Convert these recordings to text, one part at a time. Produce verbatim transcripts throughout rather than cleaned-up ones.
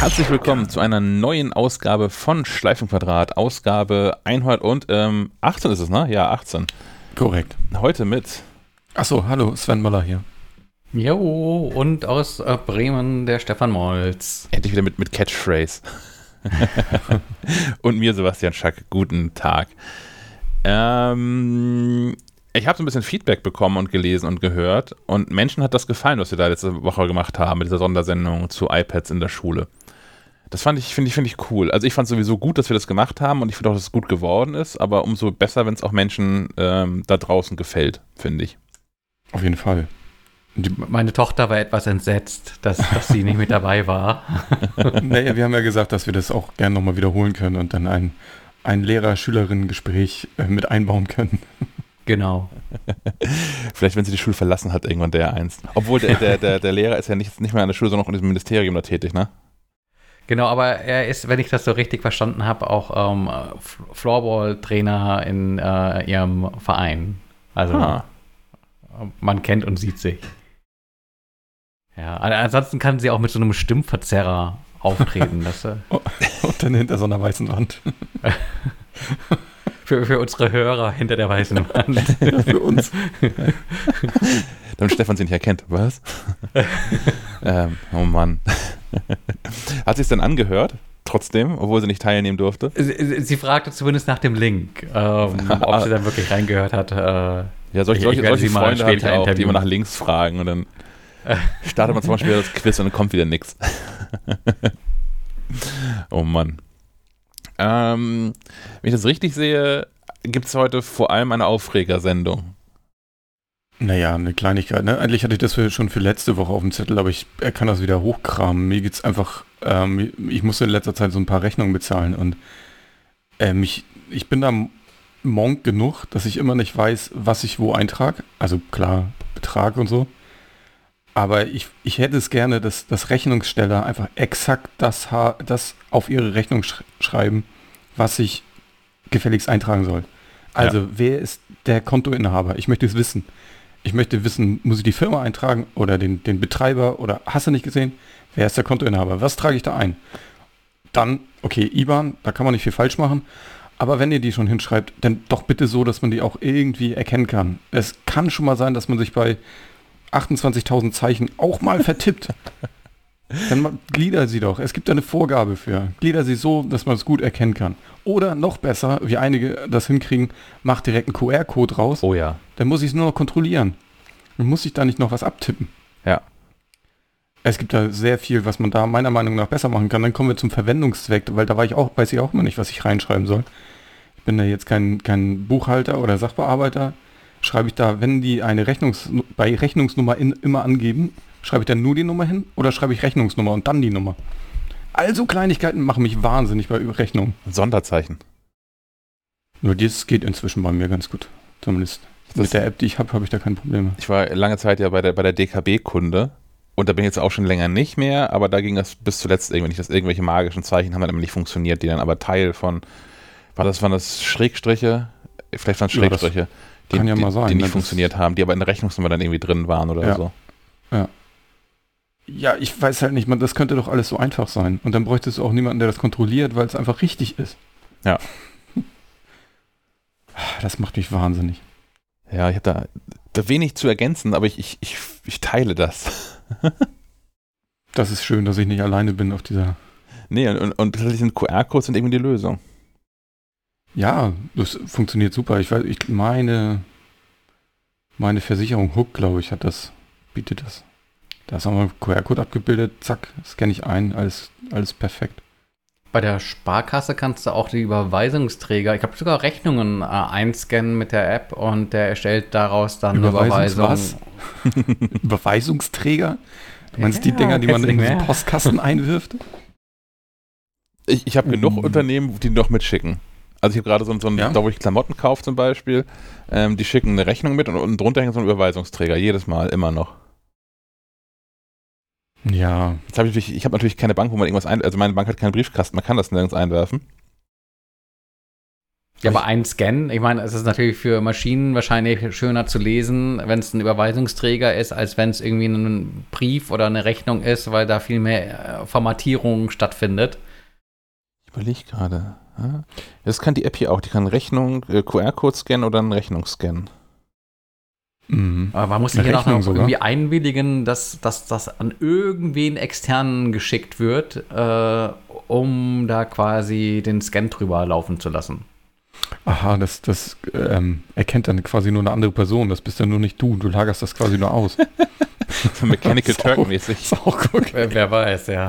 Herzlich willkommen zu einer neuen Ausgabe von Schleifenquadrat, Ausgabe hundertachtzehn ist es, ne? Ja, achtzehn. Korrekt. Heute mit... Achso, hallo, Sven Möller hier. Jo, und aus äh, Bremen der Stefan Molz. Endlich wieder mit, mit Catchphrase. Und mir, Sebastian Schack, guten Tag. Ähm... Ich habe so ein bisschen Feedback bekommen und gelesen und gehört und Menschen hat das gefallen, was wir da letzte Woche gemacht haben mit dieser Sondersendung zu iPads in der Schule. Das fand ich, finde ich, finde ich cool. Also ich fand es sowieso gut, dass wir das gemacht haben und ich finde auch, dass es gut geworden ist, aber umso besser, wenn es auch Menschen ähm, da draußen gefällt, finde ich. Auf jeden Fall. Die, meine Tochter war etwas entsetzt, dass, dass sie nicht mit dabei war. Naja, wir haben ja gesagt, dass wir das auch gerne nochmal wiederholen können und dann ein, ein Lehrer-Schülerinnen-Gespräch äh, mit einbauen können. Genau. Vielleicht, wenn sie die Schule verlassen hat, irgendwann der einst. Obwohl der, der, der, der Lehrer ist ja nicht, nicht mehr an der Schule, sondern auch in diesem Ministerium da tätig, ne? Genau, aber er ist, wenn ich das so richtig verstanden habe, auch ähm, Floorball-Trainer in äh, ihrem Verein. Also ah. man kennt und sieht sich. Ja, ansonsten kann sie auch mit so einem Stimmverzerrer auftreten. Das, äh oh, und dann hinter so einer weißen Wand. Für, für unsere Hörer hinter der weißen Wand. Ja, für uns. Damit Stefan sie nicht erkennt. Was? ähm, oh Mann. Hat sie es denn angehört? Trotzdem, obwohl sie nicht teilnehmen durfte? Sie, sie fragte zumindest nach dem Link, ähm, ob sie dann wirklich reingehört hat. Äh, ja, solche, ich, solche, ich solche Freunde habe ich auch, Interview. die immer nach links fragen und dann startet man zum Beispiel das Quiz und dann kommt wieder nix. Oh Mann. Ähm, wenn ich das richtig sehe, gibt es heute vor allem eine Aufregersendung. Naja, eine Kleinigkeit. Ne? Eigentlich hatte ich das für, schon für letzte Woche auf dem Zettel, aber ich er kann das wieder hochkramen. Mir geht's einfach, ähm, ich musste in letzter Zeit so ein paar Rechnungen bezahlen und ähm, ich, ich bin da Monk genug, dass ich immer nicht weiß, was ich wo eintrage. Also klar, Betrag und so. Aber ich, ich hätte es gerne, dass, dass Rechnungssteller einfach exakt das, das auf ihre Rechnung sch- schreiben, was ich gefälligst eintragen soll. Also ja. Wer ist der Kontoinhaber? Ich möchte es wissen. Ich möchte wissen, muss ich die Firma eintragen oder den, den Betreiber oder hast du nicht gesehen? Wer ist der Kontoinhaber? Was trage ich da ein? Dann, okay, I B A N, da kann man nicht viel falsch machen. Aber wenn ihr die schon hinschreibt, dann doch bitte so, dass man die auch irgendwie erkennen kann. Es kann schon mal sein, dass man sich bei achtundzwanzigtausend Zeichen auch mal vertippt. Dann glieder sie doch. Es gibt eine Vorgabe für. Glieder sie so, dass man es gut erkennen kann. Oder noch besser, wie einige das hinkriegen, macht direkt einen Q R-Code raus. Oh ja. Dann muss ich es nur noch kontrollieren. Dann muss ich da nicht noch was abtippen. Ja. Es gibt da sehr viel, was man da meiner Meinung nach besser machen kann. Dann kommen wir zum Verwendungszweck, weil da war ich auch, weiß ich auch immer nicht, was ich reinschreiben soll. Ich bin da jetzt kein, kein Buchhalter oder Sachbearbeiter. Schreibe ich da, wenn die eine Rechnungs bei Rechnungsnummer in, immer angeben, schreibe ich dann nur die Nummer hin oder schreibe ich Rechnungsnummer und dann die Nummer? Also Kleinigkeiten machen mich wahnsinnig bei Rechnungen. Sonderzeichen. Nur das geht inzwischen bei mir ganz gut. Zumindest das mit der App, die ich habe, habe ich da keine Probleme. Ich war lange Zeit ja bei der, bei der D K B-Kunde und da bin ich jetzt auch schon länger nicht mehr, aber da ging das bis zuletzt irgendwie nicht, dass irgendwelche magischen Zeichen haben dann immer nicht funktioniert, die dann aber Teil von, war das, waren das Schrägstriche? Vielleicht waren es Schrägstriche. Ja, Die, Kann ja mal sein, die nicht ne? funktioniert haben, die aber in der Rechnungsnummer dann irgendwie drin waren oder ja. so. Ja. Ja, ich weiß halt nicht, man, das könnte doch alles so einfach sein. Und dann bräuchtest du auch niemanden, der das kontrolliert, weil es einfach richtig ist. Ja. Das macht mich wahnsinnig. Ja, ich habe da, da wenig zu ergänzen, aber ich, ich, ich, ich teile das. Das ist schön, dass ich nicht alleine bin auf dieser... Nee, und, und tatsächlich sind Q R-Codes sind irgendwie die Lösung. Ja, das funktioniert super. Ich weiß, ich meine, meine Versicherung Hook, glaube ich, hat das, bietet das. Da ist nochmal ein Q R-Code abgebildet, zack, scanne ich ein, alles, alles perfekt. Bei der Sparkasse kannst du auch die Überweisungsträger, ich habe sogar Rechnungen äh, einscannen mit der App und der erstellt daraus dann eine Überweisung. Was? Überweisungsträger? Du meinst ja, die Dinger, die man in den Postkasten einwirft? Ich, ich habe Mhm. genug Unternehmen, die noch mitschicken. Also ich habe gerade so, so ein, Ja? da wo ich Klamotten kaufe zum Beispiel, ähm, die schicken eine Rechnung mit und unten drunter hängt so ein Überweisungsträger, jedes Mal, immer noch. Ja. Jetzt habe ich natürlich, ich habe natürlich keine Bank, wo man irgendwas ein, also meine Bank hat keinen Briefkasten, man kann das nirgends einwerfen. Ja, aber ein Scan, ich meine, es ist natürlich für Maschinen wahrscheinlich schöner zu lesen, wenn es ein Überweisungsträger ist, als wenn es irgendwie ein Brief oder eine Rechnung ist, weil da viel mehr äh, Formatierung stattfindet. Ich überlege gerade. Ja? Das kann die App hier auch. Die kann Rechnung, äh, Q R-Code scannen oder einen Rechnung scannen. Mhm. Aber man muss sich hier noch irgendwie einwilligen, dass das an irgendwen externen geschickt wird, äh, um da quasi den Scan drüber laufen zu lassen. Aha, das, das ähm, erkennt dann quasi nur eine andere Person. Das bist ja nur nicht du. Du lagerst das quasi nur aus. So Mechanical Turk-mäßig. Wer, wer weiß, ja.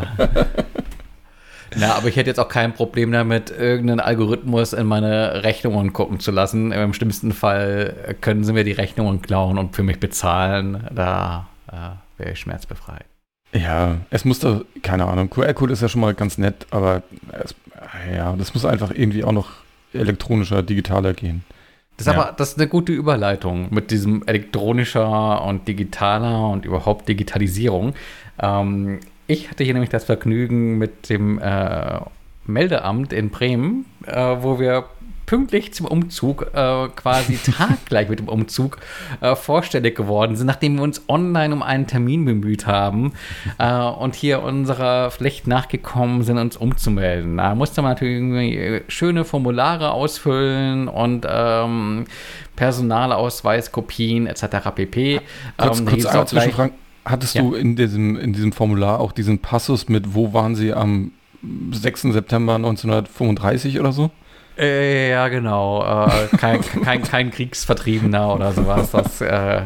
Na, aber ich hätte jetzt auch kein Problem damit, irgendeinen Algorithmus in meine Rechnungen gucken zu lassen. Im schlimmsten Fall können sie mir die Rechnungen klauen und für mich bezahlen. Da äh, wäre ich schmerzbefreit. Ja, es muss da, keine Ahnung, Q R-Code ist ja schon mal ganz nett, aber es, ja, das muss einfach irgendwie auch noch elektronischer, digitaler gehen. Das ist ja. aber das ist eine gute Überleitung mit diesem elektronischer und digitaler und überhaupt Digitalisierung. Ähm, ich hatte hier nämlich das Vergnügen mit dem äh, Meldeamt in Bremen, äh, wo wir pünktlich zum Umzug, äh, quasi taggleich mit dem Umzug, äh, vorstellig geworden sind, nachdem wir uns online um einen Termin bemüht haben äh, und hier unserer Pflicht nachgekommen sind, uns umzumelden. Da musste man natürlich irgendwie schöne Formulare ausfüllen und ähm, Personalausweiskopien et cetera pp. Kurz, ähm, kurz einmal zwischenfragen. Hattest ja. du in diesem, in diesem Formular auch diesen Passus mit, wo waren Sie am sechsten September neunzehnhundertfünfunddreißig oder so? Äh, ja, genau. Äh, kein, kein, kein Kriegsvertriebener oder sowas. Das, äh,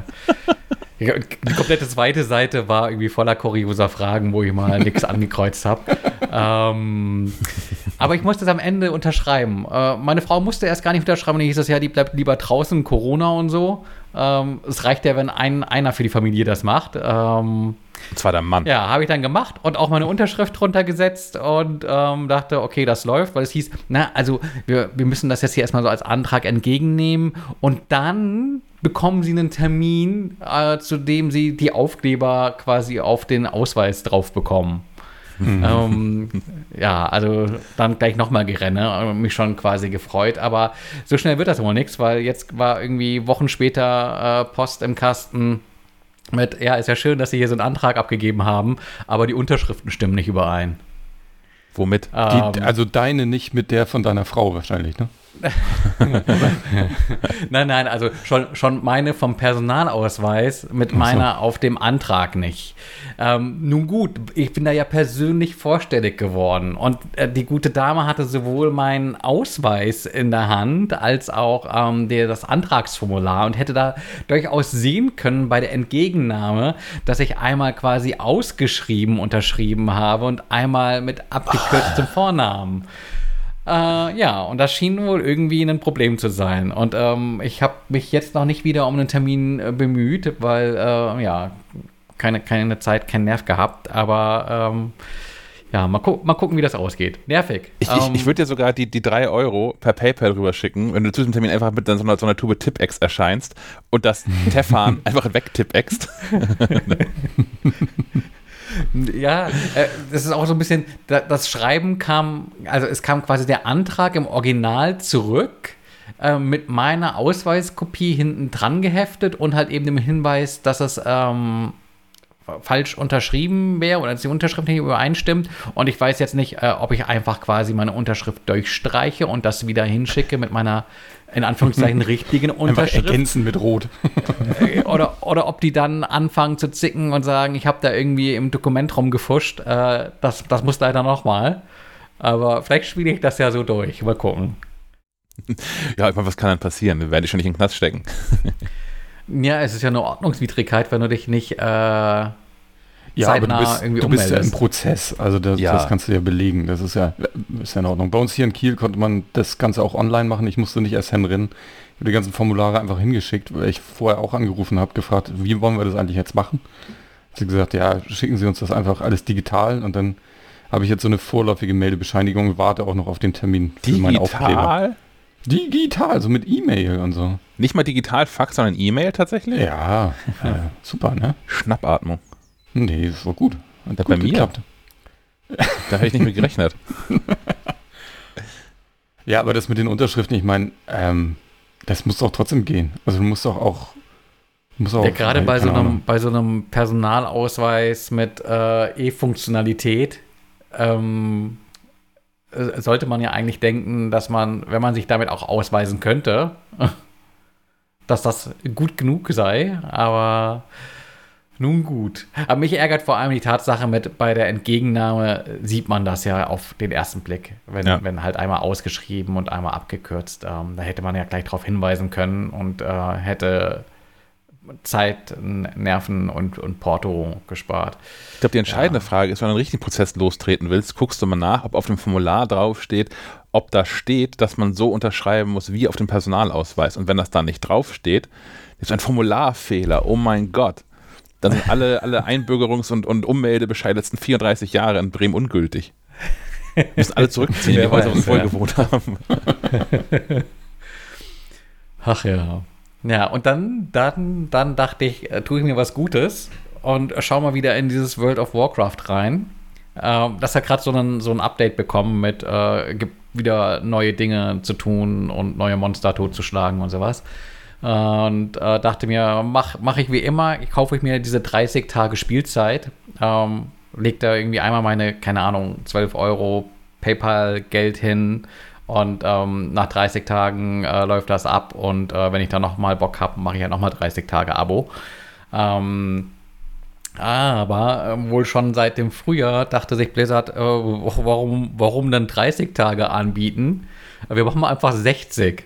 die komplette zweite Seite war irgendwie voller kurioser Fragen, wo ich mal nichts angekreuzt habe. Ähm, aber ich musste es am Ende unterschreiben. Äh, meine Frau musste erst gar nicht unterschreiben. Und dann hieß es ja, die bleibt lieber draußen, Corona und so. Ähm, es reicht ja, wenn ein, einer für die Familie das macht. Ähm, Und zwar der Mann. Ja, habe ich dann gemacht und auch meine Unterschrift drunter gesetzt und ähm, dachte, okay, das läuft, weil es hieß, na, also wir, wir müssen das jetzt hier erstmal so als Antrag entgegennehmen und dann bekommen Sie einen Termin, äh, zu dem Sie die Aufkleber quasi auf den Ausweis drauf bekommen. Mhm. Ähm, ja, also dann gleich nochmal Gerenne, mich schon quasi gefreut, aber so schnell wird das wohl nichts, weil jetzt war irgendwie Wochen später äh, Post im Kasten mit, ja, ist ja schön, dass Sie hier so einen Antrag abgegeben haben, aber die Unterschriften stimmen nicht überein. Womit? Ähm, Die, also deine nicht mit der von deiner Frau wahrscheinlich, ne? Nein, nein, also schon, schon meine vom Personalausweis mit meiner so. Auf dem Antrag nicht. Ähm, nun gut, ich bin da ja persönlich vorstellig geworden und äh, die gute Dame hatte sowohl meinen Ausweis in der Hand als auch ähm, der, das Antragsformular und hätte da durchaus sehen können bei der Entgegennahme, dass ich einmal quasi ausgeschrieben unterschrieben habe und einmal mit abgekürztem oh. Vornamen. Äh, ja, und das schien wohl irgendwie ein Problem zu sein. Und ähm, ich habe mich jetzt noch nicht wieder um einen Termin äh, bemüht, weil, äh, ja, keine, keine Zeit, keinen Nerv gehabt. Aber, ähm, ja, mal, gu- mal gucken, wie das ausgeht. Nervig. Ich, ähm, ich, ich würde dir sogar die, die drei Euro per PayPal rüber schicken, wenn du zu diesem Termin einfach mit so einer, so einer Tube Tipp-Ex erscheinst und das Tefan einfach wegtipp-ext. Ja, äh, das ist auch so ein bisschen, da, das Schreiben kam, also es kam quasi der Antrag im Original zurück, äh, mit meiner Ausweiskopie hinten dran geheftet und halt eben dem Hinweis, dass es ähm, falsch unterschrieben wäre oder dass die Unterschrift nicht übereinstimmt. Und ich weiß jetzt nicht, äh, ob ich einfach quasi meine Unterschrift durchstreiche und das wieder hinschicke mit meiner, in Anführungszeichen, richtigen Unterschrift. Einfach ergänzen mit Rot. oder, oder ob die dann anfangen zu zicken und sagen, ich habe da irgendwie im Dokument rumgefuscht. Äh, das, das muss leider nochmal. Aber vielleicht spiele ich das ja so durch. Mal gucken. Ja, ich meine, was kann dann passieren? Wir werden dich schon nicht in den Knast stecken. Ja, es ist ja eine Ordnungswidrigkeit, wenn du dich nicht äh, ja, aber du bist, irgendwie du bist ja im ummeldest. Prozess, also das, Ja. das kannst du ja belegen, das ist ja, ist ja in Ordnung. Bei uns hier in Kiel konnte man das Ganze auch online machen, ich musste nicht erst hinrennen. Ich habe die ganzen Formulare einfach hingeschickt, weil ich vorher auch angerufen habe, gefragt, wie wollen wir das eigentlich jetzt machen? Sie hat gesagt, ja, schicken Sie uns das einfach alles digital und dann habe ich jetzt so eine vorläufige Meldebescheinigung, warte auch noch auf den Termin für meinen Aufkleber. Digital? Digital, so mit E-Mail und so. Nicht mal digital Fax, sondern E-Mail tatsächlich? Ja, äh, super, ne? Schnappatmung. Nee, das war gut. Hat Ja, gut bei mir? geklappt. Da habe ich nicht mit gerechnet. Ja, aber das mit den Unterschriften, ich meine, ähm, das muss doch trotzdem gehen. Also du musst doch auch muss auch ja, gerade bei so, keine einem, Ahnung. bei so einem Personalausweis mit äh, E-Funktionalität ähm, äh, sollte man ja eigentlich denken, dass man, wenn man sich damit auch ausweisen könnte, dass das gut genug sei, aber nun gut. Aber mich ärgert vor allem die Tatsache mit, bei der Entgegennahme sieht man das ja auf den ersten Blick, wenn, Ja. wenn halt einmal ausgeschrieben und einmal abgekürzt. Ähm, da hätte man ja gleich darauf hinweisen können und äh, hätte Zeit, Nerven und, und Porto gespart. Ich glaube, die entscheidende Ja. Frage ist, wenn du einen richtigen Prozess lostreten willst, guckst du mal nach, ob auf dem Formular draufsteht, ob da steht, dass man so unterschreiben muss wie auf dem Personalausweis. Und wenn das da nicht draufsteht, ist ein Formularfehler. Oh mein Gott. Dann sind alle, alle Einbürgerungs- und, und Ummeldebescheide letzten vierunddreißig Jahre in Bremen ungültig. Müssen alle zurückziehen, die Wer Häuser, wo sie weiß, vorher ja. gewohnt haben. Ach ja. Ja, und dann, dann, dann dachte ich, äh, tue ich mir was Gutes und schau mal wieder in dieses World of Warcraft rein. Ähm, das hat gerade so ein, so ein Update bekommen mit, äh, gibt wieder neue Dinge zu tun und neue Monster totzuschlagen und sowas. Und äh, dachte mir, mach, mach ich wie immer, ich kaufe ich mir diese dreißig Tage Spielzeit, ähm, leg da irgendwie einmal meine, keine Ahnung, zwölf Euro PayPal-Geld hin und ähm, nach dreißig Tagen äh, läuft das ab und äh, wenn ich dann nochmal Bock habe, mache ich ja nochmal dreißig Tage Abo. Ähm, aber äh, wohl schon seit dem Frühjahr dachte sich Blizzard, äh, warum, warum dann dreißig Tage anbieten? Wir machen mal einfach sechzig.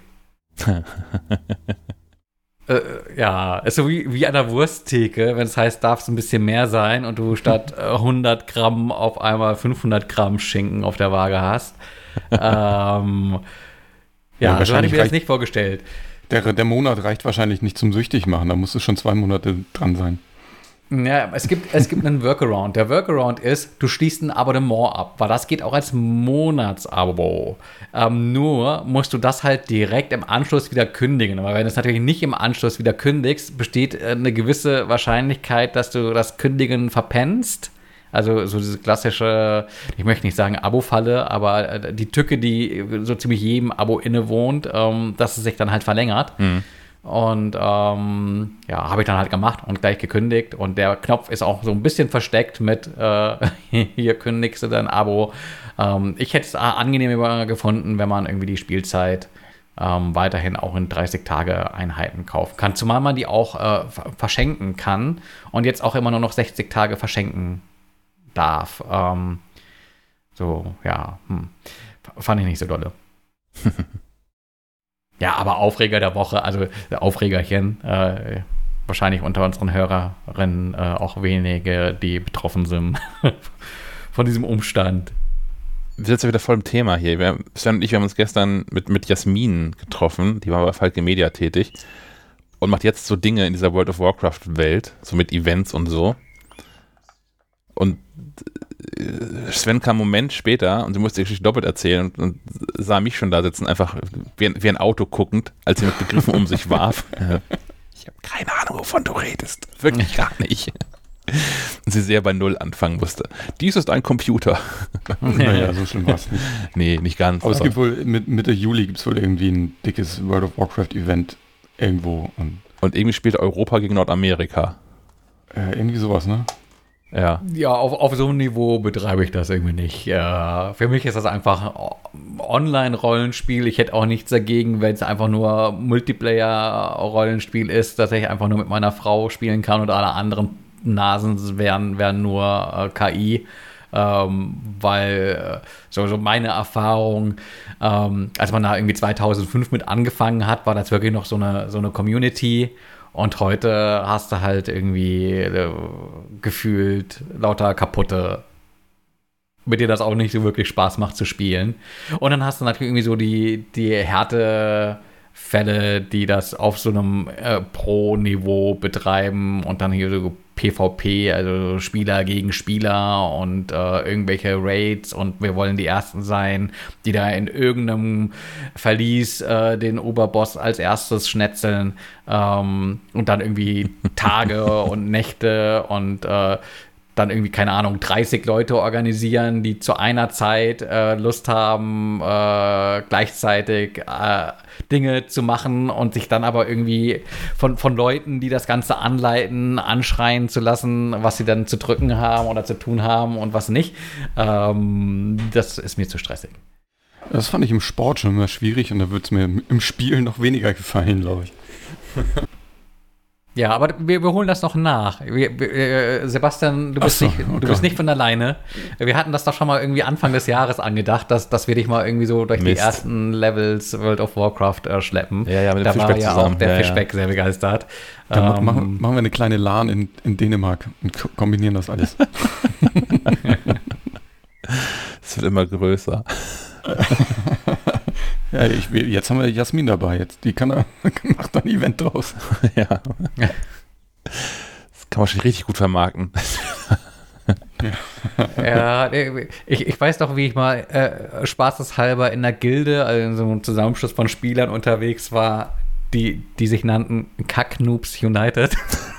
Äh, ja, ist so wie, wie an der Wursttheke, wenn es heißt, darf es ein bisschen mehr sein und du statt äh, hundert Gramm auf einmal fünfhundert Gramm Schinken auf der Waage hast. ähm, ja, Ja, so hatte ich mir das reicht- nicht vorgestellt. Der, der Monat reicht wahrscheinlich nicht zum süchtig machen, da muss es schon zwei Monate dran sein. Ja, es gibt, es gibt einen Workaround. Der Workaround ist, du schließt ein Abonnement ab, weil das geht auch als Monatsabo. Ähm, nur musst du das halt direkt im Anschluss wieder kündigen. Aber wenn du es natürlich nicht im Anschluss wieder kündigst, besteht äh, eine gewisse Wahrscheinlichkeit, dass du das Kündigen verpennst. Also so diese klassische, ich möchte nicht sagen Abo-Falle, aber äh, die Tücke, die so ziemlich jedem Abo innewohnt, ähm, dass es sich dann halt verlängert. Mhm. Und ähm, ja, habe ich dann halt gemacht und gleich gekündigt. Und der Knopf ist auch so ein bisschen versteckt mit äh, hier kündigst du dein Abo. Ähm, ich hätte es angenehmer gefunden, wenn man irgendwie die Spielzeit ähm, weiterhin auch in dreißig-Tage-Einheiten kaufen kann. Zumal man die auch äh, verschenken kann und jetzt auch immer nur noch sechzig Tage verschenken darf. Ähm, so, ja, hm. fand ich nicht so dolle. Ja, aber Aufreger der Woche, also Aufregerchen, äh, wahrscheinlich unter unseren Hörerinnen äh, auch wenige, die betroffen sind von diesem Umstand. Wir sind jetzt ja wieder voll im Thema hier. Wir, Sven und ich, wir haben uns gestern mit, mit Jasmin getroffen, die war bei Falke Media tätig und macht jetzt so Dinge in dieser World of Warcraft-Welt, so mit Events und so. Und äh, Sven kam einen Moment später und sie musste die Geschichte doppelt erzählen und, und sah mich schon da sitzen, einfach wie ein, wie ein Auto guckend, als sie mit Begriffen um sich warf. Ich habe keine Ahnung, wovon du redest. Wirklich gar nicht. Und sie sehr bei Null anfangen musste. Dies ist ein Computer. Naja, so schlimm war es nicht. Nee, nicht ganz. Aber es gibt wohl, mit Mitte Juli gibt es wohl irgendwie ein dickes World of Warcraft-Event irgendwo. Und und irgendwie spielt Europa gegen Nordamerika. äh, irgendwie sowas, ne? Ja. Ja, auf, auf so einem Niveau betreibe ich das irgendwie nicht. Ja, für mich ist das einfach Online-Rollenspiel. Ich hätte auch nichts dagegen, wenn es einfach nur Multiplayer-Rollenspiel ist, dass ich einfach nur mit meiner Frau spielen kann und alle anderen Nasen wären, wären nur äh, K I. Ähm, weil äh, so, so meine Erfahrung, ähm, als man da irgendwie zweitausendfünf mit angefangen hat, war das wirklich noch so eine, so eine Community. Und heute hast du halt irgendwie äh, gefühlt lauter kaputte, mit denen das auch nicht so wirklich Spaß macht zu spielen. Und dann hast du natürlich irgendwie so die, die Härtefälle, die das auf so einem äh, Pro-Niveau betreiben und dann hier so PvP, also Spieler gegen Spieler und äh, irgendwelche Raids und wir wollen die Ersten sein, die da in irgendeinem Verlies äh, den Oberboss als erstes schnetzeln ähm, und dann irgendwie Tage und Nächte und äh, dann irgendwie, keine Ahnung, dreißig Leute organisieren, die zu einer Zeit äh, Lust haben, äh, gleichzeitig äh, Dinge zu machen und sich dann aber irgendwie von, von Leuten, die das Ganze anleiten, anschreien zu lassen, was sie dann zu drücken haben oder zu tun haben und was nicht. Ähm, das ist mir zu stressig. Das fand ich im Sport schon immer schwierig und da wird es mir im Spiel noch weniger gefallen, glaube ich. Ja, aber wir, wir holen das noch nach. Wir, wir, äh, Sebastian, du bist, so, nicht, okay. du bist nicht von alleine. Wir hatten das doch schon mal irgendwie Anfang des Jahres angedacht, dass, dass wir dich mal irgendwie so durch Mist. die ersten Levels World of Warcraft äh, schleppen. Ja, ja, mit dem da Fischbeck war ja zusammen. auch der Ja, Fischbeck ja. sehr begeistert. Dann ähm, machen, machen wir eine kleine LAN in, in Dänemark und ko- kombinieren das alles. Es wird immer größer. Ja, ich, jetzt haben wir Jasmin dabei. Jetzt, die kann da, macht da ein Event draus. Ja. Das kann man schon richtig gut vermarkten. Ja, ich, ich weiß doch, wie ich mal äh, spaßeshalber in der Gilde, also in so einem Zusammenschluss von Spielern unterwegs war, die, die sich nannten Kack-Noobs United.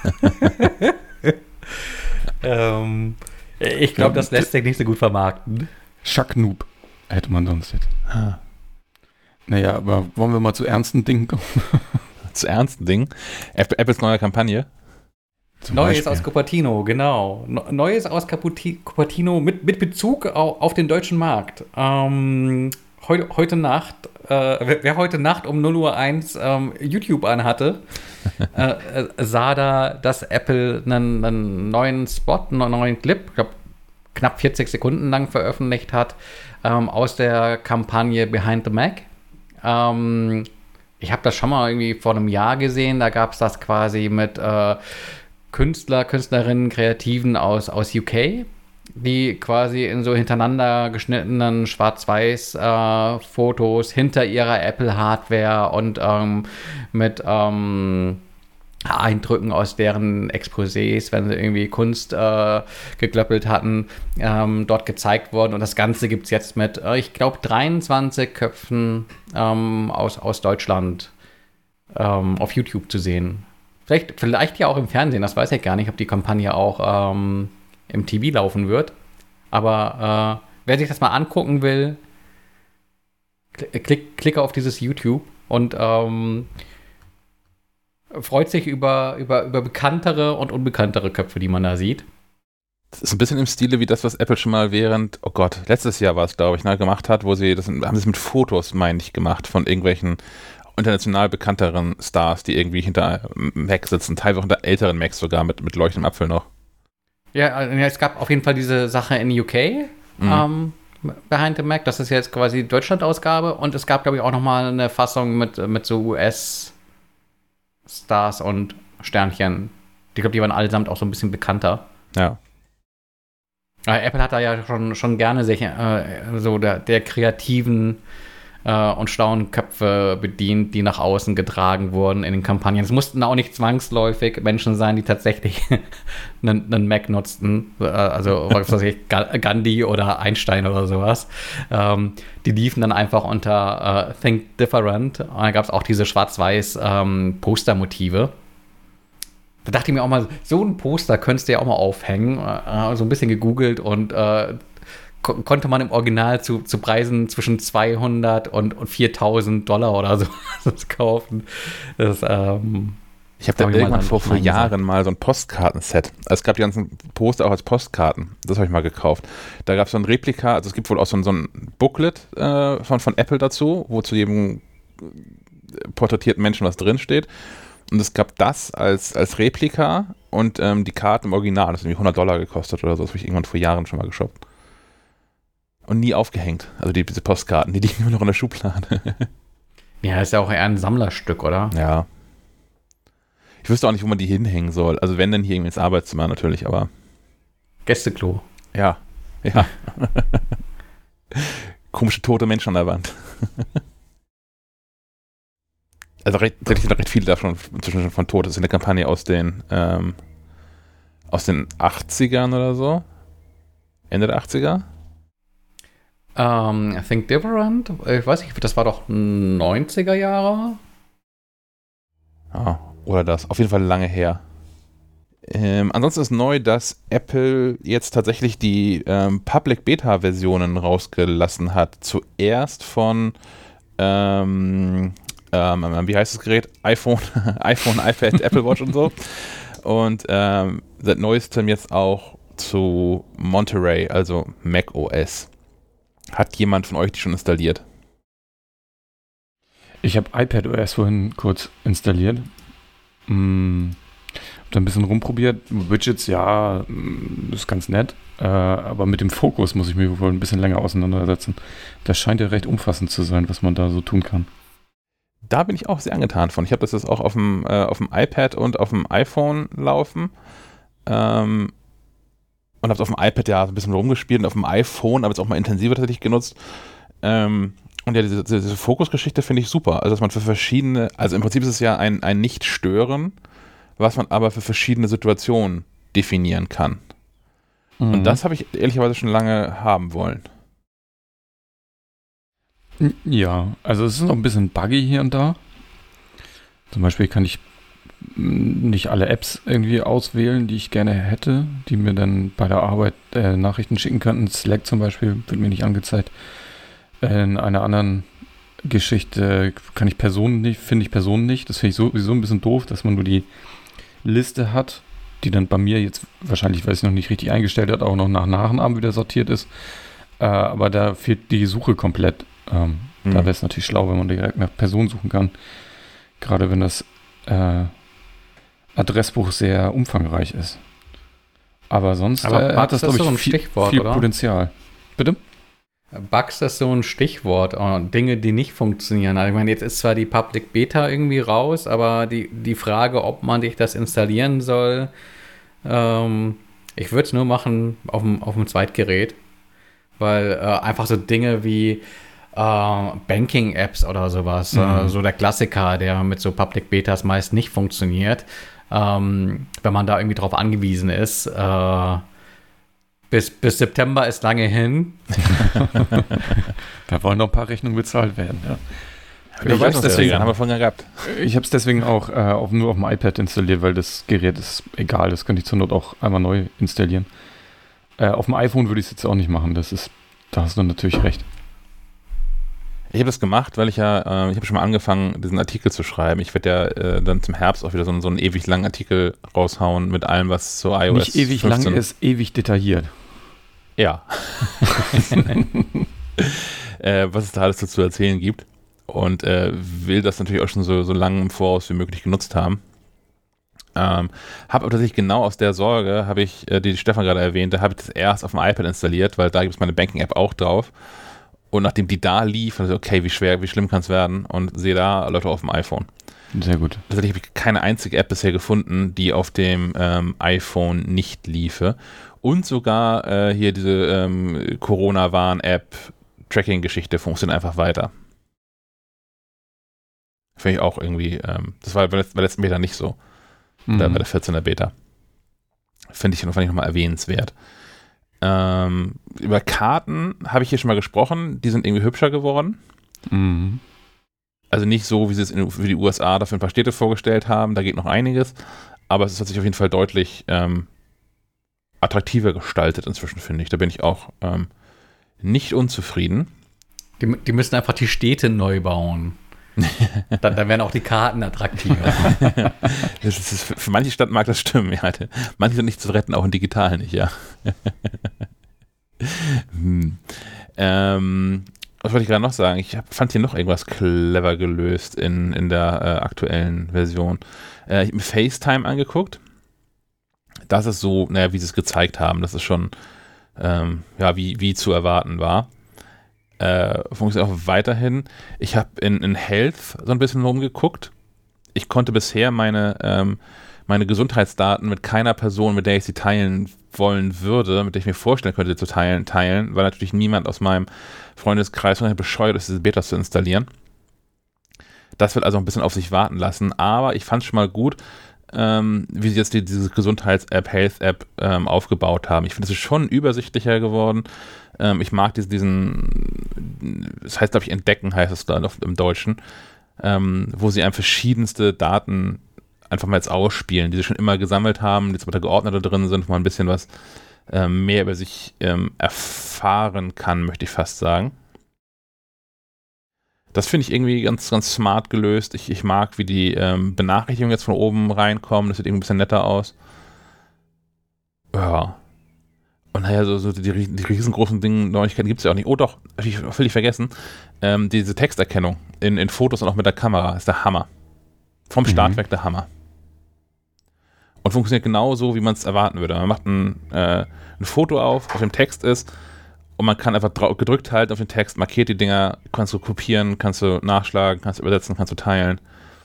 ähm, ich glaube, das lässt sich nicht so gut vermarkten. Schack-Noob hätte man sonst jetzt. Ah. Naja, aber wollen wir mal zu ernsten Dingen kommen? Zu ernsten Dingen? Apples neue Kampagne? Zum Neues Beispiel. Aus Cupertino, genau. Neues aus Cupertino mit, mit Bezug auf, auf den deutschen Markt. Ähm, heu, heute Nacht, äh, wer heute Nacht um null Uhr eins ähm, YouTube anhatte, äh, sah da, dass Apple einen, einen neuen Spot, einen neuen Clip, ich glaube knapp vierzig Sekunden lang veröffentlicht hat, ähm, aus der Kampagne Behind the Mac. Ähm, ich habe das schon mal irgendwie vor einem Jahr gesehen, da gab es das quasi mit äh, Künstler, Künstlerinnen, Kreativen aus, aus U K, die quasi in so hintereinander geschnittenen Schwarz-Weiß-Fotos äh, hinter ihrer Apple-Hardware und ähm, mit ähm, Eindrücken aus deren Exposés, wenn sie irgendwie Kunst äh, geklöppelt hatten, ähm, dort gezeigt worden. Und das Ganze gibt es jetzt mit, äh, ich glaube, dreiundzwanzig Köpfen ähm, aus, aus Deutschland ähm, auf YouTube zu sehen. Vielleicht, vielleicht ja auch im Fernsehen, das weiß ich gar nicht, ob die Kampagne auch ähm, im T V laufen wird. Aber äh, wer sich das mal angucken will, klick, klicke auf dieses YouTube und ähm, freut sich über, über, über bekanntere und unbekanntere Köpfe, die man da sieht. Das ist ein bisschen im Stile wie das, was Apple schon mal während, oh Gott, letztes Jahr war es, glaube ich, ne, gemacht hat, wo sie, das haben sie es mit Fotos, meine ich, gemacht von irgendwelchen international bekannteren Stars, die irgendwie hinter Mac sitzen, teilweise hinter älteren Macs sogar, mit, mit leuchtendem Apfel noch. Ja, es gab auf jeden Fall diese Sache in U K, mhm. ähm, Behind the Mac, das ist jetzt quasi die Deutschland-Ausgabe und es gab, glaube ich, auch nochmal eine Fassung mit, mit so U S-Stars und Sternchen. Ich glaube, die waren allesamt auch so ein bisschen bekannter. Ja. Apple hat da ja schon, schon gerne sich äh, so der, der kreativen äh, und schlauen Köpfe bedient, die nach außen getragen wurden in den Kampagnen. Es mussten auch nicht zwangsläufig Menschen sein, die tatsächlich einen, einen Mac nutzten, äh, also was weiß ich, Gandhi oder Einstein oder sowas. Ähm, die liefen dann einfach unter äh, Think Different. Und da gab es auch diese schwarz-weiß ähm, Postermotive. Da dachte ich mir auch mal, so ein Poster könntest du ja auch mal aufhängen. Äh, so ein bisschen gegoogelt und äh, ko- konnte man im Original zu, zu Preisen zwischen zweihundert und, und viertausend Dollar oder so kaufen. Das, ähm, ich habe da hab irgendwann vor, vor Jahren mal so ein Postkartenset. Also es gab die ganzen Poster auch als Postkarten. Das habe ich mal gekauft. Da gab es so ein Replika, also es gibt wohl auch so ein, so ein Booklet äh, von, von Apple dazu, wo zu jedem porträtierten Menschen was drinsteht. Und es gab das als, als Replika und ähm, die Karten im Original. Das hat irgendwie hundert Dollar gekostet oder so. Das habe ich irgendwann vor Jahren schon mal geshoppt. Und nie aufgehängt. Also die, diese Postkarten, die liegen immer noch in der Schublade. Ja, ist ja auch eher ein Sammlerstück, oder? Ja. Ich wüsste auch nicht, wo man die hinhängen soll. Also wenn, dann hier irgendwie ins Arbeitszimmer natürlich, aber... Gästeklo. Ja, ja. Komische tote Menschen an der Wand. Also recht, recht, recht viele davon inzwischen von tot. Das ist eine Kampagne aus den ähm, aus den achtzigern oder so. Ende der achtziger? Um, Think Different? Ich weiß nicht, das war doch neunziger Jahre? Ah, oder das. Auf jeden Fall lange her. Ähm, ansonsten ist neu, dass Apple jetzt tatsächlich die ähm, Public-Beta-Versionen rausgelassen hat. Zuerst von, ähm, ähm, wie heißt das Gerät? iPhone, iPhone, iPad, Apple Watch und so. Und ähm, seit neuestem jetzt auch zu Monterey, also macOS. Hat jemand von euch die schon installiert? Ich habe iPadOS vorhin kurz installiert. Hm. Da ein bisschen rumprobiert. Widgets, ja, ist ganz nett. Äh, aber mit dem Fokus muss ich mich wohl ein bisschen länger auseinandersetzen. Das scheint ja recht umfassend zu sein, was man da so tun kann. Da bin ich auch sehr angetan von. Ich habe das jetzt auch auf dem, äh, auf dem iPad und auf dem iPhone laufen. Ähm, und habe es auf dem iPad ja ein bisschen rumgespielt und auf dem iPhone aber jetzt auch mal intensiver tatsächlich genutzt. Ähm, und ja, diese, diese Fokusgeschichte finde ich super. Also, dass man für verschiedene, also im Prinzip ist es ja ein, ein Nicht-Stören, was man aber für verschiedene Situationen definieren kann. Mhm. Und das habe ich ehrlicherweise schon lange haben wollen. Ja, also es ist noch ein bisschen buggy hier und da. Zum Beispiel kann ich nicht alle Apps irgendwie auswählen, die ich gerne hätte, die mir dann bei der Arbeit äh, Nachrichten schicken könnten. Slack zum Beispiel wird mir nicht angezeigt. In einer anderen Geschichte kann ich Personen nicht, finde ich Personen nicht. Das finde ich sowieso ein bisschen doof, dass man nur die Liste hat, die dann bei mir jetzt wahrscheinlich, weil ich es noch nicht richtig eingestellt hat, auch noch nach Nachnamen wieder sortiert ist. Äh, aber da fehlt die Suche komplett. Ähm, mhm. Da wäre es natürlich schlau, wenn man direkt nach Person suchen kann. Gerade wenn das äh, Adressbuch sehr umfangreich ist. Aber sonst aber äh, hat das, glaube ich, so ein viel, Stichwort, viel oder? Potenzial. Bitte? Bugs ist so ein Stichwort, Dinge, die nicht funktionieren. Also ich meine, jetzt ist zwar die Public Beta irgendwie raus, aber die, die Frage, ob man sich das installieren soll, ähm, ich würde es nur machen auf dem, auf dem Zweitgerät, weil äh, einfach so Dinge wie äh, Banking-Apps oder sowas, mhm. äh, so der Klassiker, der mit so Public Betas meist nicht funktioniert, ähm, wenn man da irgendwie drauf angewiesen ist, äh, Bis, bis September ist lange hin. Da wollen noch ein paar Rechnungen bezahlt werden. Ja. Ich weiß deswegen, haben wir vorhin gehabt. Ich habe es deswegen auch äh, auf, nur auf dem iPad installiert, weil das Gerät ist egal. Das könnte ich zur Not auch einmal neu installieren. Äh, auf dem iPhone würde ich es jetzt auch nicht machen. Das ist, da hast du natürlich recht. Ich habe das gemacht, weil ich ja, äh, ich habe schon mal angefangen, diesen Artikel zu schreiben. Ich werde ja äh, dann zum Herbst auch wieder so, so einen ewig langen Artikel raushauen mit allem, was zu iOS Nicht ewig fünfzehn lang, ist ewig detailliert. Ja. äh, was es da alles dazu erzählen gibt. Und äh, will das natürlich auch schon so, so lange im Voraus wie möglich genutzt haben. Ähm, habe aber tatsächlich genau aus der Sorge, habe ich, äh, die Stefan gerade erwähnte, habe ich das erst auf dem iPad installiert, weil da gibt es meine Banking-App auch drauf. Und nachdem die da lief, dachte ich, okay, wie schwer, wie schlimm kann es werden? Und sehe da, Leute, auf dem iPhone. Sehr gut. Tatsächlich habe ich keine einzige App bisher gefunden, die auf dem ähm, iPhone nicht liefe. Und sogar äh, hier diese ähm, Corona-Warn-App, Tracking-Geschichte funktioniert einfach weiter. Finde ich auch irgendwie, ähm, das war bei der letzten Beta nicht so. Mhm. Da bei der vierzehner Beta. Finde ich, fand ich nochmal erwähnenswert. Ähm, über Karten habe ich hier schon mal gesprochen, die sind irgendwie hübscher geworden. Mhm. Also nicht so, wie sie es in, für die U S A dafür ein paar Städte vorgestellt haben, da geht noch einiges, aber es hat sich auf jeden Fall deutlich ähm, attraktiver gestaltet inzwischen, finde ich. Da bin ich auch ähm, nicht unzufrieden. Die, die müssen einfach die Städte neu bauen. dann, dann werden auch die Karten attraktiver. das ist, das, für manche Stadt mag das stimmen, ja. Manche sind nicht zu retten, auch in digital nicht, ja. hm. ähm, was wollte ich gerade noch sagen? Ich hab, fand hier noch irgendwas clever gelöst in, in der äh, aktuellen Version. Äh, ich habe mir FaceTime angeguckt. Das ist so, naja, wie sie es gezeigt haben, das ist schon, ähm, ja, wie, wie zu erwarten war. Äh, funktioniert auch weiterhin. Ich habe in, in Health so ein bisschen rumgeguckt. Ich konnte bisher meine, ähm, meine Gesundheitsdaten mit keiner Person, mit der ich sie teilen wollen würde, mit der ich mir vorstellen könnte, sie zu teilen, teilen, weil natürlich niemand aus meinem Freundeskreis bescheuert ist, diese Betas zu installieren. Das wird also ein bisschen auf sich warten lassen, aber ich fand es schon mal gut, ähm, wie sie jetzt die, diese Gesundheits-App, Health-App ähm, aufgebaut haben. Ich finde, es ist schon übersichtlicher geworden. Ähm, ich mag diesen, diesen, das heißt, glaube ich, Entdecken heißt es da im Deutschen, ähm, wo sie einem verschiedenste Daten einfach mal jetzt ausspielen, die sie schon immer gesammelt haben, die jetzt mit der Geordnete drin sind, wo man ein bisschen was ähm, mehr über sich ähm, erfahren kann, möchte ich fast sagen. Das finde ich irgendwie ganz, ganz smart gelöst. Ich, ich mag, wie die ähm, Benachrichtigungen jetzt von oben reinkommen. Das sieht irgendwie ein bisschen netter aus. Ja. Und naja, so, so die, die riesengroßen Dinge, Neuigkeiten gibt es ja auch nicht. Oh doch, hab ich völlig vergessen. Ähm, diese Texterkennung in, in Fotos und auch mit der Kamera ist der Hammer. Vom Start weg der Hammer. Und funktioniert genau so, wie man es erwarten würde. Man macht ein, äh, ein Foto auf, auf dem Text ist, und man kann einfach drau- gedrückt halten auf den Text, markiert die Dinger, kannst du kopieren, kannst du nachschlagen, kannst du übersetzen, kannst du teilen.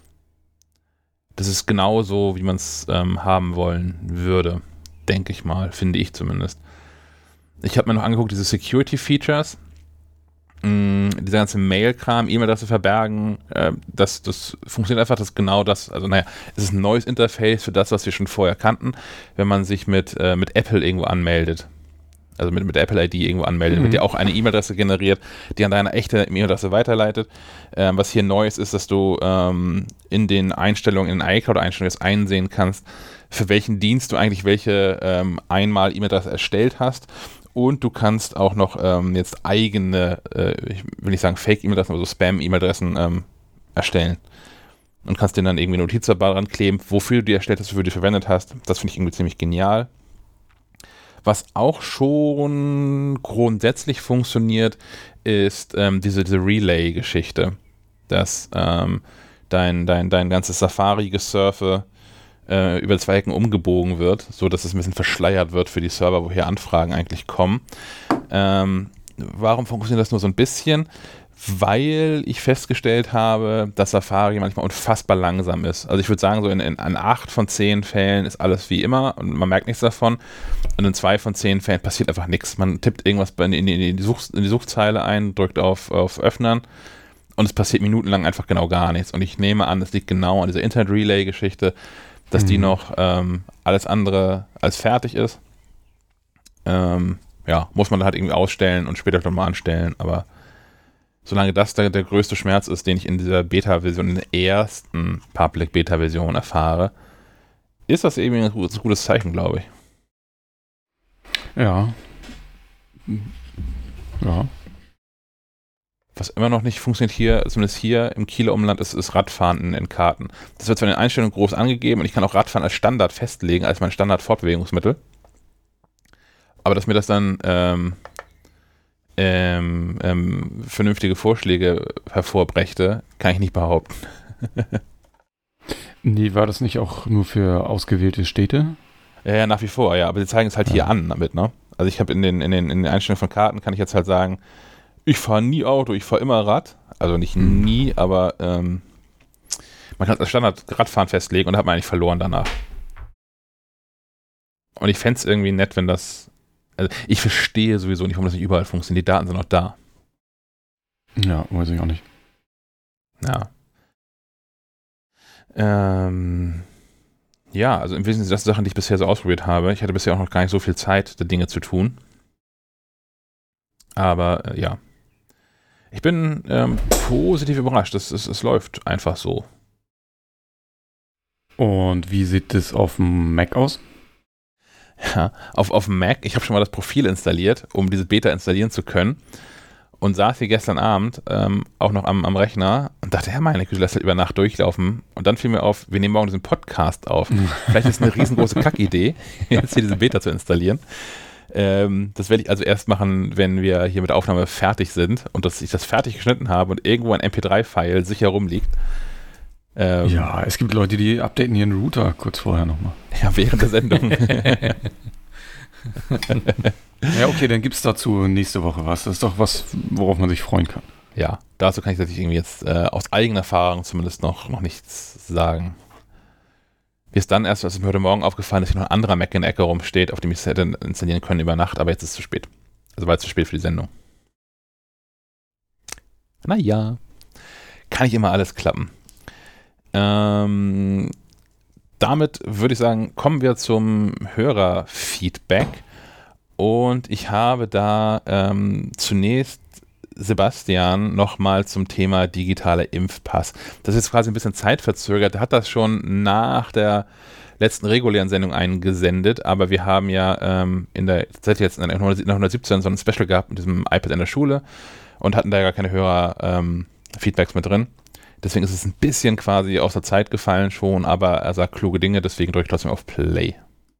Das ist genau so, wie man es ähm, haben wollen würde. Denke ich mal, finde ich zumindest. Ich habe mir noch angeguckt, diese Security-Features, mh, dieser ganze Mail-Kram, E-Mail-Adresse verbergen, äh, das, das funktioniert einfach, das ist genau das, also naja, es ist ein neues Interface für das, was wir schon vorher kannten, wenn man sich mit, äh, mit Apple irgendwo anmeldet. Also mit, mit der Apple I D irgendwo anmeldet, mhm. wird dir auch eine E-Mail-Adresse generiert, die an deine echte E-Mail-Adresse weiterleitet. Ähm, was hier neu ist, ist, dass du ähm, in den Einstellungen, in den iCloud-Einstellungen jetzt einsehen kannst, für welchen Dienst du eigentlich welche ähm, einmal E-Mail-Adresse erstellt hast. Und du kannst auch noch ähm, jetzt eigene, äh, ich will nicht sagen Fake-E-Mail-Adressen, aber so Spam-E-Mail-Adressen ähm, erstellen. Und kannst denen dann irgendwie eine Notiz dabei dran kleben, wofür du die erstellt hast, wofür du die verwendet hast. Das finde ich irgendwie ziemlich genial. Was auch schon grundsätzlich funktioniert, ist ähm, diese, diese Relay-Geschichte, dass ähm, dein, dein, dein ganzes Safari-Gesurfe äh, über zwei Ecken umgebogen wird, so dass es ein bisschen verschleiert wird für die Server, woher Anfragen eigentlich kommen. Ähm, warum funktioniert das nur so ein bisschen? Weil ich festgestellt habe, dass Safari manchmal unfassbar langsam ist. Also ich würde sagen, so in, in, in acht von zehn Fällen ist alles wie immer und man merkt nichts davon. Und in zwei von zehn Fällen passiert einfach nichts. Man tippt irgendwas in, in, in, die, Such, in die Suchzeile ein, drückt auf, auf Öffnen und es passiert minutenlang einfach genau gar nichts. Und ich nehme an, es liegt genau an dieser Internet-Relay-Geschichte, dass mhm. die noch ähm, alles andere als fertig ist. Ähm, ja, muss man halt irgendwie ausstellen und später nochmal anstellen, aber solange das der, der größte Schmerz ist, den ich in dieser Beta-Version, in der ersten Public-Beta-Version erfahre, ist das eben ein gutes, gutes Zeichen, glaube ich. Ja. Ja. Was immer noch nicht funktioniert hier, zumindest hier im Kieler Umland, ist, ist Radfahren in, in Karten. Das wird zwar in den Einstellungen groß angegeben und ich kann auch Radfahren als Standard festlegen, als mein Standard-Fortbewegungsmittel. Aber dass mir das dann ähm, Ähm, ähm, vernünftige Vorschläge hervorbrächte, kann ich nicht behaupten. Nee, war das nicht auch nur für ausgewählte Städte? Ja, ja, nach wie vor, ja, aber sie zeigen es halt ja. hier an damit, ne? Also ich habe in den, in, den, in den Einstellungen von Karten kann ich jetzt halt sagen, ich fahre nie Auto, ich fahre immer Rad. Also nicht hm. nie, aber ähm, man kann es als Standard Radfahren festlegen und hat man eigentlich verloren danach. Und ich fände es irgendwie nett, wenn das Also ich verstehe sowieso nicht, warum das nicht überall funktioniert. Die Daten sind noch da. Ja, weiß ich auch nicht. Ja. Ähm, ja, also im Wesentlichen sind das Sachen, die ich bisher so ausprobiert habe. Ich hatte bisher auch noch gar nicht so viel Zeit, Dinge zu tun. Aber äh, ja. Ich bin ähm, positiv überrascht. Es, es, es läuft einfach so. Und wie sieht es auf dem Mac aus? Ja, auf, auf dem Mac, ich habe schon mal das Profil installiert, um diese Beta installieren zu können und saß hier gestern Abend ähm, auch noch am, am Rechner und dachte, ja meine Güte, lass halt über Nacht durchlaufen und dann fiel mir auf, wir nehmen morgen diesen Podcast auf. Vielleicht ist es eine riesengroße Kackidee, jetzt hier diese Beta zu installieren. Ähm, das werde ich also erst machen, wenn wir hier mit der Aufnahme fertig sind und dass ich das fertig geschnitten habe und irgendwo ein M P drei File sicher rumliegt. Ähm, ja, es gibt Leute, die updaten ihren Router kurz vorher nochmal. Ja, während der Sendung. Ja, okay, dann gibt es dazu nächste Woche was. Das ist doch was, worauf man sich freuen kann. Ja, dazu kann ich tatsächlich irgendwie jetzt äh, aus eigener Erfahrung zumindest noch, noch nichts sagen. Wie es dann erst, als mir heute Morgen aufgefallen ist, dass hier noch ein anderer Mac in der Ecke rumsteht, auf dem ich es hätte installieren können über Nacht, aber jetzt ist es zu spät. Also war es zu spät für die Sendung. Naja, kann nicht immer alles klappen. Ähm, damit würde ich sagen, kommen wir zum Hörerfeedback und ich habe da ähm, zunächst Sebastian nochmal zum Thema digitaler Impfpass. Das ist quasi ein bisschen zeitverzögert. Er hat das schon nach der letzten regulären Sendung eingesendet, aber wir haben ja ähm, in der, seit jetzt in der hundertsiebzehn so ein Special gehabt mit diesem iPad in der Schule und hatten da gar keine Hörer-Feedbacks ähm, mit drin. Deswegen ist es ein bisschen quasi aus der Zeit gefallen schon, aber er sagt kluge Dinge, deswegen drücke ich trotzdem auf Play.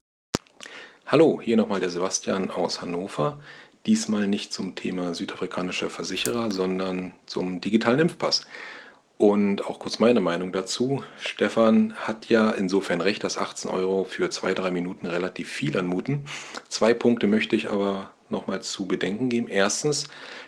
Hallo, hier nochmal der Sebastian aus Hannover. Diesmal nicht zum Thema südafrikanischer Versicherer, sondern zum digitalen Impfpass. Und auch kurz meine Meinung dazu. Stefan hat ja insofern recht, dass achtzehn Euro für zwei, drei Minuten relativ viel anmuten. Zwei Punkte möchte ich aber nochmal zu bedenken geben. Erstens,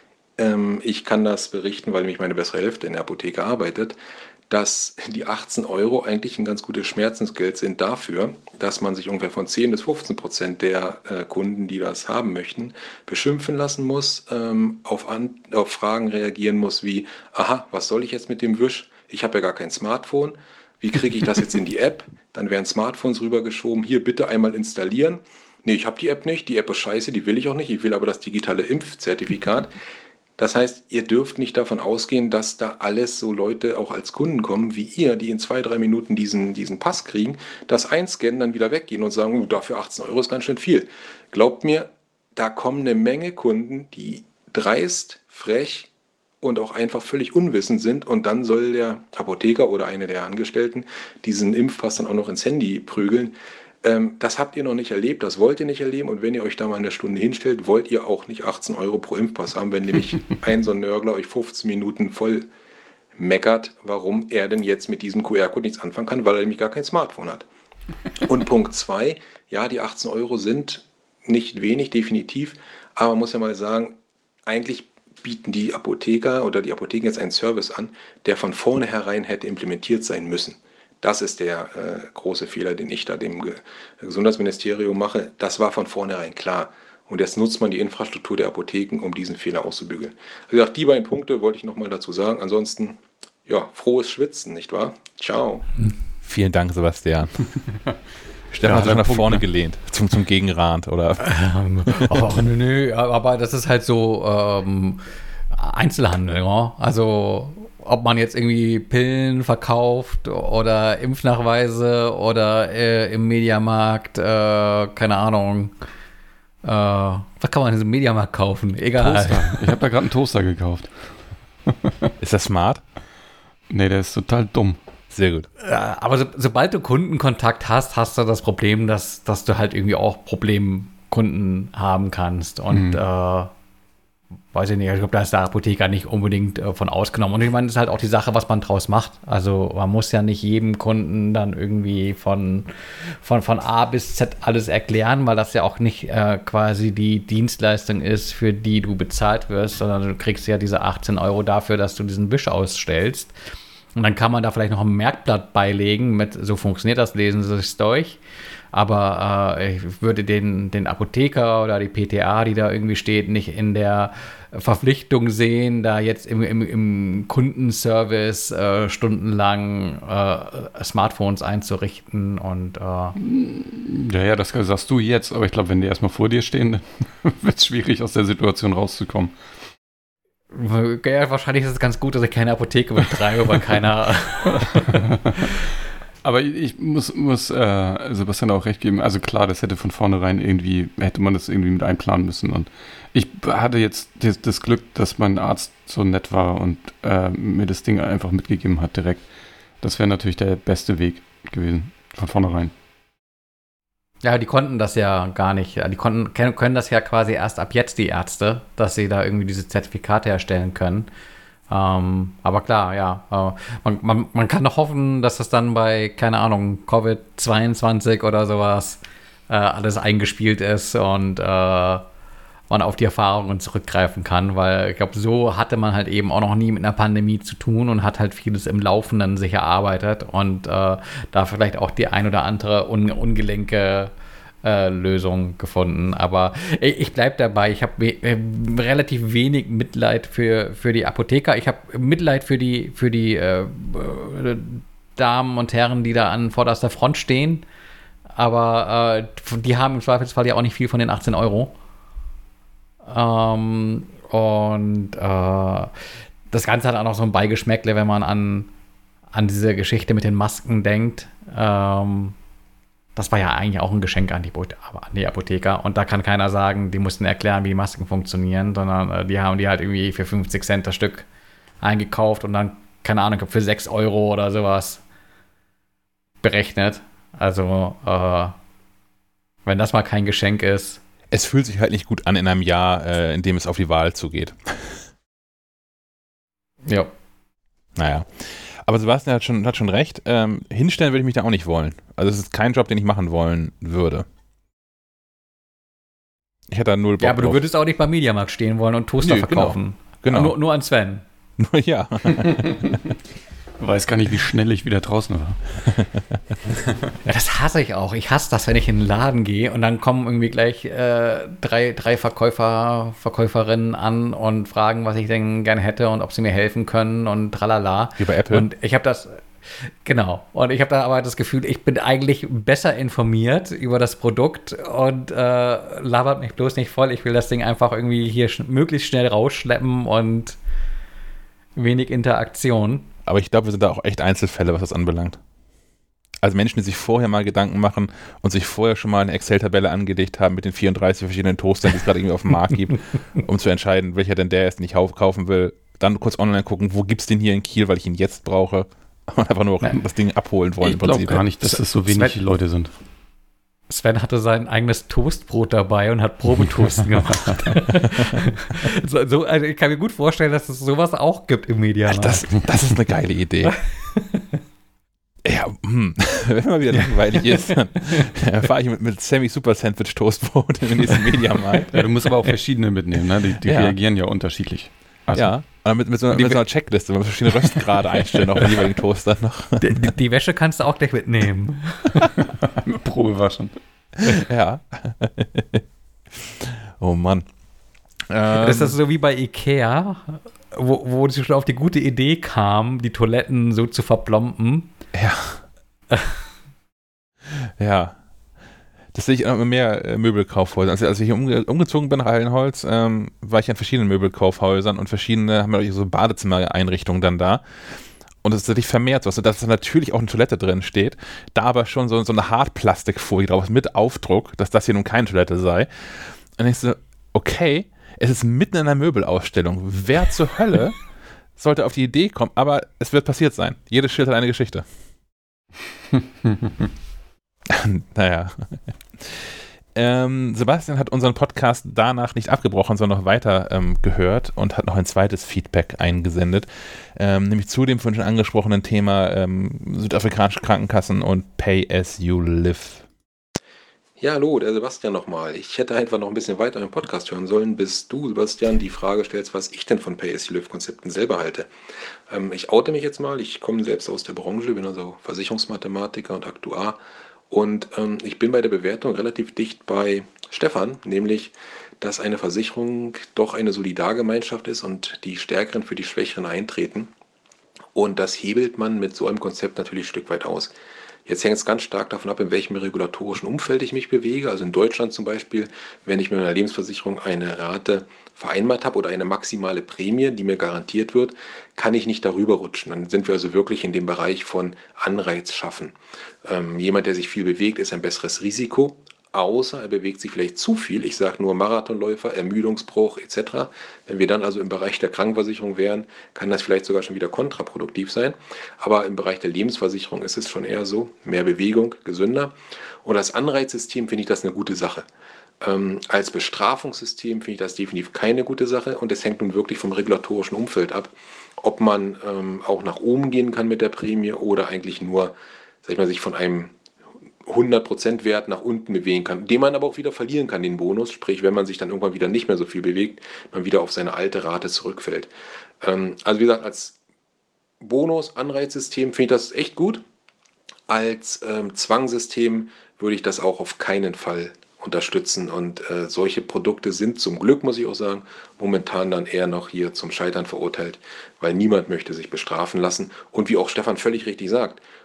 ähm, ich kann das berichten, weil nämlich meine bessere Hälfte in der Apotheke arbeitet, dass die achtzehn Euro eigentlich ein ganz gutes Schmerzensgeld sind dafür, dass man sich ungefähr von zehn bis fünfzehn Prozent der äh, Kunden, die das haben möchten, beschimpfen lassen muss, ähm, auf, an, auf Fragen reagieren muss wie, aha, was soll ich jetzt mit dem Wisch? Ich habe ja gar kein Smartphone. Wie kriege ich das jetzt in die App? Dann werden Smartphones rübergeschoben. Hier bitte einmal installieren. Nee, ich habe die App nicht. Die App ist scheiße, die will ich auch nicht. Ich will aber das digitale Impfzertifikat. Das heißt, ihr dürft nicht davon ausgehen, dass da alles so Leute auch als Kunden kommen wie ihr, die in zwei, drei Minuten diesen, diesen Pass kriegen, das einscannen, dann wieder weggehen und sagen, uh, dafür achtzehn Euro ist ganz schön viel. Glaubt mir, da kommen eine Menge Kunden, die dreist, frech und auch einfach völlig unwissend sind und dann soll der Apotheker oder eine der Angestellten diesen Impfpass dann auch noch ins Handy prügeln. Ähm, das habt ihr noch nicht erlebt, das wollt ihr nicht erleben und wenn ihr euch da mal eine Stunde hinstellt, wollt ihr auch nicht achtzehn Euro pro Impfpass haben, wenn nämlich ein so ein Nörgler euch fünfzehn Minuten voll meckert, warum er denn jetzt mit diesem Q R-Code nichts anfangen kann, weil er nämlich gar kein Smartphone hat. Und Punkt zwei, ja, die achtzehn Euro sind nicht wenig, definitiv, aber man muss ja mal sagen, eigentlich bieten die Apotheker oder die Apotheken jetzt einen Service an, der von vornherein hätte implementiert sein müssen. Das ist der äh, große Fehler, den ich da dem Ge- Gesundheitsministerium mache. Das war von vornherein klar. Und jetzt nutzt man die Infrastruktur der Apotheken, um diesen Fehler auszubügeln. Wie gesagt, die beiden Punkte wollte ich nochmal dazu sagen. Ansonsten, ja, frohes Schwitzen, nicht wahr? Ciao. Vielen Dank, Sebastian. Stefan hat sich nach vorne ne? gelehnt, zum, zum Gegenrand, oder? Ähm, aber, nö, nö, aber das ist halt so ähm, Einzelhandel, ja. Also ob man jetzt irgendwie Pillen verkauft oder Impfnachweise oder äh, im Mediamarkt, äh, keine Ahnung, äh, was kann man in diesem Mediamarkt kaufen? Egal. Toaster. Ich habe da gerade einen Toaster gekauft. Ist das smart? Nee, der ist total dumm. Sehr gut. Ja, aber so, sobald du Kundenkontakt hast, hast du das Problem, dass, dass du halt irgendwie auch Problemkunden haben kannst. Und mhm. äh, weiß ich nicht, ich glaube, da ist der Apotheker nicht unbedingt äh, von ausgenommen. Und ich meine, das ist halt auch die Sache, was man draus macht. Also man muss ja nicht jedem Kunden dann irgendwie von, von, von A bis Z alles erklären, weil das ja auch nicht äh, quasi die Dienstleistung ist, für die du bezahlt wirst, sondern du kriegst ja diese achtzehn Euro dafür, dass du diesen Wisch ausstellst. Und dann kann man da vielleicht noch ein Merkblatt beilegen mit, so funktioniert das, lesen Sie es durch. Aber äh, ich würde den, den Apotheker oder die P T A, die da irgendwie steht, nicht in der Verpflichtung sehen, da jetzt im, im, im Kundenservice äh, stundenlang äh, Smartphones einzurichten. Und äh ja, ja, das sagst du jetzt, aber ich glaube, wenn die erstmal vor dir stehen, dann wird es schwierig, aus der Situation rauszukommen. Ja, wahrscheinlich ist es ganz gut, dass ich keine Apotheke betreibe, weil keiner. Aber ich muss, muss äh, Sebastian auch recht geben. Also klar, das hätte von vornherein irgendwie, hätte man das irgendwie mit einplanen müssen. Und ich hatte jetzt das, das Glück, dass mein Arzt so nett war und äh, mir das Ding einfach mitgegeben hat direkt. Das wäre natürlich der beste Weg gewesen, von vornherein. Ja, die konnten das ja gar nicht. Die konnten, können das ja quasi erst ab jetzt, die Ärzte, dass sie da irgendwie diese Zertifikate erstellen können. Ähm, aber klar, ja, äh, man, man, man kann doch hoffen, dass das dann bei, keine Ahnung, Covid zweiundzwanzig oder sowas äh, alles eingespielt ist und äh, man auf die Erfahrungen zurückgreifen kann, weil ich glaube, so hatte man halt eben auch noch nie mit einer Pandemie zu tun und hat halt vieles im Laufenden sich erarbeitet und äh, da vielleicht auch die ein oder andere un- ungelenke äh, Lösung gefunden. Aber ich, ich bleibe dabei, ich habe we- äh, relativ wenig Mitleid für, für die Apotheker. Ich habe Mitleid für die, für die äh, äh, Damen und Herren, die da an vorderster Front stehen, aber äh, die haben im Zweifelsfall ja auch nicht viel von den achtzehn Euro. Ähm, Und äh, das Ganze hat auch noch so ein Beigeschmäckle, wenn man an, an diese Geschichte mit den Masken denkt. Ähm, das war ja eigentlich auch ein Geschenk an die, an die Apotheker. Und da kann keiner sagen, die mussten erklären, wie die Masken funktionieren, sondern äh, die haben die halt irgendwie für fünfzig Cent das Stück eingekauft und dann, keine Ahnung, für sechs Euro oder sowas berechnet. Also, äh, wenn das mal kein Geschenk ist. Es fühlt sich halt nicht gut an in einem Jahr, äh, in dem es auf die Wahl zugeht. Ja. Naja. Aber Sebastian hat schon, hat schon recht. Ähm, hinstellen würde ich mich da auch nicht wollen. Also es ist kein Job, den ich machen wollen würde. Ich hätte da null Bock Ja, aber drauf. du würdest auch nicht beim Mediamarkt stehen wollen und Toaster Nö, verkaufen. Genau. genau. Nur, nur an Sven. Ja. Ich weiß gar nicht, wie schnell ich wieder draußen war. Ja, das hasse ich auch. Ich hasse das, wenn ich in den Laden gehe und dann kommen irgendwie gleich äh, drei, drei Verkäufer, Verkäuferinnen an und fragen, was ich denn gerne hätte und ob sie mir helfen können und tralala. Wie bei Apple. Und ich habe das, genau. Und ich habe da aber das Gefühl, ich bin eigentlich besser informiert über das Produkt und äh, labert mich bloß nicht voll. Ich will das Ding einfach irgendwie hier sch- möglichst schnell rausschleppen und wenig Interaktion. Aber ich glaube, wir sind da auch echt Einzelfälle, was das anbelangt. Also Menschen, die sich vorher mal Gedanken machen und sich vorher schon mal eine Excel-Tabelle angelegt haben mit den vierunddreißig verschiedenen Toastern, die es gerade irgendwie auf dem Markt gibt, um zu entscheiden, welcher denn der ist, den ich kaufen will. Dann kurz online gucken, wo gibt es den hier in Kiel, weil ich ihn jetzt brauche. Und einfach nur Nein. das Ding abholen wollen. Ich glaube gar nicht, dass das so wenig Sven- Leute sind. Sven hatte sein eigenes Toastbrot dabei und hat Probetoasten gemacht. so, so, also ich kann mir gut vorstellen, dass es sowas auch gibt im Mediamarkt. Das, das ist eine geile Idee. Ja, hm. Wenn mal wieder langweilig ist, dann äh, fahre ich mit, mit Sammy Super Sandwich Toastbrot in den nächsten Mediamarkt. Ja, du musst aber auch verschiedene mitnehmen, ne? Die, die Ja. reagieren ja unterschiedlich. Also, Ja, aber mit, mit, so, mit so einer Checkliste, wo man verschiedene Röstgrade einstellen auf den jeweiligen Toaster noch. Die, die, die Wäsche kannst du auch gleich mitnehmen. Probe waschen. Ja. Oh Mann. Ähm, Das ist so wie bei Ikea, wo, wo sie schon auf die gute Idee kam, die Toiletten so zu verplomben. Ja. Ja. Das sehe ich immer mehr äh, Möbelkaufhäuser. Also, als ich hier umge umgezogen bin nach Allenholz, ähm, war ich an verschiedenen Möbelkaufhäusern und verschiedene haben ja so Badezimmereinrichtungen dann da. Und es ist tatsächlich vermehrt, so, dass da natürlich auch eine Toilette drin steht, da aber schon so, so eine Hartplastikfolie drauf ist mit Aufdruck, dass das hier nun keine Toilette sei. Und ich so, okay, es ist mitten in einer Möbelausstellung. Wer zur Hölle sollte auf die Idee kommen? Aber es wird passiert sein. Jedes Schild hat eine Geschichte. Naja. Ähm, Sebastian hat unseren Podcast danach nicht abgebrochen, sondern noch weiter ähm, gehört und hat noch ein zweites Feedback eingesendet, ähm, nämlich zu dem vorhin schon angesprochenen Thema ähm, südafrikanische Krankenkassen und Pay as you live. Ja, hallo, der Sebastian nochmal. Ich hätte einfach noch ein bisschen weiter im Podcast hören sollen, bis du, Sebastian, die Frage stellst, was ich denn von Pay-as-you-live-Konzepten selber halte. Ähm, ich oute mich jetzt mal, ich komme selbst aus der Branche, bin also Versicherungsmathematiker und Aktuar und ähm, ich bin bei der Bewertung relativ dicht bei Stefan, nämlich, dass eine Versicherung doch eine Solidargemeinschaft ist und die Stärkeren für die Schwächeren eintreten. Und das hebelt man mit so einem Konzept natürlich ein Stück weit aus. Jetzt hängt es ganz stark davon ab, in welchem regulatorischen Umfeld ich mich bewege. Also in Deutschland zum Beispiel, wenn ich mit einer Lebensversicherung eine Rate vereinbart habe oder eine maximale Prämie, die mir garantiert wird, kann ich nicht darüber rutschen. Dann sind wir also wirklich in dem Bereich von Anreiz schaffen. Ähm, jemand, der sich viel bewegt, ist ein besseres Risiko. Außer er bewegt sich vielleicht zu viel, ich sage nur Marathonläufer, Ermüdungsbruch et cetera. Wenn wir dann also im Bereich der Krankenversicherung wären, kann das vielleicht sogar schon wieder kontraproduktiv sein. Aber im Bereich der Lebensversicherung ist es schon eher so, mehr Bewegung, gesünder. Und als Anreizsystem finde ich das eine gute Sache. Ähm, als Bestrafungssystem finde ich das definitiv keine gute Sache und es hängt nun wirklich vom regulatorischen Umfeld ab, ob man ähm, auch nach oben gehen kann mit der Prämie oder eigentlich nur, sag ich mal, sich von einem hundert Prozent Wert nach unten bewegen kann, den man aber auch wieder verlieren kann, den Bonus, sprich, wenn man sich dann irgendwann wieder nicht mehr so viel bewegt, man wieder auf seine alte Rate zurückfällt. Ähm, also wie gesagt, als Bonus-Anreizsystem finde ich das echt gut. Als ähm, Zwangssystem würde ich das auch auf keinen Fall unterstützen und äh, solche Produkte sind zum Glück, muss ich auch sagen, momentan dann eher noch hier zum Scheitern verurteilt, weil niemand möchte sich bestrafen lassen und wie auch Stefan völlig richtig sagt,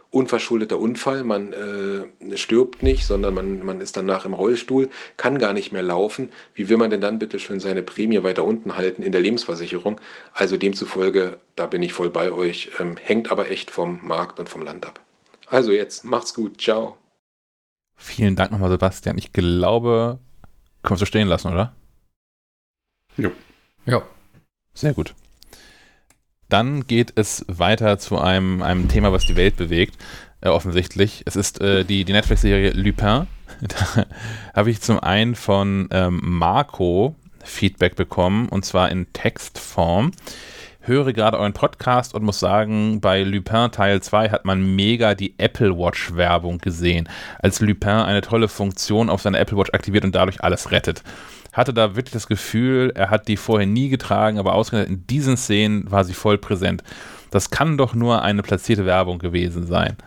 unverschuldeter Unfall, man äh, stirbt nicht, sondern man, man ist danach im Rollstuhl, kann gar nicht mehr laufen. Wie will man denn dann bitte schön seine Prämie weiter unten halten in der Lebensversicherung? Also demzufolge, da bin ich voll bei euch, ähm, hängt aber echt vom Markt und vom Land ab. Also jetzt, macht's gut, ciao. Vielen Dank nochmal, Sebastian. Ich glaube, können wir so stehen lassen, oder? Jo. Ja. Sehr gut. Dann geht es weiter zu einem, einem Thema, was die Welt bewegt, äh, offensichtlich. Es ist äh, die, die Netflix-Serie Lupin. Da habe ich zum einen von ähm, Marco Feedback bekommen, und zwar in Textform. Höre gerade euren Podcast und muss sagen, bei Lupin Teil zwei hat man mega die Apple Watch Werbung gesehen, als Lupin eine tolle Funktion auf seiner Apple Watch aktiviert und dadurch alles rettet. Hatte da wirklich das Gefühl, er hat die vorher nie getragen, aber ausgerechnet in diesen Szenen war sie voll präsent. Das kann doch nur eine platzierte Werbung gewesen sein.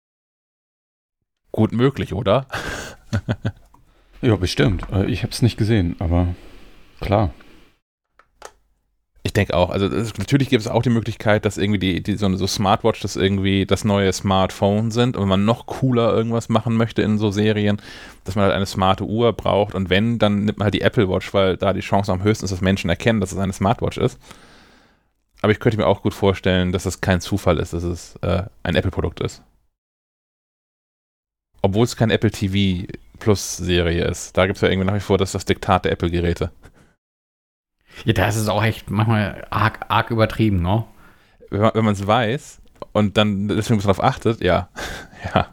Gut möglich, oder? Ja, bestimmt. Ich habe es nicht gesehen, aber klar. Ich denke auch, also es, natürlich gibt es auch die Möglichkeit, dass irgendwie die, die so, so Smartwatch das irgendwie das neue Smartphone sind und wenn man noch cooler irgendwas machen möchte in so Serien, dass man halt eine smarte Uhr braucht und wenn, dann nimmt man halt die Apple Watch, weil da die Chance am höchsten ist, dass Menschen erkennen, dass es eine Smartwatch ist. Aber ich könnte mir auch gut vorstellen, dass es kein Zufall ist, dass es äh, ein Apple-Produkt ist. Obwohl es kein Apple T V Plus Serie ist. Da gibt es ja irgendwie nach wie vor das, das Diktat der Apple-Geräte. Ja, da ist es auch echt manchmal arg, arg übertrieben, ne? Wenn man es weiß und dann deswegen darauf achtet, ja. ja.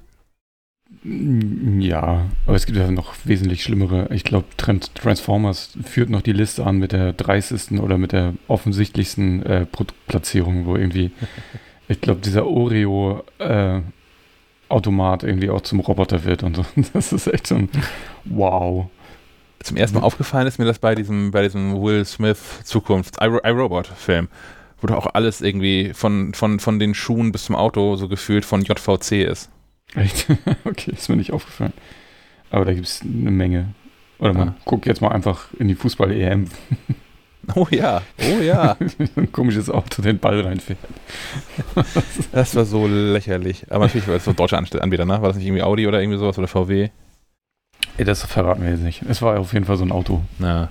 Ja, aber es gibt ja noch wesentlich schlimmere. Ich glaube, Transformers führt noch die Liste an mit der dreißigsten oder mit der offensichtlichsten äh, Produktplatzierung, wo irgendwie, ich glaube, dieser Oreo-Automat äh, irgendwie auch zum Roboter wird und so. Das ist echt so ein wow. Zum ersten Mal aufgefallen ist mir das bei diesem, bei diesem Will Smith Zukunft iRobot-Film, wo doch auch alles irgendwie von, von, von den Schuhen bis zum Auto so gefühlt von J V C ist. Echt? Okay, ist mir nicht aufgefallen. Aber da gibt es eine Menge. Oder man ah. guckt jetzt mal einfach in die Fußball-E M. Oh ja, oh ja. Ein komisches Auto den Ball reinfährt. Das war so lächerlich. Aber natürlich war das so ein deutscher Anbieter, ne? War das nicht irgendwie Audi oder irgendwie sowas oder V W? Ey, das verraten wir jetzt nicht. Es war auf jeden Fall so ein Auto. Ja.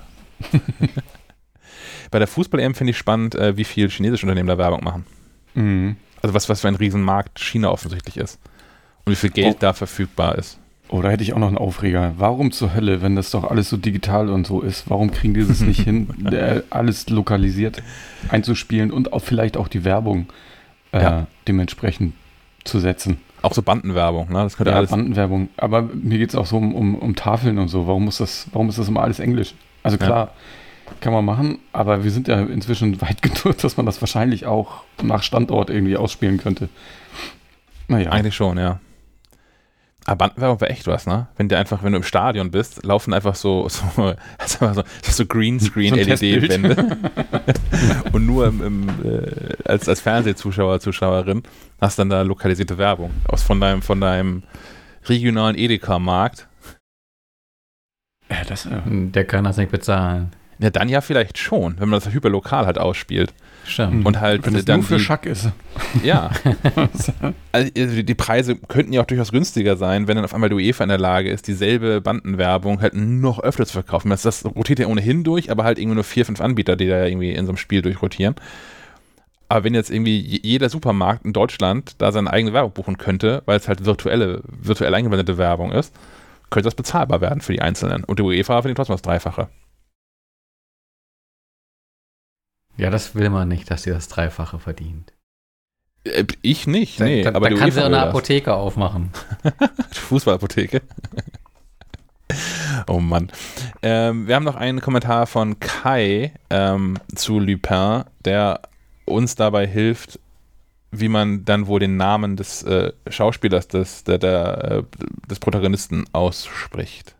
Bei der Fußball-E M finde ich spannend, äh, wie viel chinesische Unternehmen da Werbung machen. Mhm. Also was, was für ein Riesenmarkt China offensichtlich ist. Und wie viel Geld oh. da verfügbar ist. Oh, da hätte ich auch noch einen Aufreger. Warum zur Hölle, wenn das doch alles so digital und so ist, warum kriegen die es nicht hin, äh, alles lokalisiert einzuspielen und auch vielleicht auch die Werbung äh, ja. dementsprechend zu setzen? Auch so Bandenwerbung, ne? Das könnte ja, alles. Bandenwerbung. Aber mir geht es auch so um, um, um Tafeln und so. Warum muss das, warum ist das immer alles Englisch? Also klar, ja. kann man machen, aber wir sind ja inzwischen weit genug, dass man das wahrscheinlich auch nach Standort irgendwie ausspielen könnte. Naja. Eigentlich schon, ja. Aber Bandenwerbung wäre echt was, ne? Wenn du einfach, wenn du im Stadion bist, laufen einfach so, so, so, so Greenscreen-L E D-Wände. Und nur im, im, äh, als, als Fernsehzuschauer, Zuschauerin hast dann da lokalisierte Werbung aus von deinem, von deinem regionalen Edeka-Markt. Ja, das, ja. Der kann das nicht bezahlen. Ja, dann ja vielleicht schon, wenn man das hyperlokal halt ausspielt. Stimmt. Und halt wenn es dann nur für die, Schack ist. Ja. Also die Preise könnten ja auch durchaus günstiger sein, wenn dann auf einmal die UEFA in der Lage ist, dieselbe Bandenwerbung halt noch öfter zu verkaufen. Das, das rotiert ja ohnehin durch, aber halt irgendwie nur vier, fünf Anbieter, die da irgendwie in so einem Spiel durchrotieren. Aber wenn jetzt irgendwie jeder Supermarkt in Deutschland da seine eigene Werbung buchen könnte, weil es halt virtuelle, virtuell eingeblendete Werbung ist, könnte das bezahlbar werden für die Einzelnen. Und die UEFA verdient trotzdem das Dreifache. Ja, das will man nicht, dass sie das Dreifache verdient. Ich nicht, nee. Da, da, aber da kann sie eine Apotheke das. aufmachen. Fußballapotheke. Oh Mann. Ähm, wir haben noch einen Kommentar von Kai ähm, zu Lupin, der uns dabei hilft, wie man dann wohl den Namen des äh, Schauspielers, des, der, der, äh, des Protagonisten ausspricht.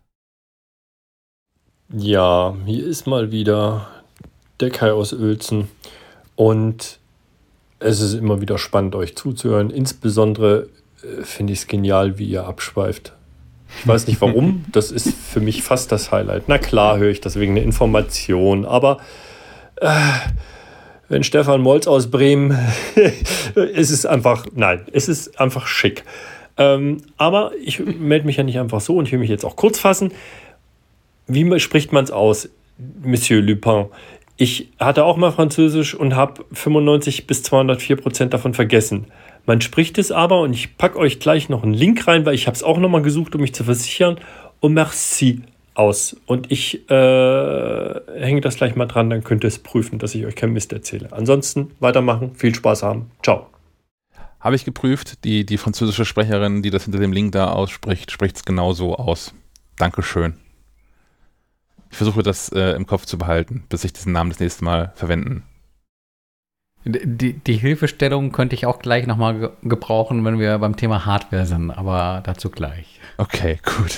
Ja, hier ist mal wieder der Kai aus Uelzen und es ist immer wieder spannend, euch zuzuhören. Insbesondere äh, finde ich es genial, wie ihr abschweift. Ich weiß nicht warum, das ist für mich fast das Highlight. Na klar höre ich das wegen der Information, aber äh, wenn Stefan Molz aus Bremen, es ist einfach, nein, es ist einfach schick. Ähm, aber ich melde mich ja nicht einfach so und ich will mich jetzt auch kurz fassen. Wie spricht man es aus, Monsieur Lupin? Ich hatte auch mal Französisch und habe fünfundneunzig bis zweihundertvier Prozent davon vergessen. Man spricht es aber, und ich packe euch gleich noch einen Link rein, weil ich habe es auch nochmal gesucht, um mich zu versichern, und merci aus. Und ich äh, hänge das gleich mal dran, dann könnt ihr es prüfen, dass ich euch kein Mist erzähle. Ansonsten weitermachen, viel Spaß haben. Ciao. Habe ich geprüft, die, die französische Sprecherin, die das hinter dem Link da ausspricht, spricht es genauso aus. Dankeschön. Ich versuche das äh, im Kopf zu behalten, bis ich diesen Namen das nächste Mal verwenden. Die, die Hilfestellung könnte ich auch gleich nochmal ge- gebrauchen, wenn wir beim Thema Hardware sind, aber dazu gleich. Okay, gut.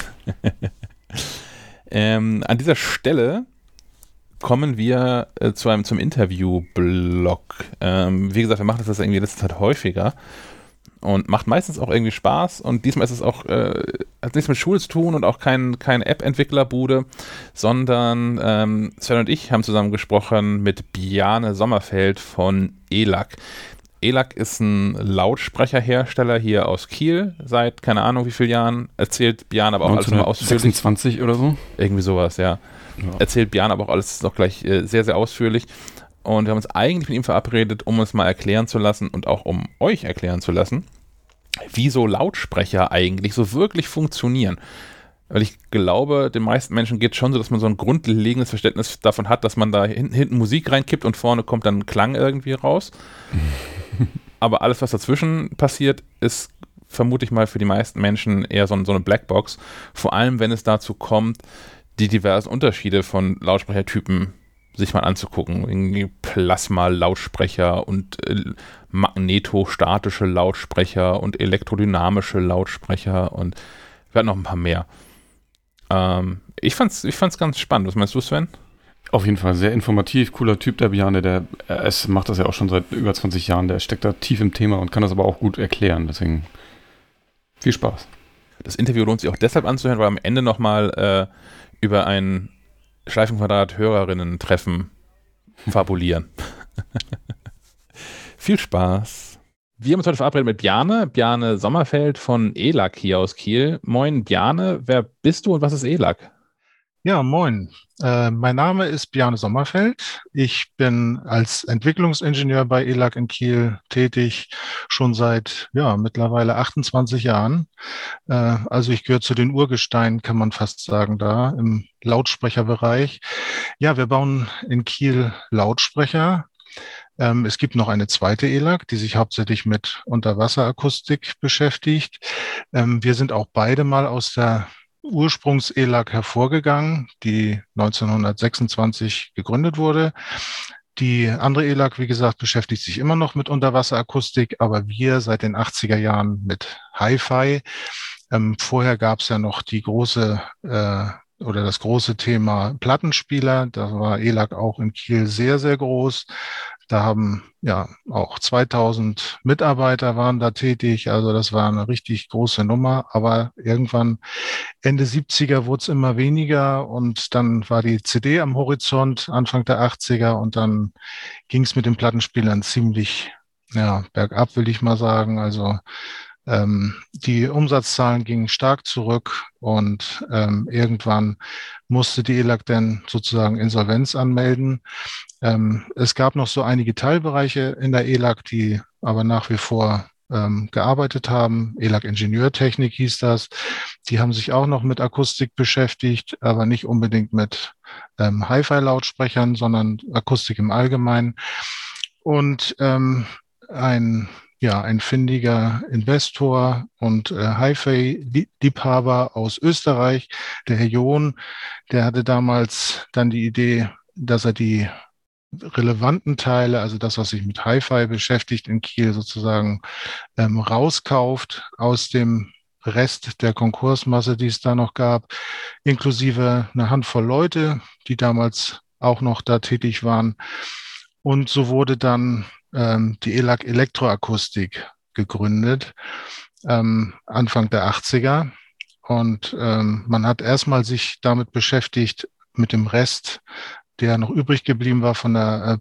ähm, an dieser Stelle kommen wir äh, zu einem, zum Interview-Blog. Ähm, wie gesagt, wir machen das irgendwie in letzter Zeit häufiger und macht meistens auch irgendwie Spaß, und diesmal ist es auch, äh, hat nichts mit Schule zu tun und auch kein, kein App-Entwicklerbude, sondern ähm, Sven und ich haben zusammen gesprochen mit Bjarne Sommerfeld von E L A C. E L A C ist ein Lautsprecherhersteller hier aus Kiel, seit keine Ahnung wie vielen Jahren, erzählt Bjarne aber auch alles nochmal ausführlich. sechsundzwanzig oder so? Irgendwie sowas, ja. Ja. Erzählt Bjarne aber auch alles noch gleich äh, sehr, sehr ausführlich. Und wir haben uns eigentlich mit ihm verabredet, um uns mal erklären zu lassen und auch um euch erklären zu lassen, wie so Lautsprecher eigentlich so wirklich funktionieren. Weil ich glaube, den meisten Menschen geht es schon so, dass man so ein grundlegendes Verständnis davon hat, dass man da hinten, hinten Musik reinkippt und vorne kommt dann ein Klang irgendwie raus. Aber alles, was dazwischen passiert, ist, vermute ich mal, für die meisten Menschen eher so, so eine Blackbox. Vor allem, wenn es dazu kommt, die diversen Unterschiede von Lautsprechertypen sich mal anzugucken. Irgendwie Plasma-Lautsprecher und äh, magnetostatische Lautsprecher und elektrodynamische Lautsprecher, und wir hatten noch ein paar mehr. Ähm, ich fand's, ich fand's ganz spannend. Was meinst du, Sven? Auf jeden Fall sehr informativ, cooler Typ, der Bjarne, der äh, es macht das ja auch schon seit über zwanzig Jahren, der steckt da tief im Thema und kann das aber auch gut erklären, deswegen viel Spaß. Das Interview lohnt sich auch deshalb anzuhören, weil am Ende nochmal äh, über ein Schleifenquadrat-Hörerinnen-Treffen fabulieren. Viel Spaß. Wir haben uns heute verabredet mit Bjarne, Bjarne Sommerfeld von E L A C hier aus Kiel. Moin Bjarne, wer bist du und was ist E L A C? Ja, moin. Äh, mein Name ist Bjarne Sommerfeld. Ich bin als Entwicklungsingenieur bei E L A C in Kiel tätig, schon seit ja mittlerweile achtundzwanzig Jahren. Äh, also ich gehöre zu den Urgesteinen, kann man fast sagen, da im Lautsprecherbereich. Ja, wir bauen in Kiel Lautsprecher. Ähm, es gibt noch eine zweite E L A C, die sich hauptsächlich mit Unterwasserakustik beschäftigt. Ähm, wir sind auch beide mal aus der Ursprungs-E L A C hervorgegangen, die neunzehnhundertsechsundzwanzig gegründet wurde. Die andere E L A C, wie gesagt, beschäftigt sich immer noch mit Unterwasserakustik, aber wir seit den achtziger Jahren mit Hi-Fi. Ähm, vorher gab es ja noch die große äh, oder das große Thema Plattenspieler. Da war E L A C auch in Kiel sehr, sehr groß. Da haben ja auch zweitausend Mitarbeiter waren da tätig. Also das war eine richtig große Nummer. Aber irgendwann Ende siebziger wurde es immer weniger und dann war die C D am Horizont Anfang der achtziger und dann ging es mit den Plattenspielern ziemlich ja bergab, will ich mal sagen. Also ähm, die Umsatzzahlen gingen stark zurück und ähm, irgendwann musste die E L A C dann sozusagen Insolvenz anmelden. Ähm, es gab noch so einige Teilbereiche in der E L A C, die aber nach wie vor ähm, gearbeitet haben. E L A C Ingenieurtechnik hieß das. Die haben sich auch noch mit Akustik beschäftigt, aber nicht unbedingt mit ähm, Hi-Fi-Lautsprechern, sondern Akustik im Allgemeinen. Und ähm, ein ja, ein findiger Investor und äh, Hi-Fi-Liebhaber aus Österreich, der Herr John, der hatte damals dann die Idee, dass er die relevanten Teile, also das, was sich mit Hi-Fi beschäftigt in Kiel sozusagen, ähm, rauskauft aus dem Rest der Konkursmasse, die es da noch gab, inklusive eine Handvoll Leute, die damals auch noch da tätig waren. Und so wurde dann ähm, die E L A C Elektroakustik gegründet, ähm, Anfang der achtziger. Und ähm, man hat erstmal sich damit beschäftigt, mit dem Rest der noch übrig geblieben war von der äh,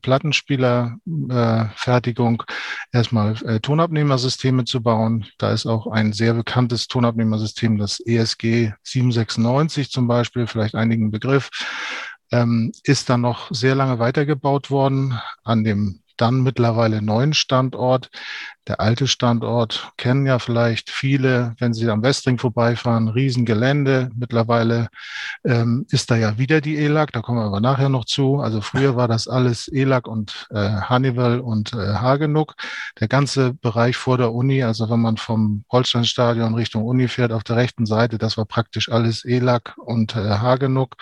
Plattenspielerfertigung, äh, erstmal äh, Tonabnehmersysteme zu bauen. Da ist auch ein sehr bekanntes Tonabnehmersystem, das E S G sieben sechs neun zum Beispiel, vielleicht einigen Begriff, ähm, ist dann noch sehr lange weitergebaut worden an dem dann mittlerweile neuen Standort. Der alte Standort kennen ja vielleicht viele, wenn sie am Westring vorbeifahren, Riesengelände. Mittlerweile ähm, ist da ja wieder die E L A C, da kommen wir aber nachher noch zu. Also früher war das alles E L A C und äh, Honeywell und äh, Hagenuk. Der ganze Bereich vor der Uni, also wenn man vom Holsteinstadion Richtung Uni fährt, auf der rechten Seite, das war praktisch alles E L A C und äh, Hagenuk.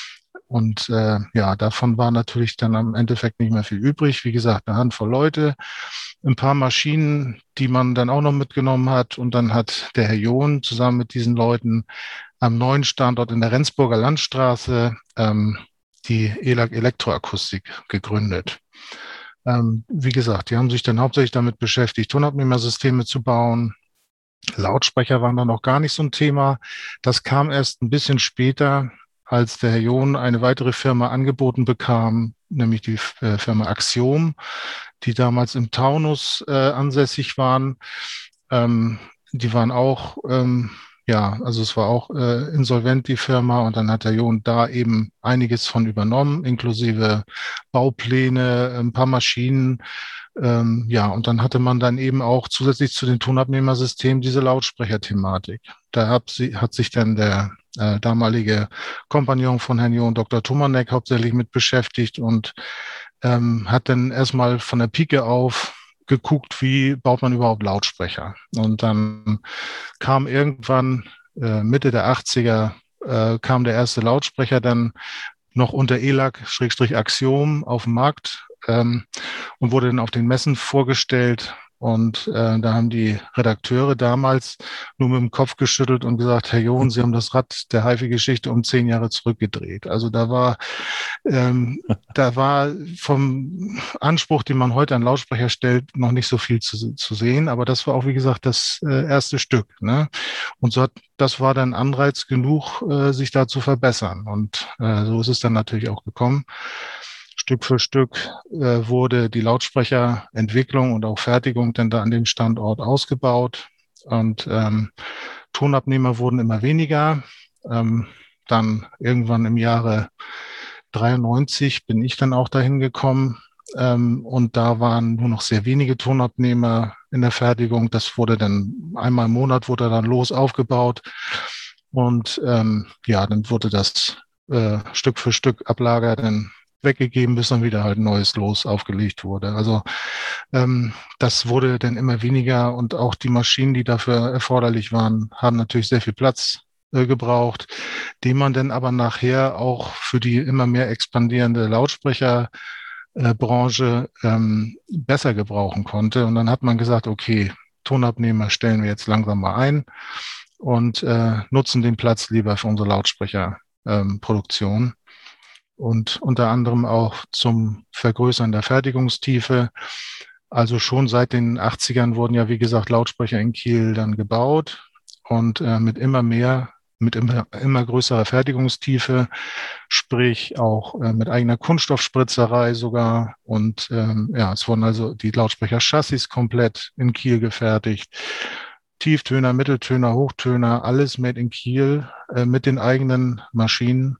Und äh, ja, davon war natürlich dann am Endeffekt nicht mehr viel übrig. Wie gesagt, eine Handvoll Leute, ein paar Maschinen, die man dann auch noch mitgenommen hat. Und dann hat der Herr John zusammen mit diesen Leuten am neuen Standort in der Rendsburger Landstraße ähm, die E L A C Elektroakustik gegründet. Ähm, wie gesagt, die haben sich dann hauptsächlich damit beschäftigt, Tonabnehmersysteme zu bauen. Lautsprecher waren dann noch gar nicht so ein Thema. Das kam erst ein bisschen später, als der Herr John eine weitere Firma angeboten bekam, nämlich die äh, Firma Axiom, die damals im Taunus äh, ansässig waren. Ähm, die waren auch, ähm, ja, also es war auch äh, insolvent, die Firma, und dann hat der John da eben einiges von übernommen, inklusive Baupläne, ein paar Maschinen. Ähm, ja, und dann hatte man dann eben auch zusätzlich zu den Tonabnehmersystemen diese Lautsprecher-Thematik. Da hat, sie, hat sich dann der äh, damalige Kompagnon von Herrn John, Doktor Tomanek, hauptsächlich mit beschäftigt und ähm, hat dann erstmal von der Pike auf geguckt, wie baut man überhaupt Lautsprecher. Und dann kam irgendwann äh, Mitte der achtziger äh, kam der erste Lautsprecher dann noch unter E L A C-Axiom auf den Markt ähm, und wurde dann auf den Messen vorgestellt. Und äh, da haben die Redakteure damals nur mit dem Kopf geschüttelt und gesagt, Herr John, Sie haben das Rad der HiFi-Geschichte um zehn Jahre zurückgedreht. Also da war, ähm, da war vom Anspruch, den man heute an Lautsprecher stellt, noch nicht so viel zu, zu sehen. Aber das war auch, wie gesagt, das äh, erste Stück. Ne? Und so hat, das war dann Anreiz genug, äh, sich da zu verbessern. Und äh, so ist es dann natürlich auch gekommen. Stück für Stück äh, wurde die Lautsprecherentwicklung und auch Fertigung dann da an dem Standort ausgebaut. Und ähm, Tonabnehmer wurden immer weniger. Ähm, dann irgendwann im Jahre dreiundneunzig bin ich dann auch dahin gekommen. Ähm, und da waren nur noch sehr wenige Tonabnehmer in der Fertigung. Das wurde dann einmal im Monat wurde dann los aufgebaut. Und ähm, ja, dann wurde das äh, Stück für Stück Ablager dann weggegeben, bis dann wieder halt ein neues Los aufgelegt wurde. Also ähm, das wurde dann immer weniger und auch die Maschinen, die dafür erforderlich waren, haben natürlich sehr viel Platz äh, gebraucht, den man dann aber nachher auch für die immer mehr expandierende Lautsprecherbranche äh, ähm, besser gebrauchen konnte. Und dann hat man gesagt, okay, Tonabnehmer stellen wir jetzt langsam mal ein und äh, nutzen den Platz lieber für unsere Lautsprecherproduktion. Ähm, und unter anderem auch zum Vergrößern der Fertigungstiefe. Also schon seit den achtzigern wurden ja, wie gesagt, Lautsprecher in Kiel dann gebaut und äh, mit immer mehr, mit immer, immer größerer Fertigungstiefe, sprich auch äh, mit eigener Kunststoffspritzerei sogar. Und ähm, ja, es wurden also die Lautsprecher-Chassis komplett in Kiel gefertigt. Tieftöner, Mitteltöner, Hochtöner, alles made in Kiel äh, mit den eigenen Maschinen.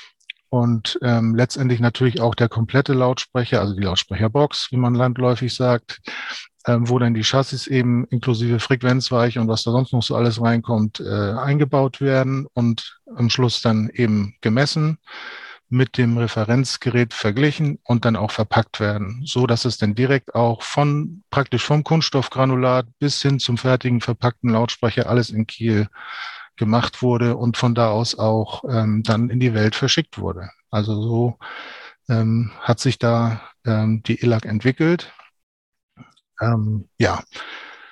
Und ähm, letztendlich natürlich auch der komplette Lautsprecher, also die Lautsprecherbox, wie man landläufig sagt, ähm, wo dann die Chassis eben inklusive Frequenzweich und was da sonst noch so alles reinkommt, äh, eingebaut werden und am Schluss dann eben gemessen, mit dem Referenzgerät verglichen und dann auch verpackt werden, so dass es dann direkt auch von praktisch vom Kunststoffgranulat bis hin zum fertigen verpackten Lautsprecher alles in Kiel gemacht wurde und von da aus auch ähm, dann in die Welt verschickt wurde. Also so ähm, hat sich da ähm, die E L A C entwickelt. Ähm, ja,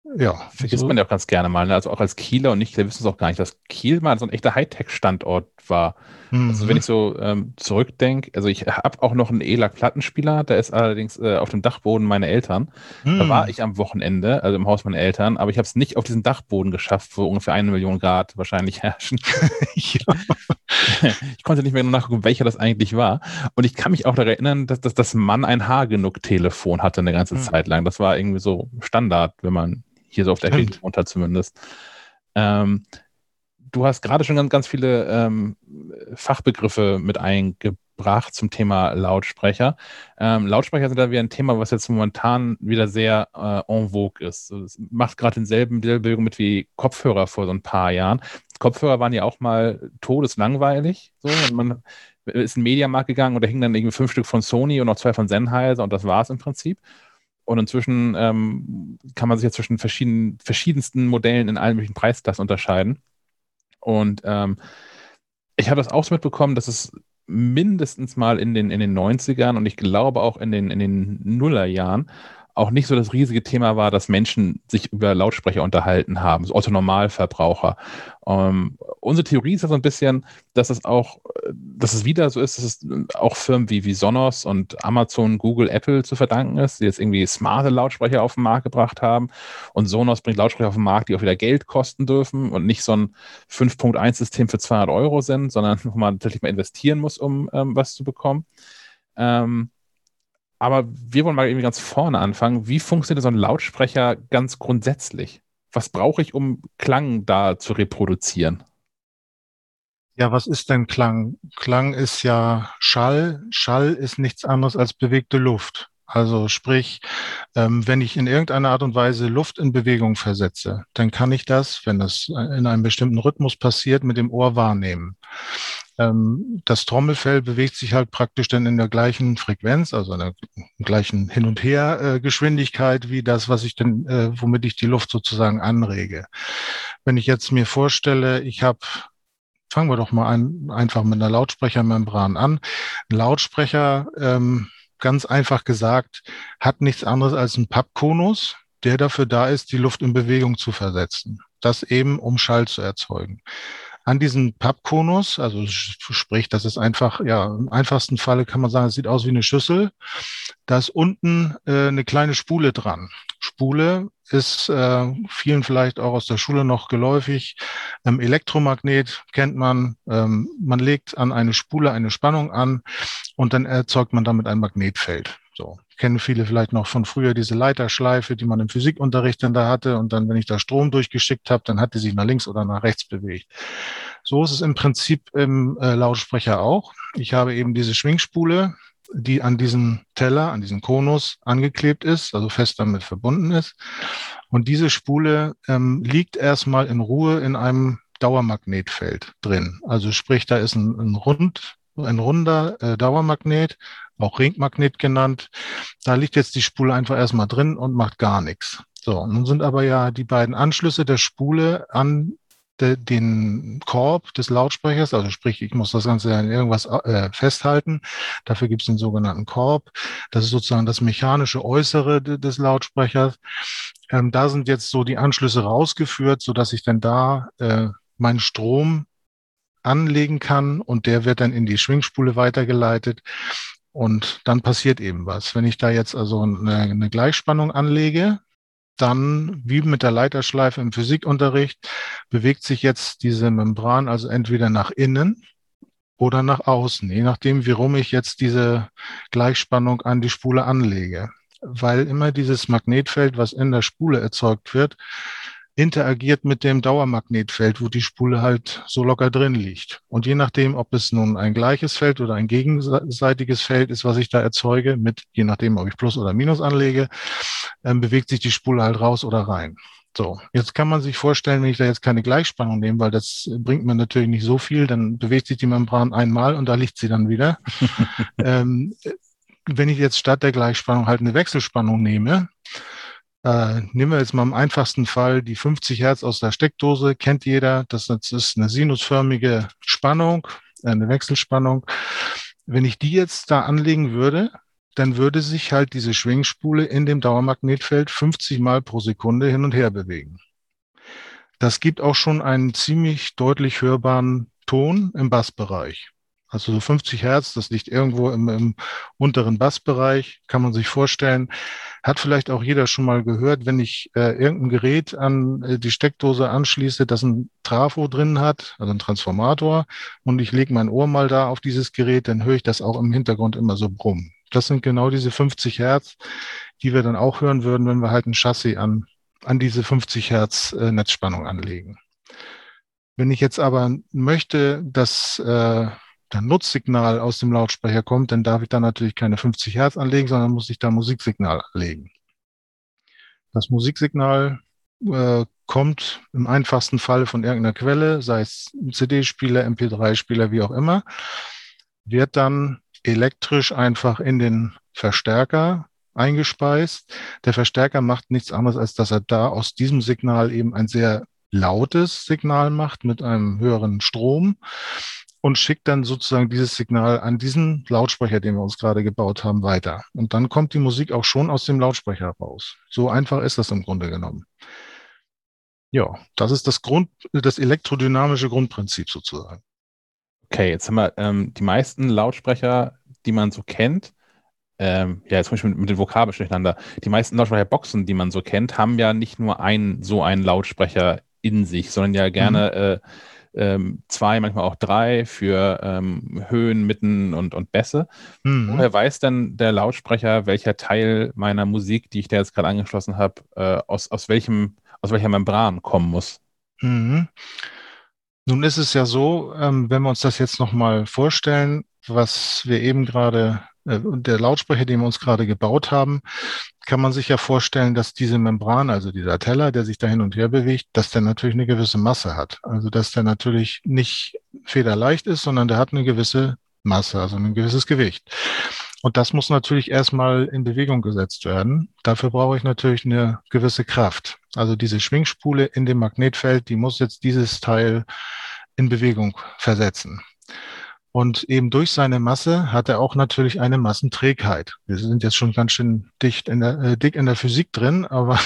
Ja. Vergisst so. man ja auch ganz gerne mal, ne? Also auch als Kieler und Nicht-Kieler wissen es auch gar nicht, dass Kiel mal so ein echter Hightech-Standort war. Also wenn Mhm. ich so ähm, zurückdenke, also ich habe auch noch einen E L A C-Plattenspieler, der ist allerdings äh, auf dem Dachboden meiner Eltern. Da war Mhm. ich am Wochenende, also im Haus meiner Eltern, aber ich habe es nicht auf diesen Dachboden geschafft, wo ungefähr eine Million Grad wahrscheinlich herrschen. Ja. Ich konnte nicht mehr nachgucken, welcher das eigentlich war. Und ich kann mich auch daran erinnern, dass, dass das Mann ein Haargenug-Telefon hatte eine ganze Mhm. Zeit lang. Das war irgendwie so Standard, wenn man hier so auf der Ecke Stimmt. gewohnt hat zumindest. Ähm, du hast gerade schon ganz, ganz viele ähm, Fachbegriffe mit eingebracht zum Thema Lautsprecher. Ähm, Lautsprecher sind da wieder ein Thema, was jetzt momentan wieder sehr äh, en vogue ist. Es macht gerade denselben Bewegung mit wie Kopfhörer vor so ein paar Jahren. Kopfhörer waren ja auch mal todeslangweilig. So, und man ist in den Mediamarkt gegangen und da hingen dann irgendwie fünf Stück von Sony und noch zwei von Sennheiser und das war es im Prinzip. Und inzwischen ähm, kann man sich ja zwischen verschiedenen, verschiedensten Modellen in allen möglichen Preisklassen unterscheiden. Und ähm, ich habe das auch so mitbekommen, dass es mindestens mal in den, in den neunzigern und ich glaube auch in den, in den Nullerjahren auch nicht so das riesige Thema war, dass Menschen sich über Lautsprecher unterhalten haben, so Otto Normalverbraucher. Ähm, unsere Theorie ist ja so ein bisschen, dass es auch, dass es wieder so ist, dass es auch Firmen wie, wie Sonos und Amazon, Google, Apple zu verdanken ist, die jetzt irgendwie smarte Lautsprecher auf den Markt gebracht haben. Und Sonos bringt Lautsprecher auf den Markt, die auch wieder Geld kosten dürfen und nicht so ein fünf Punkt eins System für zweihundert Euro sind, sondern wo man natürlich mal investieren muss, um ähm, was zu bekommen. Ähm, aber wir wollen mal irgendwie ganz vorne anfangen. Wie funktioniert so ein Lautsprecher ganz grundsätzlich? Was brauche ich, um Klang da zu reproduzieren? Ja, was ist denn Klang? Klang ist ja Schall. Schall ist nichts anderes als bewegte Luft. Also sprich, ähm, wenn ich in irgendeiner Art und Weise Luft in Bewegung versetze, dann kann ich das, wenn das in einem bestimmten Rhythmus passiert, mit dem Ohr wahrnehmen. Ähm, das Trommelfell bewegt sich halt praktisch dann in der gleichen Frequenz, also in der gleichen Hin- und Her-Geschwindigkeit wie das, was ich denn, äh, womit ich die Luft sozusagen anrege. Wenn ich jetzt mir vorstelle, ich habe Fangen wir doch mal ein, einfach mit einer Lautsprechermembran an. Ein Lautsprecher, ähm, ganz einfach gesagt, hat nichts anderes als einen Pappkonus, der dafür da ist, die Luft in Bewegung zu versetzen. Das eben, um Schall zu erzeugen. An diesem Pappkonus, also sprich, das ist einfach, ja, im einfachsten Falle kann man sagen, es sieht aus wie eine Schüssel. Da ist unten äh, eine kleine Spule dran. Spule ist äh, vielen vielleicht auch aus der Schule noch geläufig. Ähm, Elektromagnet kennt man. Ähm, man legt an eine Spule eine Spannung an und dann erzeugt man damit ein Magnetfeld. So, kennen viele vielleicht noch von früher diese Leiterschleife, die man im Physikunterricht dann da hatte. Und dann, wenn ich da Strom durchgeschickt habe, dann hat die sich nach links oder nach rechts bewegt. So ist es im Prinzip im äh, Lautsprecher auch. Ich habe eben diese Schwingspule, die an diesem Teller, an diesem Konus angeklebt ist, also fest damit verbunden ist. Und diese Spule ähm, liegt erstmal in Ruhe in einem Dauermagnetfeld drin. Also sprich, da ist ein, ein, rund, ein runder äh, Dauermagnet, auch Ringmagnet genannt. Da liegt jetzt die Spule einfach erstmal drin und macht gar nichts. So, nun sind aber ja die beiden Anschlüsse der Spule an den Korb des Lautsprechers, also sprich, ich muss das Ganze an irgendwas äh, festhalten. Dafür gibt es den sogenannten Korb. Das ist sozusagen das mechanische Äußere de des Lautsprechers. Ähm, da sind jetzt so die Anschlüsse rausgeführt, so dass ich dann da äh, meinen Strom anlegen kann und der wird dann in die Schwingspule weitergeleitet. Und dann passiert eben was. Wenn ich da jetzt also eine, eine Gleichspannung anlege, dann, wie mit der Leiterschleife im Physikunterricht, bewegt sich jetzt diese Membran also entweder nach innen oder nach außen, je nachdem, wie rum ich jetzt diese Gleichspannung an die Spule anlege. Weil immer dieses Magnetfeld, was in der Spule erzeugt wird, interagiert mit dem Dauermagnetfeld, wo die Spule halt so locker drin liegt. Und je nachdem, ob es nun ein gleiches Feld oder ein gegenseitiges Feld ist, was ich da erzeuge, mit je nachdem, ob ich Plus oder Minus anlege, ähm, bewegt sich die Spule halt raus oder rein. So, jetzt kann man sich vorstellen, wenn ich da jetzt keine Gleichspannung nehme, weil das bringt mir natürlich nicht so viel, dann bewegt sich die Membran einmal und da liegt sie dann wieder. ähm, wenn ich jetzt statt der Gleichspannung halt eine Wechselspannung nehme, Äh, nehmen wir jetzt mal im einfachsten Fall die fünfzig Hertz aus der Steckdose, kennt jeder. Das ist eine sinusförmige Spannung, eine Wechselspannung. Wenn ich die jetzt da anlegen würde, dann würde sich halt diese Schwingspule in dem Dauermagnetfeld fünfzig Mal pro Sekunde hin und her bewegen. Das gibt auch schon einen ziemlich deutlich hörbaren Ton im Bassbereich. Also so fünfzig Hertz, das liegt irgendwo im, im unteren Bassbereich, kann man sich vorstellen. Hat vielleicht auch jeder schon mal gehört, wenn ich äh, irgendein Gerät an äh, die Steckdose anschließe, das ein Trafo drin hat, also ein Transformator, und ich lege mein Ohr mal da auf dieses Gerät, dann höre ich das auch im Hintergrund immer so brummen. Das sind genau diese fünfzig Hertz, die wir dann auch hören würden, wenn wir halt ein Chassis an, an diese fünfzig Hertz äh, Netzspannung anlegen. Wenn ich jetzt aber möchte, dass äh, der Nutzsignal aus dem Lautsprecher kommt, dann darf ich da natürlich keine fünfzig Hertz anlegen, sondern muss ich da Musiksignal anlegen. Das Musiksignal äh, kommt im einfachsten Fall von irgendeiner Quelle, sei es ein C D-Spieler, M P drei Spieler, wie auch immer, wird dann elektrisch einfach in den Verstärker eingespeist. Der Verstärker macht nichts anderes, als dass er da aus diesem Signal eben ein sehr lautes Signal macht mit einem höheren Strom und schickt dann sozusagen dieses Signal an diesen Lautsprecher, den wir uns gerade gebaut haben, weiter. Und dann kommt die Musik auch schon aus dem Lautsprecher raus. So einfach ist das im Grunde genommen. Ja, das ist das Grund, das elektrodynamische Grundprinzip sozusagen. Okay, jetzt haben wir ähm, die meisten Lautsprecher, die man so kennt, ähm, ja, jetzt komme ich mit, mit den Vokabeln durcheinander. Die meisten Lautsprecherboxen, die man so kennt, haben ja nicht nur einen, so einen Lautsprecher in sich, sondern ja gerne mhm. äh, ähm, zwei, manchmal auch drei für ähm, Höhen, Mitten und, und Bässe. Mhm. Woher weiß denn der Lautsprecher, welcher Teil meiner Musik, die ich da jetzt gerade angeschlossen habe, äh, aus, aus, welchem, aus welcher Membran kommen muss? Mhm. Nun ist es ja so, ähm, wenn wir uns das jetzt nochmal vorstellen, was wir eben gerade, äh, der Lautsprecher, den wir uns gerade gebaut haben, kann man sich ja vorstellen, dass diese Membran, also dieser Teller, der sich da hin und her bewegt, dass der natürlich eine gewisse Masse hat. Also dass der natürlich nicht federleicht ist, sondern der hat eine gewisse Masse, also ein gewisses Gewicht. Und das muss natürlich erstmal in Bewegung gesetzt werden. Dafür brauche ich natürlich eine gewisse Kraft. Also diese Schwingspule in dem Magnetfeld, die muss jetzt dieses Teil in Bewegung versetzen. Und eben durch seine Masse hat er auch natürlich eine Massenträgheit. Wir sind jetzt schon ganz schön dicht in der, äh, dick in der Physik drin, aber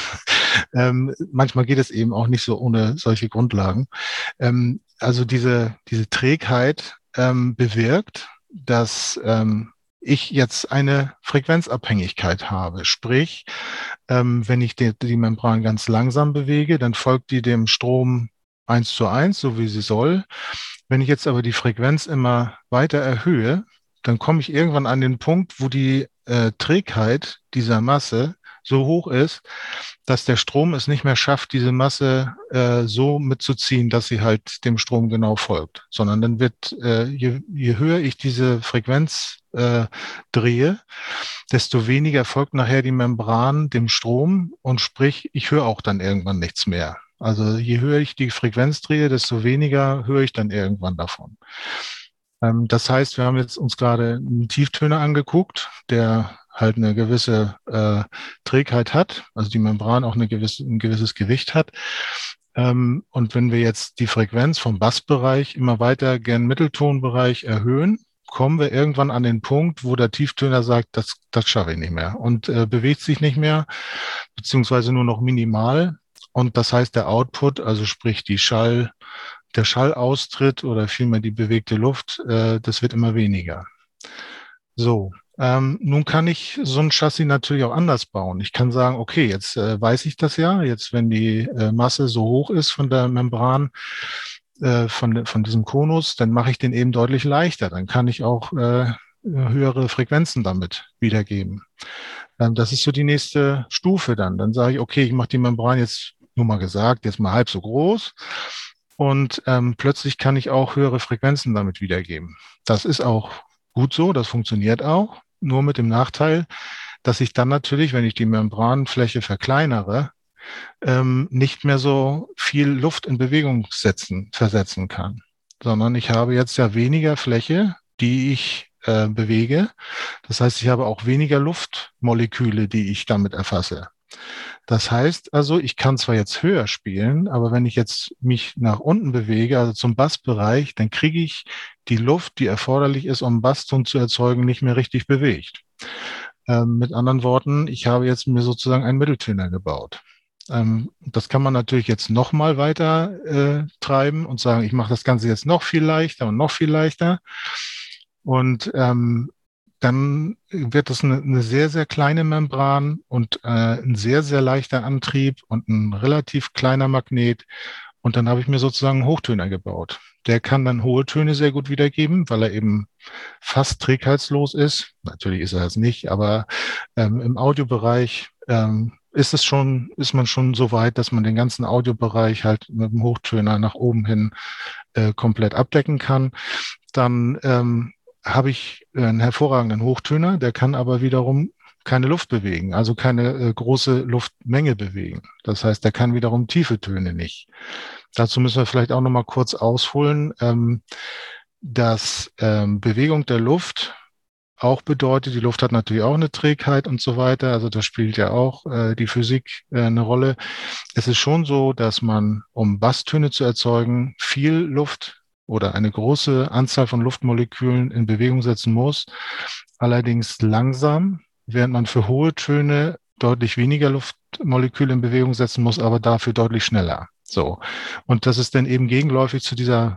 ähm, manchmal geht es eben auch nicht so ohne solche Grundlagen. Ähm, also diese, diese Trägheit ähm, bewirkt, dass ähm, ich jetzt eine Frequenzabhängigkeit habe. Sprich, ähm, wenn ich die, die Membran ganz langsam bewege, dann folgt die dem Strom eins zu eins, so wie sie soll. Wenn ich jetzt aber die Frequenz immer weiter erhöhe, dann komme ich irgendwann an den Punkt, wo die äh, Trägheit dieser Masse so hoch ist, dass der Strom es nicht mehr schafft, diese Masse äh, so mitzuziehen, dass sie halt dem Strom genau folgt, sondern dann wird, äh, je, je höher ich diese Frequenz äh, drehe, desto weniger folgt nachher die Membran dem Strom und sprich, ich höre auch dann irgendwann nichts mehr. Also je höher ich die Frequenz drehe, desto weniger höre ich dann irgendwann davon. Ähm, das heißt, wir haben jetzt uns gerade einen Tieftöner angeguckt, der halt eine gewisse äh, Trägheit hat, also die Membran auch eine gewisse, ein gewisses Gewicht hat. Ähm, und wenn wir jetzt die Frequenz vom Bassbereich immer weiter gen Mitteltonbereich erhöhen, kommen wir irgendwann an den Punkt, wo der Tieftöner sagt, das, das schaffe ich nicht mehr und äh, bewegt sich nicht mehr, beziehungsweise nur noch minimal. Und das heißt, der Output, also sprich die Schall, der Schallaustritt oder vielmehr die bewegte Luft, äh, das wird immer weniger. So, ähm, nun kann ich so ein Chassis natürlich auch anders bauen. Ich kann sagen, okay, jetzt äh, weiß ich das ja, jetzt wenn die äh, Masse so hoch ist von der Membran, äh, von, von diesem Konus, dann mache ich den eben deutlich leichter. Dann kann ich auch äh, höhere Frequenzen damit wiedergeben. Ähm, das ist so die nächste Stufe dann. Dann sage ich, okay, ich mache die Membran jetzt, nur mal gesagt, jetzt mal halb so groß. Und ähm, plötzlich kann ich auch höhere Frequenzen damit wiedergeben. Das ist auch gut so, das funktioniert auch, nur mit dem Nachteil, dass ich dann natürlich, wenn ich die Membranfläche verkleinere, ähm, nicht mehr so viel Luft in Bewegung setzen, versetzen kann, sondern ich habe jetzt ja weniger Fläche, die ich äh, bewege. Das heißt, ich habe auch weniger Luftmoleküle, die ich damit erfasse. Das heißt also, ich kann zwar jetzt höher spielen, aber wenn ich jetzt mich nach unten bewege, also zum Bassbereich, dann kriege ich die Luft, die erforderlich ist, um einen Basston zu erzeugen, nicht mehr richtig bewegt. Ähm, mit anderen Worten, ich habe jetzt mir sozusagen einen Mitteltöner gebaut. Ähm, das kann man natürlich jetzt noch mal weiter äh, treiben und sagen, ich mache das Ganze jetzt noch viel leichter und noch viel leichter. Und ähm, dann wird das eine, eine sehr, sehr kleine Membran und äh, ein sehr, sehr leichter Antrieb und ein relativ kleiner Magnet. Und dann habe ich mir sozusagen einen Hochtöner gebaut. Der kann dann hohe Töne sehr gut wiedergeben, weil er eben fast trägheitslos ist. Natürlich ist er es nicht, aber ähm, im Audiobereich ähm, ist es schon, ist man schon so weit, dass man den ganzen Audiobereich halt mit dem Hochtöner nach oben hin äh, komplett abdecken kann. Dann ähm, habe ich einen hervorragenden Hochtöner, der kann aber wiederum keine Luft bewegen, also keine äh, große Luftmenge bewegen. Das heißt, der kann wiederum tiefe Töne nicht. Dazu müssen wir vielleicht auch noch mal kurz ausholen, ähm, dass ähm, Bewegung der Luft auch bedeutet, die Luft hat natürlich auch eine Trägheit und so weiter. Also das spielt ja auch äh, die Physik äh, eine Rolle. Es ist schon so, dass man, um Basstöne zu erzeugen, viel Luft oder eine große Anzahl von Luftmolekülen in Bewegung setzen muss. Allerdings langsam, während man für hohe Töne deutlich weniger Luftmoleküle in Bewegung setzen muss, aber dafür deutlich schneller. So. Und das ist dann eben gegenläufig zu dieser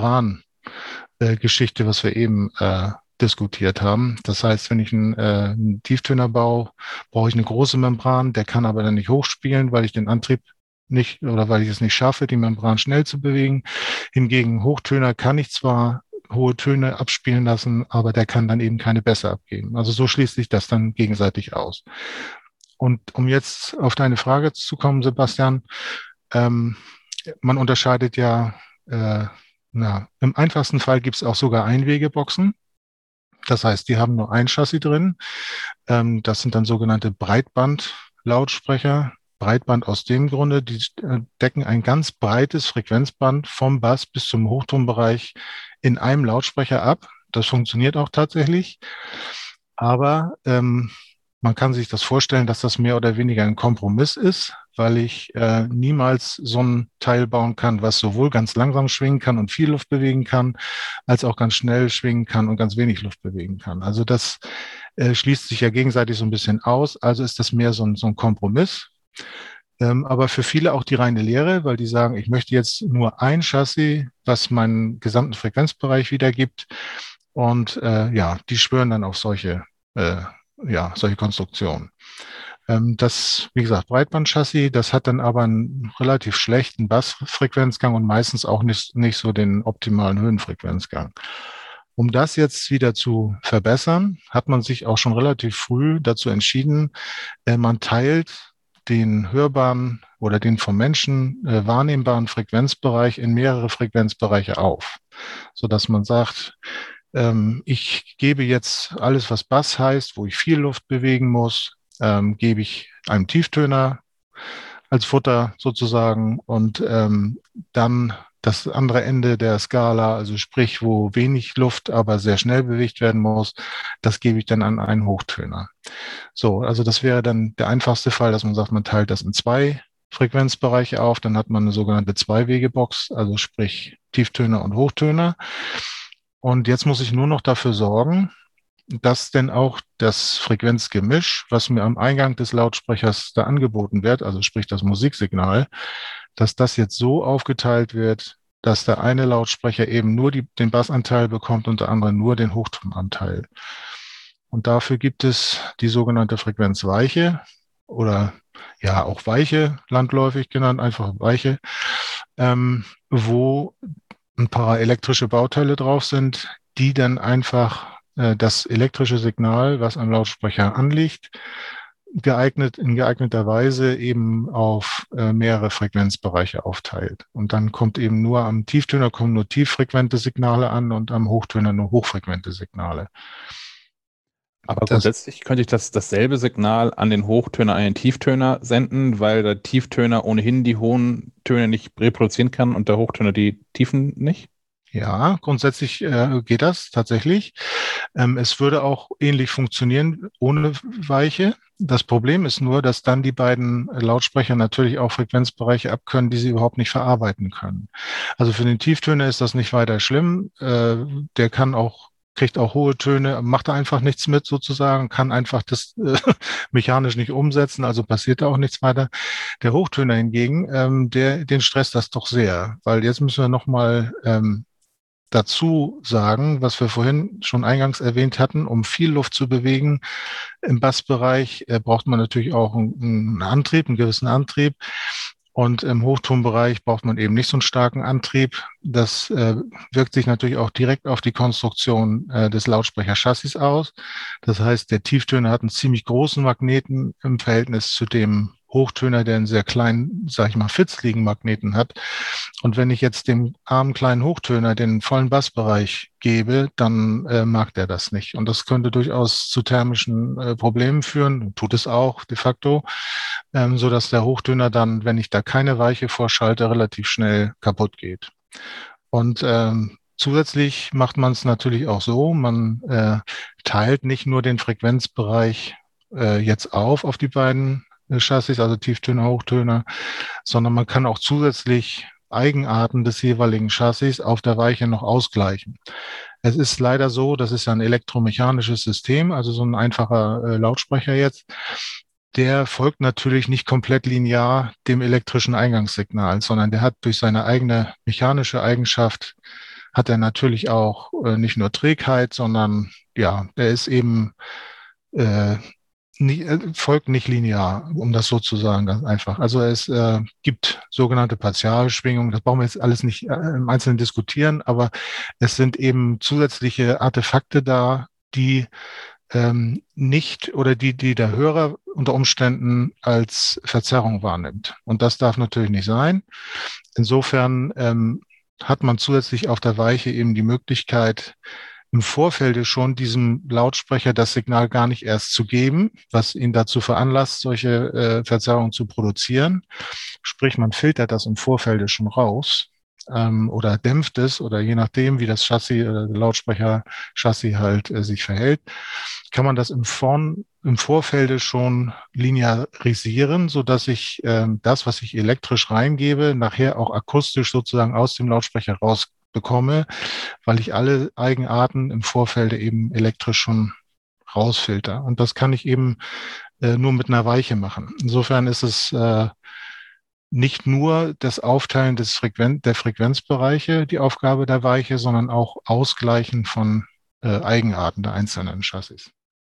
Membran-Geschichte, was wir eben äh, diskutiert haben. Das heißt, wenn ich einen, äh, einen Tieftöner baue, brauche ich eine große Membran, der kann aber dann nicht hochspielen, weil ich den Antrieb nicht oder weil ich es nicht schaffe, die Membran schnell zu bewegen. Hingegen Hochtöner kann ich zwar hohe Töne abspielen lassen, aber der kann dann eben keine Bässe abgeben. Also so schließt sich das dann gegenseitig aus. Und um jetzt auf deine Frage zu kommen, Sebastian, ähm, man unterscheidet ja, äh, na, im einfachsten Fall gibt es auch sogar Einwegeboxen. Das heißt, die haben nur ein Chassis drin. Ähm, das sind dann sogenannte Breitbandlautsprecher. Breitband aus dem Grunde, die äh, decken ein ganz breites Frequenzband vom Bass bis zum Hochtonbereich in einem Lautsprecher ab. Das funktioniert auch tatsächlich. Aber ähm, man kann sich das vorstellen, dass das mehr oder weniger ein Kompromiss ist, weil ich äh, niemals so ein Teil bauen kann, was sowohl ganz langsam schwingen kann und viel Luft bewegen kann, als auch ganz schnell schwingen kann und ganz wenig Luft bewegen kann. Also das äh, schließt sich ja gegenseitig so ein bisschen aus. Also ist das mehr so ein, so ein Kompromiss. Ähm, aber für viele auch die reine Lehre, weil die sagen, ich möchte jetzt nur ein Chassis, was meinen gesamten Frequenzbereich wiedergibt. Und äh, ja, die schwören dann auf solche, äh, ja, solche Konstruktionen. Ähm, das, wie gesagt, Breitbandchassis, das hat dann aber einen relativ schlechten Bassfrequenzgang und meistens auch nicht, nicht so den optimalen Höhenfrequenzgang. Um das jetzt wieder zu verbessern, hat man sich auch schon relativ früh dazu entschieden, äh, man teilt den hörbaren oder den vom Menschen äh, wahrnehmbaren Frequenzbereich in mehrere Frequenzbereiche auf, sodass man sagt, ähm, ich gebe jetzt alles, was Bass heißt, wo ich viel Luft bewegen muss, ähm, gebe ich einem Tieftöner als Futter sozusagen und ähm, dann das andere Ende der Skala, also sprich, wo wenig Luft, aber sehr schnell bewegt werden muss, das gebe ich dann an einen Hochtöner. So, also das wäre dann der einfachste Fall, dass man sagt, man teilt das in zwei Frequenzbereiche auf, dann hat man eine sogenannte Zwei-Wege-Box, also sprich Tieftöner und Hochtöner. Und jetzt muss ich nur noch dafür sorgen, dass denn auch das Frequenzgemisch, was mir am Eingang des Lautsprechers da angeboten wird, also sprich das Musiksignal, dass das jetzt so aufgeteilt wird, dass der eine Lautsprecher eben nur die, den Bassanteil bekommt und der andere nur den Hochtonanteil. Und dafür gibt es die sogenannte Frequenzweiche oder ja auch Weiche, landläufig genannt, einfach Weiche, ähm, wo ein paar elektrische Bauteile drauf sind, die dann einfach äh, das elektrische Signal, was am Lautsprecher anliegt, geeignet, in geeigneter Weise eben auf äh, mehrere Frequenzbereiche aufteilt. Und dann kommt eben nur am Tieftöner kommen nur tieffrequente Signale an und am Hochtöner nur hochfrequente Signale. Aber das, grundsätzlich könnte ich das, dasselbe Signal an den Hochtöner, an den Tieftöner senden, weil der Tieftöner ohnehin die hohen Töne nicht reproduzieren kann und der Hochtöner die Tiefen nicht? Ja, grundsätzlich äh, geht das tatsächlich. Ähm, es würde auch ähnlich funktionieren ohne Weiche. Das Problem ist nur, dass dann die beiden Lautsprecher natürlich auch Frequenzbereiche abkönnen, die sie überhaupt nicht verarbeiten können. Also für den Tieftöner ist das nicht weiter schlimm. Äh, der kann auch kriegt auch hohe Töne, macht da einfach nichts mit sozusagen, kann einfach das äh, mechanisch nicht umsetzen, also passiert da auch nichts weiter. Der Hochtöner hingegen, ähm, der, den stresst das doch sehr, weil jetzt müssen wir nochmal ähm, dazu sagen, was wir vorhin schon eingangs erwähnt hatten, um viel Luft zu bewegen im Bassbereich, äh, braucht man natürlich auch einen, einen Antrieb, einen gewissen Antrieb. Und im Hochtonbereich braucht man eben nicht so einen starken Antrieb. Das äh, wirkt sich natürlich auch direkt auf die Konstruktion äh, des Lautsprecherchassis aus. Das heißt, der Tieftöner hat einen ziemlich großen Magneten im Verhältnis zu dem Hochtöner, der einen sehr kleinen, sag ich mal, fitzligen Magneten hat. Und wenn ich jetzt dem armen kleinen Hochtöner den vollen Bassbereich gebe, dann äh, mag der das nicht. Und das könnte durchaus zu thermischen äh, Problemen führen, tut es auch de facto, ähm, so dass der Hochtöner dann, wenn ich da keine Weiche vorschalte, relativ schnell kaputt geht. Und ähm, zusätzlich macht man es natürlich auch so, man äh, teilt nicht nur den Frequenzbereich äh, jetzt auf auf die beiden Chassis, also Tieftöner, Hochtöner, sondern man kann auch zusätzlich Eigenarten des jeweiligen Chassis auf der Weiche noch ausgleichen. Es ist leider so, das ist ja ein elektromechanisches System, also so ein einfacher äh, Lautsprecher jetzt, der folgt natürlich nicht komplett linear dem elektrischen Eingangssignal, sondern der hat durch seine eigene mechanische Eigenschaft, hat er natürlich auch äh, nicht nur Trägheit, sondern ja, der ist eben äh, Nie, folgt nicht linear, um das so zu sagen, ganz einfach. Also es äh, gibt sogenannte Partialschwingungen, das brauchen wir jetzt alles nicht äh, im Einzelnen diskutieren, aber es sind eben zusätzliche Artefakte da, die ähm, nicht oder die, die der Hörer unter Umständen als Verzerrung wahrnimmt. Und das darf natürlich nicht sein. Insofern ähm, hat man zusätzlich auf der Weiche eben die Möglichkeit, im Vorfeld schon diesem Lautsprecher das Signal gar nicht erst zu geben, was ihn dazu veranlasst, solche äh, Verzerrungen zu produzieren. Sprich, man filtert das im Vorfeld schon raus ähm, oder dämpft es oder je nachdem, wie das Chassis oder der Lautsprecher-Chassis halt äh, sich verhält, kann man das im, Vorn, im Vorfeld schon linearisieren, sodass ich äh, das, was ich elektrisch reingebe, nachher auch akustisch sozusagen aus dem Lautsprecher raus bekomme, weil ich alle Eigenarten im Vorfeld eben elektrisch schon rausfilter. Und das kann ich eben äh, nur mit einer Weiche machen. Insofern ist es äh, nicht nur das Aufteilen des Frequen- der Frequenzbereiche die Aufgabe der Weiche, sondern auch Ausgleichen von äh, Eigenarten der einzelnen Chassis.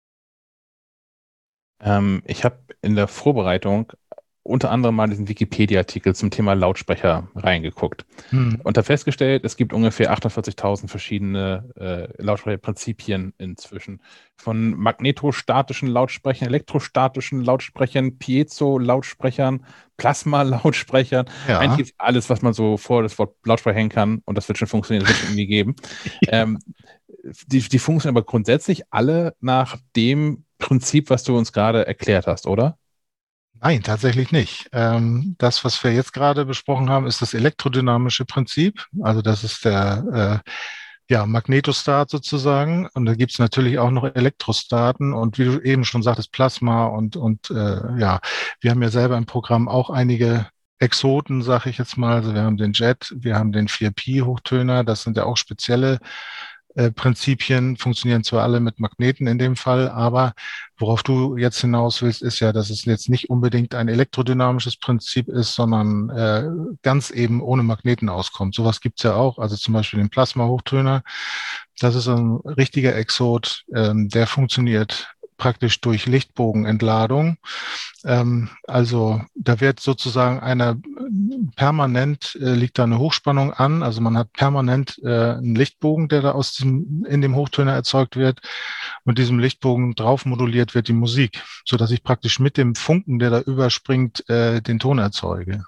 Ähm, ich habe in der Vorbereitung unter anderem mal diesen Wikipedia-Artikel zum Thema Lautsprecher reingeguckt hm. und habe festgestellt, es gibt ungefähr achtundvierzigtausend verschiedene äh, Lautsprecherprinzipien inzwischen. Von magnetostatischen Lautsprechern, elektrostatischen Lautsprechern, Piezo-Lautsprechern, Plasma-Lautsprechern. Ja. Eigentlich gibt es alles, was man so vor das Wort Lautsprecher hängen kann und das wird schon funktionieren, das wird schon irgendwie geben. Ja. Ähm, die, die funktionieren aber grundsätzlich alle nach dem Prinzip, was du uns gerade erklärt hast, oder? Nein, tatsächlich nicht. Ähm, das, was wir jetzt gerade besprochen haben, ist das elektrodynamische Prinzip. Also das ist der äh, ja, Magnetostat sozusagen. Und da gibt's natürlich auch noch Elektrostaten und wie du eben schon sagtest, Plasma und, und äh, ja, wir haben ja selber im Programm auch einige Exoten, sag ich jetzt mal. Also wir haben den Jet, wir haben den vier Pi Hochtöner, das sind ja auch spezielle Äh, Prinzipien, funktionieren zwar alle mit Magneten in dem Fall, aber worauf du jetzt hinaus willst, ist ja, dass es jetzt nicht unbedingt ein elektrodynamisches Prinzip ist, sondern äh, ganz eben ohne Magneten auskommt. Sowas gibt's ja auch, also zum Beispiel den Plasma-Hochtöner. Das ist ein richtiger Exot, ähm, der funktioniert praktisch durch Lichtbogenentladung. Ähm, also da wird sozusagen eine permanent äh, liegt da eine Hochspannung an. Also man hat permanent äh, einen Lichtbogen, der da aus diesem in dem Hochtöner erzeugt wird. Und diesem Lichtbogen drauf moduliert wird die Musik, so dass ich praktisch mit dem Funken, der da überspringt, äh, den Ton erzeuge.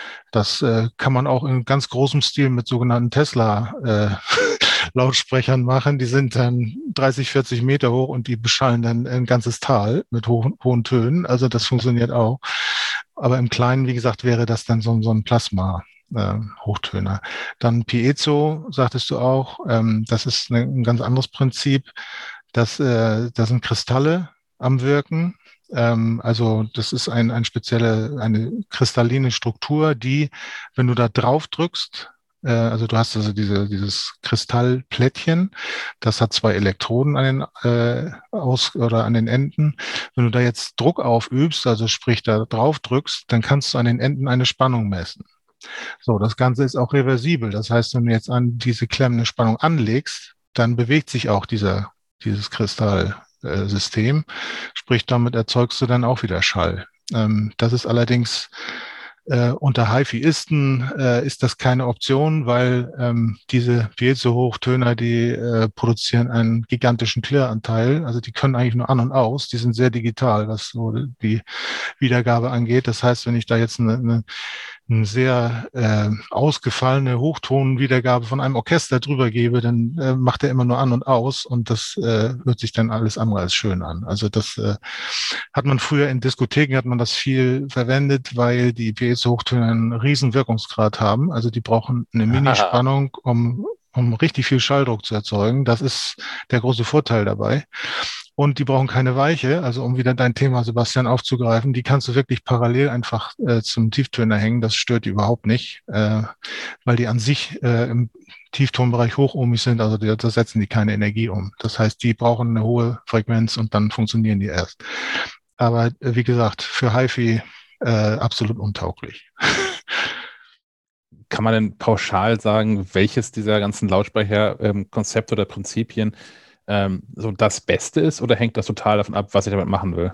Das äh, kann man auch in ganz großem Stil mit sogenannten Tesla äh, Lautsprechern machen. Die sind dann dreißig, vierzig Meter hoch und die beschallen dann ein ganzes Tal mit hohen, hohen Tönen. Also das funktioniert auch. Aber im Kleinen, wie gesagt, wäre das dann so, so ein Plasma-Hochtöner. Äh, dann Piezo, sagtest du auch. Ähm, das ist eine, ein ganz anderes Prinzip. Das, äh, das sind Kristalle am Wirken. Ähm, also das ist ein, ein spezielle, eine kristalline Struktur, die, wenn du da drauf drückst, Äh, also du hast also diese, dieses Kristallplättchen, das hat zwei Elektroden an den äh, aus oder an den Enden. Wenn du da jetzt Druck aufübst, also sprich da drauf drückst, dann kannst du an den Enden eine Spannung messen. So, das Ganze ist auch reversibel. Das heißt, wenn du jetzt an diese klemmende Spannung anlegst, dann bewegt sich auch dieser, dieses Kristallsystem. Sprich, damit erzeugst du dann auch wieder Schall. Ähm, das ist allerdings äh, unter HiFi-Isten äh, ist das keine Option, weil ähm, diese Piezo-Hochtöner, die äh, produzieren einen gigantischen Klirranteil. Also die können eigentlich nur an und aus. Die sind sehr digital, was so die Wiedergabe angeht. Das heißt, wenn ich da jetzt eine, eine eine sehr äh, ausgefallene Hochtonwiedergabe von einem Orchester drüber gebe, dann äh, macht er immer nur an und aus und das äh, hört sich dann alles andere als schön an. Also das äh, hat man früher in Diskotheken, hat man das viel verwendet, weil die Piezo-Hochtöne einen riesen Wirkungsgrad haben. Also die brauchen eine Minispannung, um um richtig viel Schalldruck zu erzeugen. Das ist der große Vorteil dabei. Und die brauchen keine Weiche, also um wieder dein Thema, Sebastian, aufzugreifen, die kannst du wirklich parallel einfach äh, zum Tieftöner hängen, das stört die überhaupt nicht, äh, weil die an sich äh, im Tieftonbereich hochohmig sind, also da setzen die keine Energie um. Das heißt, die brauchen eine hohe Frequenz und dann funktionieren die erst. Aber äh, wie gesagt, für HiFi äh, absolut untauglich. Kann man denn pauschal sagen, welches dieser ganzen Lautsprecherkonzepte ähm, oder Prinzipien ähm, so das Beste ist, oder hängt das total davon ab, was ich damit machen will?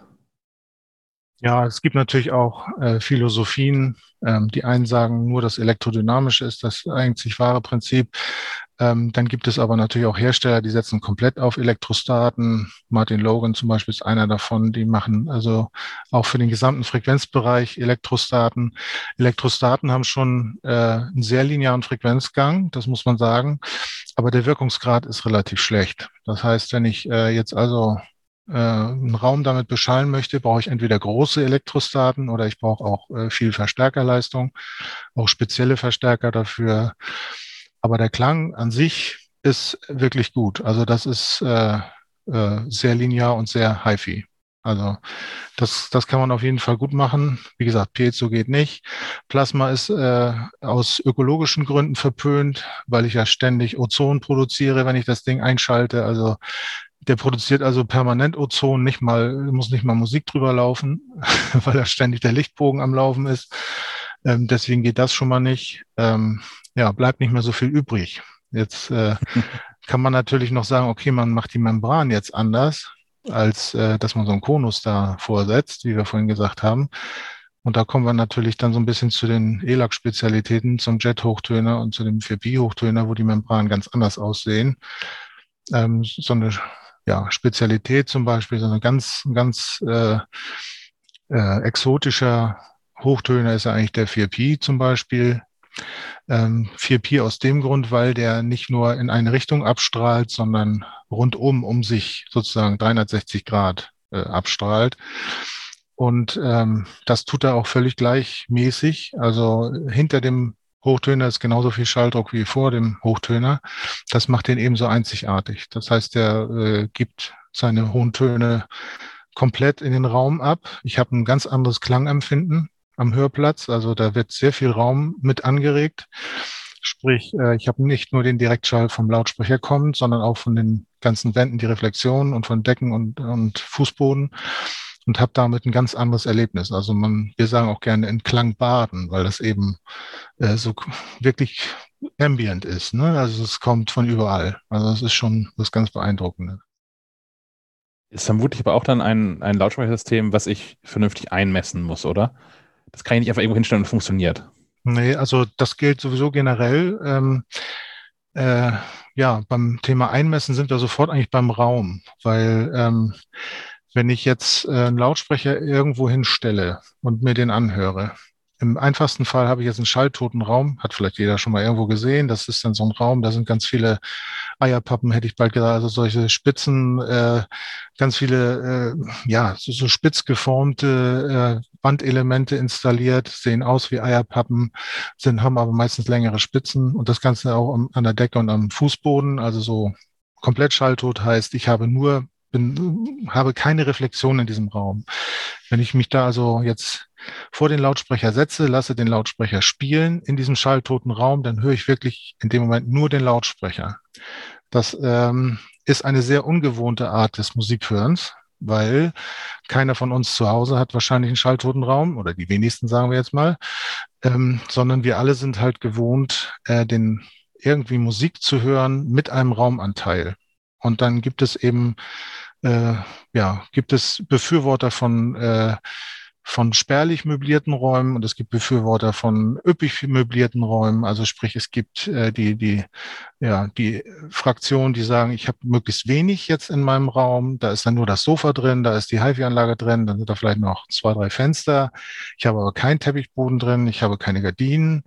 Ja, es gibt natürlich auch äh, Philosophien. Ähm, die einen sagen, nur das Elektrodynamische ist das einzig wahre Prinzip. Ähm, dann gibt es aber natürlich auch Hersteller, die setzen komplett auf Elektrostaten. Martin Logan zum Beispiel ist einer davon. Die machen also auch für den gesamten Frequenzbereich Elektrostaten. Elektrostaten haben schon äh, einen sehr linearen Frequenzgang, das muss man sagen. Aber der Wirkungsgrad ist relativ schlecht. Das heißt, wenn ich äh, jetzt also einen Raum damit beschallen möchte, brauche ich entweder große Elektrostaten oder ich brauche auch äh, viel Verstärkerleistung, auch spezielle Verstärker dafür. Aber der Klang an sich ist wirklich gut. Also das ist äh, äh, sehr linear und sehr HiFi. Also das, das kann man auf jeden Fall gut machen. Wie gesagt, Piezo geht nicht. Plasma ist äh, aus ökologischen Gründen verpönt, weil ich ja ständig Ozon produziere, wenn ich das Ding einschalte. Also der produziert also permanent Ozon, nicht mal, muss nicht mal Musik drüber laufen, weil da ständig der Lichtbogen am Laufen ist. Ähm, deswegen geht das schon mal nicht. Ähm, ja, bleibt nicht mehr so viel übrig. Jetzt äh, kann man natürlich noch sagen, okay, man macht die Membran jetzt anders, als äh, dass man so einen Konus da vorsetzt, wie wir vorhin gesagt haben. Und da kommen wir natürlich dann so ein bisschen zu den E L A C-Spezialitäten, zum Jet-Hochtöner und zu dem vier Pi-Hochtöner, wo die Membranen ganz anders aussehen. Ähm, so eine ja, Spezialität zum Beispiel, so eine ganz, ganz äh, äh, exotischer Hochtöner ist ja eigentlich der vier Pi zum Beispiel. Ähm, vier Pi aus dem Grund, weil der nicht nur in eine Richtung abstrahlt, sondern rundum um sich sozusagen dreihundertsechzig Grad äh, abstrahlt. Und ähm, das tut er auch völlig gleichmäßig. Also hinter dem Hochtöner ist genauso viel Schalldruck wie vor dem Hochtöner. Das macht den ebenso einzigartig. Das heißt, der äh, gibt seine hohen Töne komplett in den Raum ab. Ich habe ein ganz anderes Klangempfinden am Hörplatz. Also da wird sehr viel Raum mit angeregt. Sprich, äh, ich habe nicht nur den Direktschall vom Lautsprecher kommend, sondern auch von den ganzen Wänden die Reflexion und von Decken und, und Fußboden. Und habe damit ein ganz anderes Erlebnis. Also man, wir sagen auch gerne in Klang baden, weil das eben äh, so wirklich ambient ist. Ne? Also es kommt von überall. Also es ist schon was ganz Beeindruckendes. Ist vermutlich aber auch dann ein, ein Lautsprechersystem, was ich vernünftig einmessen muss, oder? Das kann ich nicht einfach irgendwo hinstellen und funktioniert. Nee, also das gilt sowieso generell. Ähm, äh, ja, beim Thema Einmessen sind wir sofort eigentlich beim Raum, weil ähm, wenn ich jetzt äh, einen Lautsprecher irgendwo hinstelle und mir den anhöre, im einfachsten Fall habe ich jetzt einen schalltoten Raum, hat vielleicht jeder schon mal irgendwo gesehen. Das ist dann so ein Raum, da sind ganz viele Eierpappen, hätte ich bald gesagt, also solche Spitzen, äh, ganz viele, äh, ja, so, so spitz geformte äh, Wandelemente installiert, sehen aus wie Eierpappen, sind, haben aber meistens längere Spitzen und das Ganze auch am, an der Decke und am Fußboden, also so komplett schalltot heißt, ich habe nur bin, habe keine Reflexion in diesem Raum. Wenn ich mich da also jetzt vor den Lautsprecher setze, lasse den Lautsprecher spielen in diesem schalltoten Raum, dann höre ich wirklich in dem Moment nur den Lautsprecher. Das ähm, ist eine sehr ungewohnte Art des Musikhörens, weil keiner von uns zu Hause hat wahrscheinlich einen schalltoten Raum, oder die wenigsten, sagen wir jetzt mal, ähm, sondern wir alle sind halt gewohnt, äh, den irgendwie Musik zu hören mit einem Raumanteil. Und dann gibt es eben, äh, ja, gibt es Befürworter von äh, von spärlich möblierten Räumen und es gibt Befürworter von üppig möblierten Räumen. Also sprich, es gibt äh, die, die, ja, die Fraktion, die sagen, ich habe möglichst wenig jetzt in meinem Raum. Da ist dann nur das Sofa drin, da ist die HiFi-Anlage drin, dann sind da vielleicht noch zwei, drei Fenster. Ich habe aber keinen Teppichboden drin, ich habe keine Gardinen.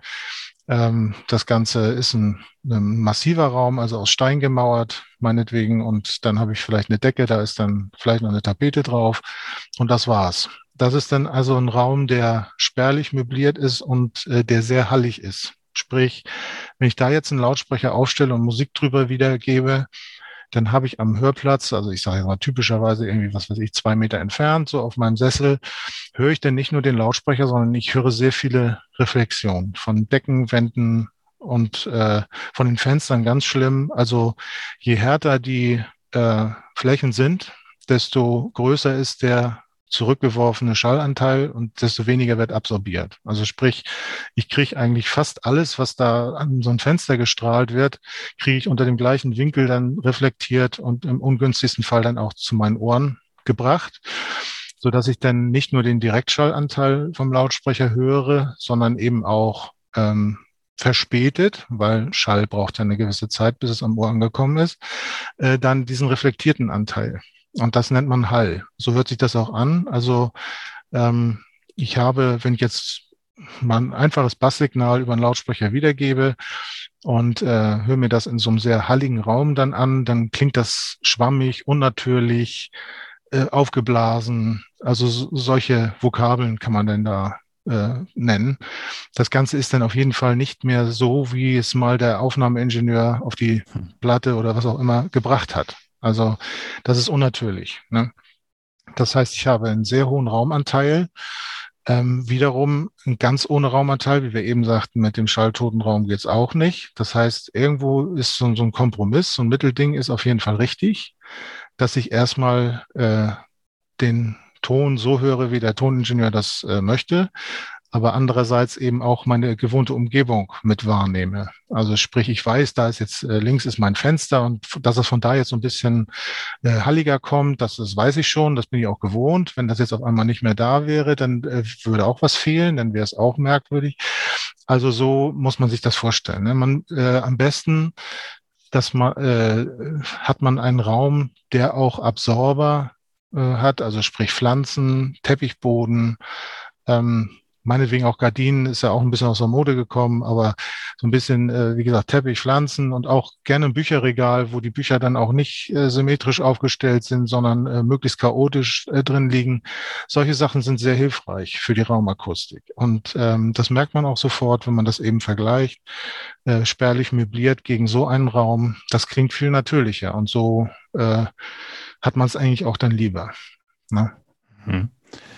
Ähm, das Ganze ist ein, ein massiver Raum, also aus Stein gemauert, meinetwegen. Und dann habe ich vielleicht eine Decke, da ist dann vielleicht noch eine Tapete drauf. Und das war's. Das ist dann also ein Raum, der spärlich möbliert ist und äh, der sehr hallig ist. Sprich, wenn ich da jetzt einen Lautsprecher aufstelle und Musik drüber wiedergebe, dann habe ich am Hörplatz, also ich sage jetzt mal typischerweise irgendwie, was weiß ich, zwei Meter entfernt, so auf meinem Sessel, höre ich dann nicht nur den Lautsprecher, sondern ich höre sehr viele Reflexionen von Decken, Wänden und äh, von den Fenstern, ganz schlimm. Also je härter die äh, Flächen sind, desto größer ist der zurückgeworfene Schallanteil und desto weniger wird absorbiert. Also sprich, ich kriege eigentlich fast alles, was da an so ein Fenster gestrahlt wird, kriege ich unter dem gleichen Winkel dann reflektiert und im ungünstigsten Fall dann auch zu meinen Ohren gebracht, so dass ich dann nicht nur den Direktschallanteil vom Lautsprecher höre, sondern eben auch ähm, verspätet, weil Schall braucht ja eine gewisse Zeit, bis es am Ohr angekommen ist, äh, dann diesen reflektierten Anteil. Und das nennt man Hall. So hört sich das auch an. Also ähm, ich habe, wenn ich jetzt mal ein einfaches Basssignal über einen Lautsprecher wiedergebe und äh, höre mir das in so einem sehr halligen Raum dann an, dann klingt das schwammig, unnatürlich, äh, aufgeblasen. Also so, solche Vokabeln kann man denn da äh, nennen. Das Ganze ist dann auf jeden Fall nicht mehr so, wie es mal der Aufnahmeingenieur auf die Platte oder was auch immer gebracht hat. Also das ist unnatürlich. Ne? Das heißt, ich habe einen sehr hohen Raumanteil. Ähm, wiederum ein ganz ohne Raumanteil, wie wir eben sagten, mit dem schalltoten Raum geht's auch nicht. Das heißt, irgendwo ist so, so ein Kompromiss, so ein Mittelding ist auf jeden Fall richtig, dass ich erstmal äh, den Ton so höre, wie der Toningenieur das äh, möchte, aber andererseits eben auch meine gewohnte Umgebung mit wahrnehme. Also sprich, ich weiß, da ist jetzt äh, links ist mein Fenster und dass es von da jetzt so ein bisschen äh, halliger kommt, das, das weiß ich schon, das bin ich auch gewohnt. Wenn das jetzt auf einmal nicht mehr da wäre, dann äh, würde auch was fehlen, dann wäre es auch merkwürdig. Also so muss man sich das vorstellen. Ne? Man äh, am besten, dass man äh, hat man einen Raum, der auch Absorber äh, hat, also sprich Pflanzen, Teppichboden, ähm, meinetwegen auch Gardinen, ist ja auch ein bisschen aus der Mode gekommen, aber so ein bisschen, äh, wie gesagt, Teppich, Pflanzen und auch gerne ein Bücherregal, wo die Bücher dann auch nicht äh, symmetrisch aufgestellt sind, sondern äh, möglichst chaotisch äh, drin liegen. Solche Sachen sind sehr hilfreich für die Raumakustik. Und ähm, das merkt man auch sofort, wenn man das eben vergleicht, äh, spärlich möbliert gegen so einen Raum. Das klingt viel natürlicher und so äh, hat man es eigentlich auch dann lieber. Ne? Hm.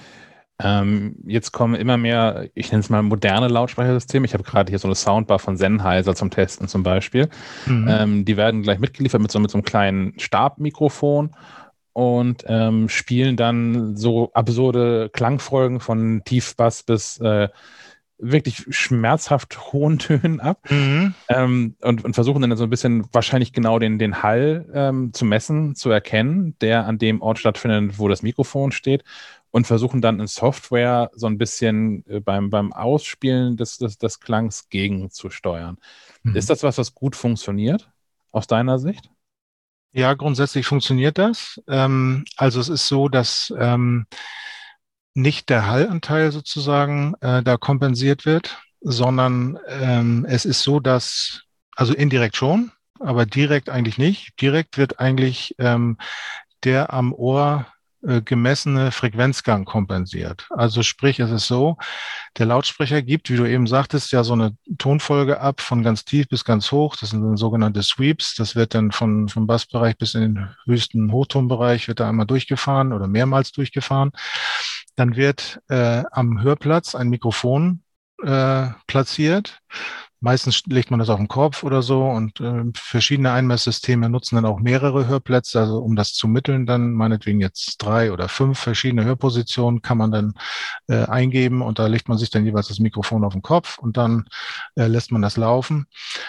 Ähm, jetzt kommen immer mehr, ich nenne es mal moderne Lautsprechersysteme. Ich habe gerade hier so eine Soundbar von Sennheiser zum Testen zum Beispiel. Mhm. Ähm, die werden gleich mitgeliefert mit so, mit so einem kleinen Stabmikrofon und ähm, spielen dann so absurde Klangfolgen von Tiefbass bis äh, wirklich schmerzhaft hohen Tönen ab mhm. ähm, und, und versuchen dann so ein bisschen wahrscheinlich genau den, den Hall ähm, zu messen, zu erkennen, der an dem Ort stattfindet, wo das Mikrofon steht. Und versuchen dann in Software so ein bisschen äh, beim, beim Ausspielen des, des, des Klangs gegenzusteuern. Mhm. Ist das was, was gut funktioniert, aus deiner Sicht? Ja, grundsätzlich funktioniert das. Ähm, also es ist so, dass ähm, nicht der Hallanteil sozusagen äh, da kompensiert wird, sondern ähm, es ist so, dass, also indirekt schon, aber direkt eigentlich nicht. Direkt wird eigentlich ähm, der am Ohr gemessene Frequenzgang kompensiert. Also sprich, es ist so, der Lautsprecher gibt, wie du eben sagtest, ja so eine Tonfolge ab von ganz tief bis ganz hoch. Das sind dann sogenannte Sweeps. Das wird dann von, vom Bassbereich bis in den höchsten Hochtonbereich wird da einmal durchgefahren oder mehrmals durchgefahren. Dann wird äh, am Hörplatz ein Mikrofon äh, platziert. Meistens legt man das auf den Kopf oder so und äh, verschiedene Einmesssysteme nutzen dann auch mehrere Hörplätze, also um das zu mitteln, dann meinetwegen jetzt drei oder fünf verschiedene Hörpositionen kann man dann äh, eingeben und da legt man sich dann jeweils das Mikrofon auf den Kopf und dann äh, lässt man das laufen.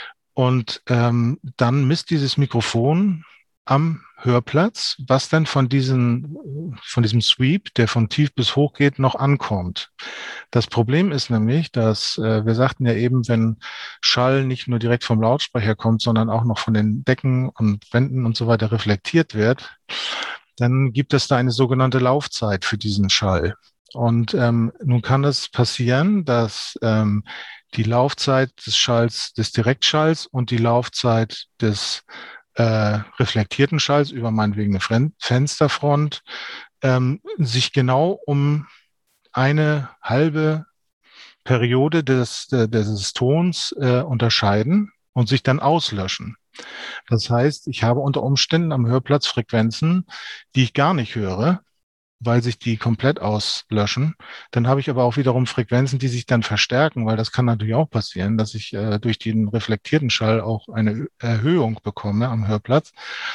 Und ähm, dann misst dieses Mikrofon am Hörplatz, was dann von diesem, von diesem Sweep, der von tief bis hoch geht, noch ankommt. Das Problem ist nämlich, dass äh, wir sagten ja eben, wenn Schall nicht nur direkt vom Lautsprecher kommt, sondern auch noch von den Decken und Wänden und so weiter reflektiert wird, dann gibt es da eine sogenannte Laufzeit für diesen Schall. Und ähm, nun kann es passieren, dass ähm, die Laufzeit des Schalls, des Direktschalls und die Laufzeit des äh, reflektierten Schalls über meinetwegen eine Fen- Fensterfront ähm, sich genau um eine halbe Periode des, des, des Tons äh, unterscheiden und sich dann auslöschen. Das heißt, ich habe unter Umständen am Hörplatz Frequenzen, die ich gar nicht höre, weil sich die komplett auslöschen. Dann habe ich aber auch wiederum Frequenzen, die sich dann verstärken, weil das kann natürlich auch passieren, dass ich äh, durch den reflektierten Schall auch eine Erhöhung bekomme am Hörplatz.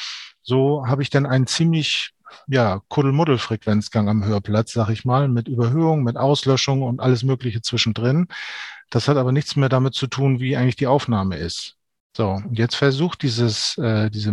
So habe ich dann einen ziemlich ja, Kuddelmuddel-Frequenzgang am Hörplatz, sag ich mal, mit Überhöhung, mit Auslöschung und alles Mögliche zwischendrin. Das hat aber nichts mehr damit zu tun, wie eigentlich die Aufnahme ist. So, und jetzt versucht dieses, äh, diese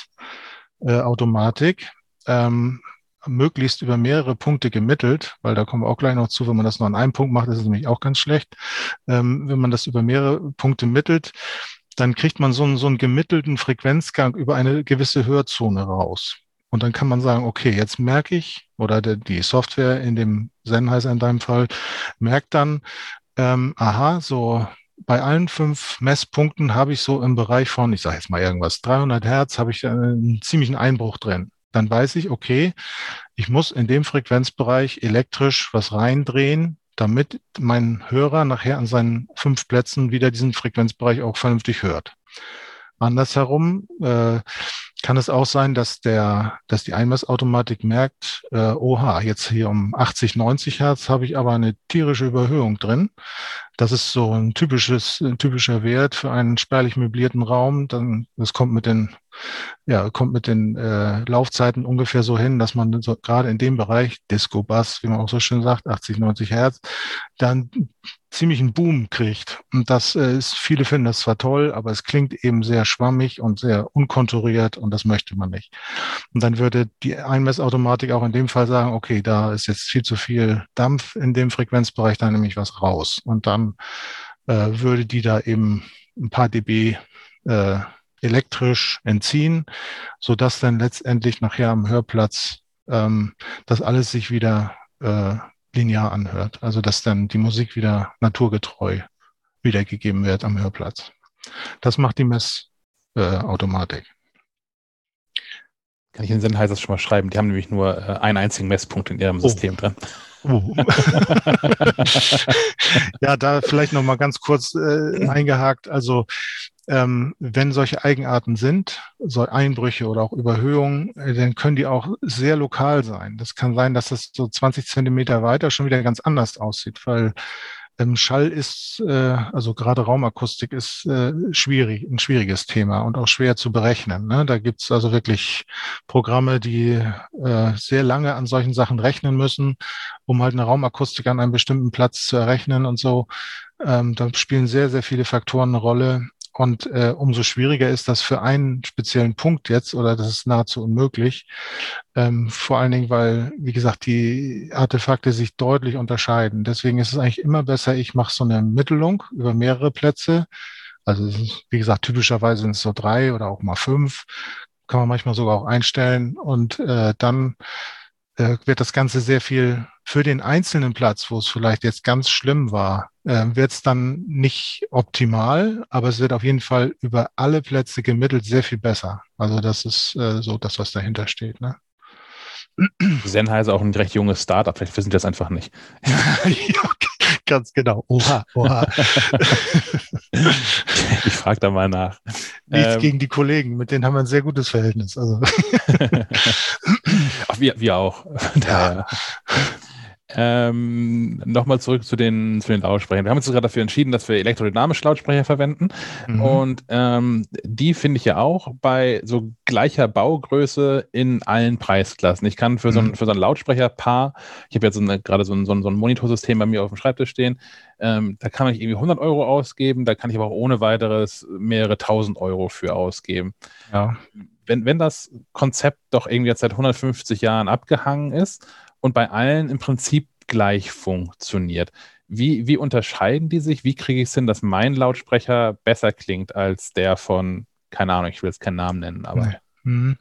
Messautomatik, äh, ähm, möglichst über mehrere Punkte gemittelt, weil da kommen wir auch gleich noch zu, wenn man das nur an einem Punkt macht, ist es nämlich auch ganz schlecht. Ähm, wenn man das über mehrere Punkte mittelt, dann kriegt man so einen, so einen gemittelten Frequenzgang über eine gewisse Hörzone raus. Und dann kann man sagen, okay, jetzt merke ich, oder der, die Software in dem Sennheiser in deinem Fall, merkt dann, ähm, aha, so bei allen fünf Messpunkten habe ich so im Bereich von, ich sage jetzt mal irgendwas, dreihundert Hertz, habe ich einen ziemlichen Einbruch drin. Dann weiß ich, okay, ich muss in dem Frequenzbereich elektrisch was reindrehen, damit mein Hörer nachher an seinen fünf Plätzen wieder diesen Frequenzbereich auch vernünftig hört. Andersherum äh, kann es auch sein, dass der, dass die Einmessautomatik merkt, äh, oha, jetzt hier um achtzig, neunzig Hertz habe ich aber eine tierische Überhöhung drin. Das ist so ein typisches, ein typischer Wert für einen spärlich möblierten Raum. Dann, das kommt mit den, ja, kommt mit den äh, Laufzeiten ungefähr so hin, dass man so, gerade in dem Bereich Disco-Bass, wie man auch so schön sagt, achtzig, neunzig Hertz, dann ziemlich einen Boom kriegt. Und das äh, ist, viele finden das zwar toll, aber es klingt eben sehr schwammig und sehr unkonturiert und das möchte man nicht. Und dann würde die Einmessautomatik auch in dem Fall sagen, okay, da ist jetzt viel zu viel Dampf in dem Frequenzbereich, da nehme ich was raus. Und dann äh, würde die da eben ein paar dB äh, elektrisch entziehen, sodass dann letztendlich nachher am Hörplatz ähm, das alles sich wieder äh, linear anhört. Also dass dann die Musik wieder naturgetreu wiedergegeben wird am Hörplatz. Das macht die Messautomatik. Äh, Kann ich in den Sennheisers schon mal schreiben. Die haben nämlich nur äh, einen einzigen Messpunkt in ihrem oh. System drin. Oh. Ja, da vielleicht noch mal ganz kurz äh, eingehakt. Also ähm, wenn solche Eigenarten sind, so Einbrüche oder auch Überhöhungen, äh, dann können die auch sehr lokal sein. Das kann sein, dass das so zwanzig Zentimeter weiter schon wieder ganz anders aussieht, weil ähm, Schall ist, äh, also gerade Raumakustik ist äh, schwierig, ein schwieriges Thema und auch schwer zu berechnen. Ne? Da gibt's also wirklich Programme, die äh, sehr lange an solchen Sachen rechnen müssen, um halt eine Raumakustik an einem bestimmten Platz zu errechnen und so. Ähm, da spielen sehr, sehr viele Faktoren eine Rolle. Und äh, umso schwieriger ist das für einen speziellen Punkt jetzt, oder das ist nahezu unmöglich. Ähm, vor allen Dingen, weil, wie gesagt, die Artefakte sich deutlich unterscheiden. Deswegen ist es eigentlich immer besser, ich mache so eine Mittelung über mehrere Plätze. Also wie gesagt, typischerweise sind es so drei oder auch mal fünf. Kann man manchmal sogar auch einstellen. Und äh, dann äh, wird das Ganze sehr viel für den einzelnen Platz, wo es vielleicht jetzt ganz schlimm war, äh, wird es dann nicht optimal, aber es wird auf jeden Fall über alle Plätze gemittelt sehr viel besser. Also das ist äh, so das, was dahinter steht. Ne? Sennheiser auch ein recht junges Startup, vielleicht wissen die das einfach nicht. Ja, ganz genau. Oha, oha. Ich frage da mal nach. Nichts ähm, gegen die Kollegen, mit denen haben wir ein sehr gutes Verhältnis. Also. Ach, wir, wir auch. Ja. Ähm, Nochmal zurück zu den, zu den Lautsprechern. Wir haben uns gerade dafür entschieden, dass wir elektrodynamische Lautsprecher verwenden. Mhm. Und ähm, die finde ich ja auch bei so gleicher Baugröße in allen Preisklassen. Ich kann für, mhm. so, ein, für so ein Lautsprecherpaar, ich habe jetzt so eine, gerade so ein, so, ein, so ein Monitorsystem bei mir auf dem Schreibtisch stehen, ähm, da kann ich irgendwie hundert Euro ausgeben, da kann ich aber auch ohne weiteres mehrere tausend Euro für ausgeben. Ja. Wenn, wenn das Konzept doch irgendwie jetzt seit hundertfünfzig Jahren abgehangen ist und bei allen im Prinzip gleich funktioniert, wie, wie unterscheiden die sich? Wie kriege ich es hin, dass mein Lautsprecher besser klingt als der von, keine Ahnung, ich will jetzt keinen Namen nennen, aber... Nee. Mhm.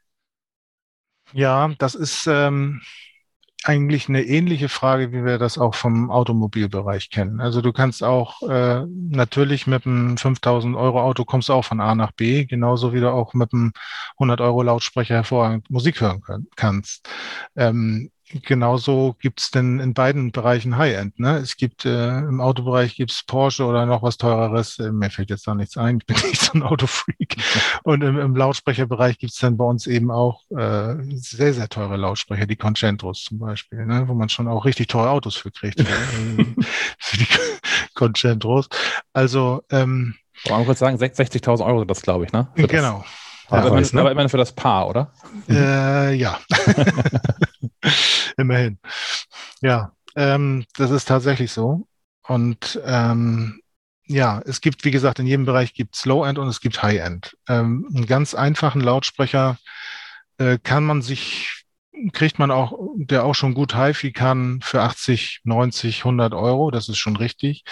Ja, das ist ähm, eigentlich eine ähnliche Frage, wie wir das auch vom Automobilbereich kennen. Also du kannst auch äh, natürlich mit einem fünftausend Euro Auto kommst du auch von A nach B, genauso wie du auch mit einem hundert Euro Lautsprecher hervorragend Musik hören können, kannst. Ähm, genauso gibt's denn in beiden Bereichen High-End. Ne? Es gibt äh, im Autobereich gibt's Porsche oder noch was Teureres. Äh, mir fällt jetzt da nichts ein. Ich bin nicht so ein Autofreak. Und im, im Lautsprecherbereich gibt's dann bei uns eben auch äh, sehr, sehr teure Lautsprecher, die Concentros zum Beispiel, ne? Wo man schon auch richtig teure Autos für kriegt. Für, für die Concentros. Also ähm, man kann kurz sagen, sechzigtausend Euro sind das, glaube ich, ne? Für genau. Das, aber, immerhin, ne? aber immerhin für das Paar, oder? Äh, ja. Immerhin. Ja, ähm, das ist tatsächlich so. Und ähm, ja, es gibt, wie gesagt, in jedem Bereich gibt es Low-End und es gibt High-End. Ähm, einen ganz einfachen Lautsprecher äh, kann man sich, kriegt man auch, der auch schon gut Hi-Fi kann, für achtzig, neunzig, hundert Euro. Das ist schon richtig.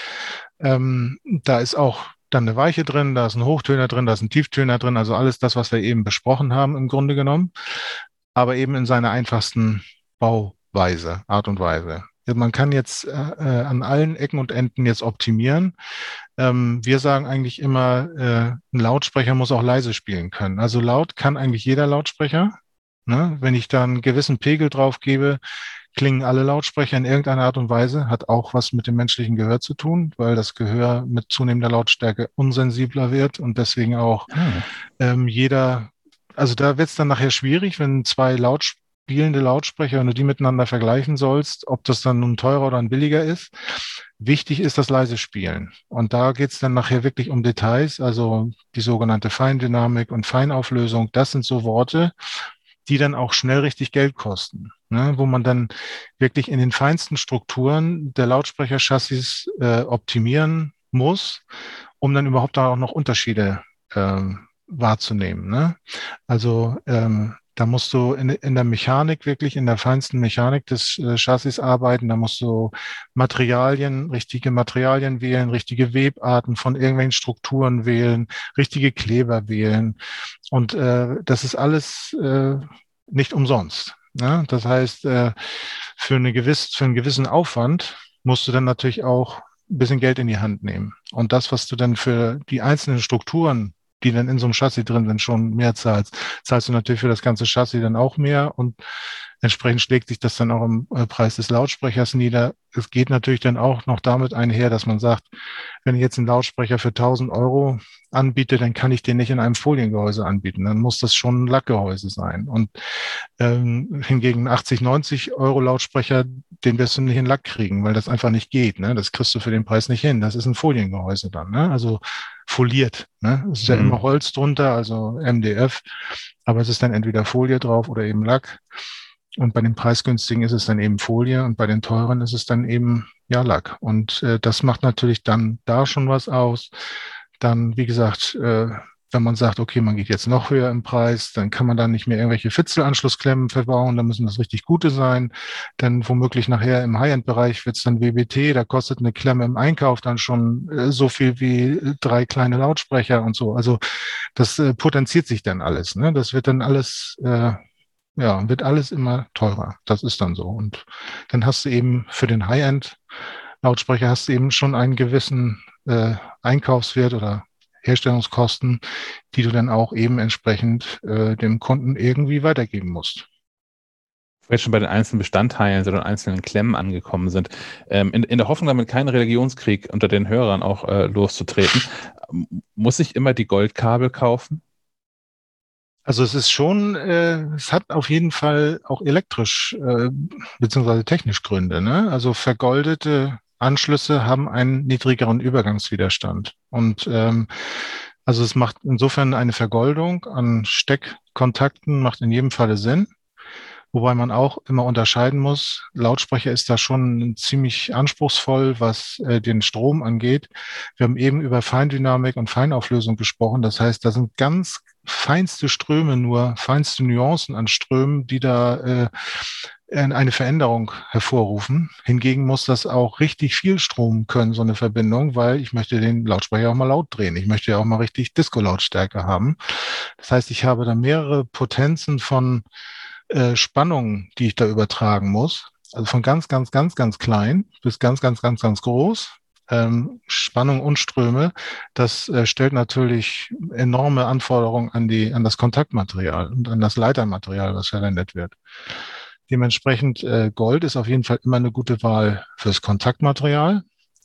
Ähm, da ist auch dann eine Weiche drin, da ist ein Hochtöner drin, da ist ein Tieftöner drin, also alles das, was wir eben besprochen haben im Grunde genommen, aber eben in seiner einfachsten Bauweise, Art und Weise. Man kann jetzt äh, an allen Ecken und Enden jetzt optimieren. Ähm, wir sagen eigentlich immer, äh, ein Lautsprecher muss auch leise spielen können. Also laut kann eigentlich jeder Lautsprecher. Ne? Wenn ich da einen gewissen Pegel drauf gebe, klingen alle Lautsprecher in irgendeiner Art und Weise, hat auch was mit dem menschlichen Gehör zu tun, weil das Gehör mit zunehmender Lautstärke unsensibler wird und deswegen auch hm. ähm, jeder, also da wird es dann nachher schwierig, wenn zwei Lautsprecher spielende Lautsprecher, wenn du die miteinander vergleichen sollst, ob das dann nun teurer oder ein billiger ist. Wichtig ist das leise Spielen. Und da geht es dann nachher wirklich um Details, also die sogenannte Feindynamik und Feinauflösung. Das sind so Worte, die dann auch schnell richtig Geld kosten, ne? Wo man dann wirklich in den feinsten Strukturen der Lautsprecherchassis äh, optimieren muss, um dann überhaupt da auch noch Unterschiede ähm, wahrzunehmen. Ne? Also ähm, da musst du in, in der Mechanik wirklich, in der feinsten Mechanik des äh, Chassis arbeiten. Da musst du Materialien, richtige Materialien wählen, richtige Webarten von irgendwelchen Strukturen wählen, richtige Kleber wählen. Und äh, das ist alles äh, nicht umsonst. Ne? Das heißt, äh, für, eine gewiss, für einen gewissen Aufwand musst du dann natürlich auch ein bisschen Geld in die Hand nehmen. Und das, was du dann für die einzelnen Strukturen, die dann in so einem Chassis drin sind, schon mehr zahlst, zahlst du natürlich für das ganze Chassis dann auch mehr und entsprechend schlägt sich das dann auch im Preis des Lautsprechers nieder. Es geht natürlich dann auch noch damit einher, dass man sagt, wenn ich jetzt einen Lautsprecher für tausend Euro anbiete, dann kann ich den nicht in einem Foliengehäuse anbieten. Dann muss das schon ein Lackgehäuse sein. Und ähm, hingegen achtzig, neunzig Euro Lautsprecher, den wirst du nicht in Lack kriegen, weil das einfach nicht geht. Ne? Das kriegst du für den Preis nicht hin. Das ist ein Foliengehäuse dann. Ne? Also foliert. Ne? Es ist ja mhm. immer Holz drunter, also M D F. Aber es ist dann entweder Folie drauf oder eben Lack. Und bei den preisgünstigen ist es dann eben Folie und bei den teuren ist es dann eben ja Lack. Und äh, das macht natürlich dann da schon was aus. Dann, wie gesagt, äh, wenn man sagt, okay, man geht jetzt noch höher im Preis, dann kann man da nicht mehr irgendwelche Fitzelanschlussklemmen verbauen, dann müssen das richtig gute sein. Dann womöglich nachher im High-End-Bereich wird es dann W B T, da kostet eine Klemme im Einkauf dann schon äh, so viel wie drei kleine Lautsprecher und so. Also das äh, potenziert sich dann alles. Ne? Das wird dann alles... Äh, Ja, wird alles immer teurer. Das ist dann so. Und dann hast du eben für den High-End-Lautsprecher hast du eben schon einen gewissen äh, Einkaufswert oder Herstellungskosten, die du dann auch eben entsprechend äh, dem Kunden irgendwie weitergeben musst. Wo wir jetzt schon bei den einzelnen Bestandteilen oder einzelnen Klemmen angekommen sind. Ähm, in, in der Hoffnung, damit keinen Religionskrieg unter den Hörern auch äh, loszutreten, muss ich immer die Goldkabel kaufen? Also es ist schon, äh, es hat auf jeden Fall auch elektrisch äh, beziehungsweise technisch Gründe, ne? Also vergoldete Anschlüsse haben einen niedrigeren Übergangswiderstand. Und ähm, also es macht insofern eine Vergoldung an Steckkontakten macht in jedem Falle Sinn. Wobei man auch immer unterscheiden muss, Lautsprecher ist da schon ziemlich anspruchsvoll, was äh, den Strom angeht. Wir haben eben über Feindynamik und Feinauflösung gesprochen. Das heißt, da sind ganz feinste Ströme, nur feinste Nuancen an Strömen, die da äh, eine Veränderung hervorrufen. Hingegen muss das auch richtig viel Strom können, so eine Verbindung, weil ich möchte den Lautsprecher auch mal laut drehen. Ich möchte ja auch mal richtig Disco-Lautstärke haben. Das heißt, ich habe da mehrere Potenzen von äh, Spannungen, die ich da übertragen muss. Also von ganz, ganz, ganz, ganz klein bis ganz, ganz, ganz, ganz groß. Ähm, Spannung und Ströme. Das äh, stellt natürlich enorme Anforderungen an die, an das Kontaktmaterial und an das Leitermaterial, was verwendet wird. Dementsprechend äh, Gold ist auf jeden Fall immer eine gute Wahl fürs Kontaktmaterial.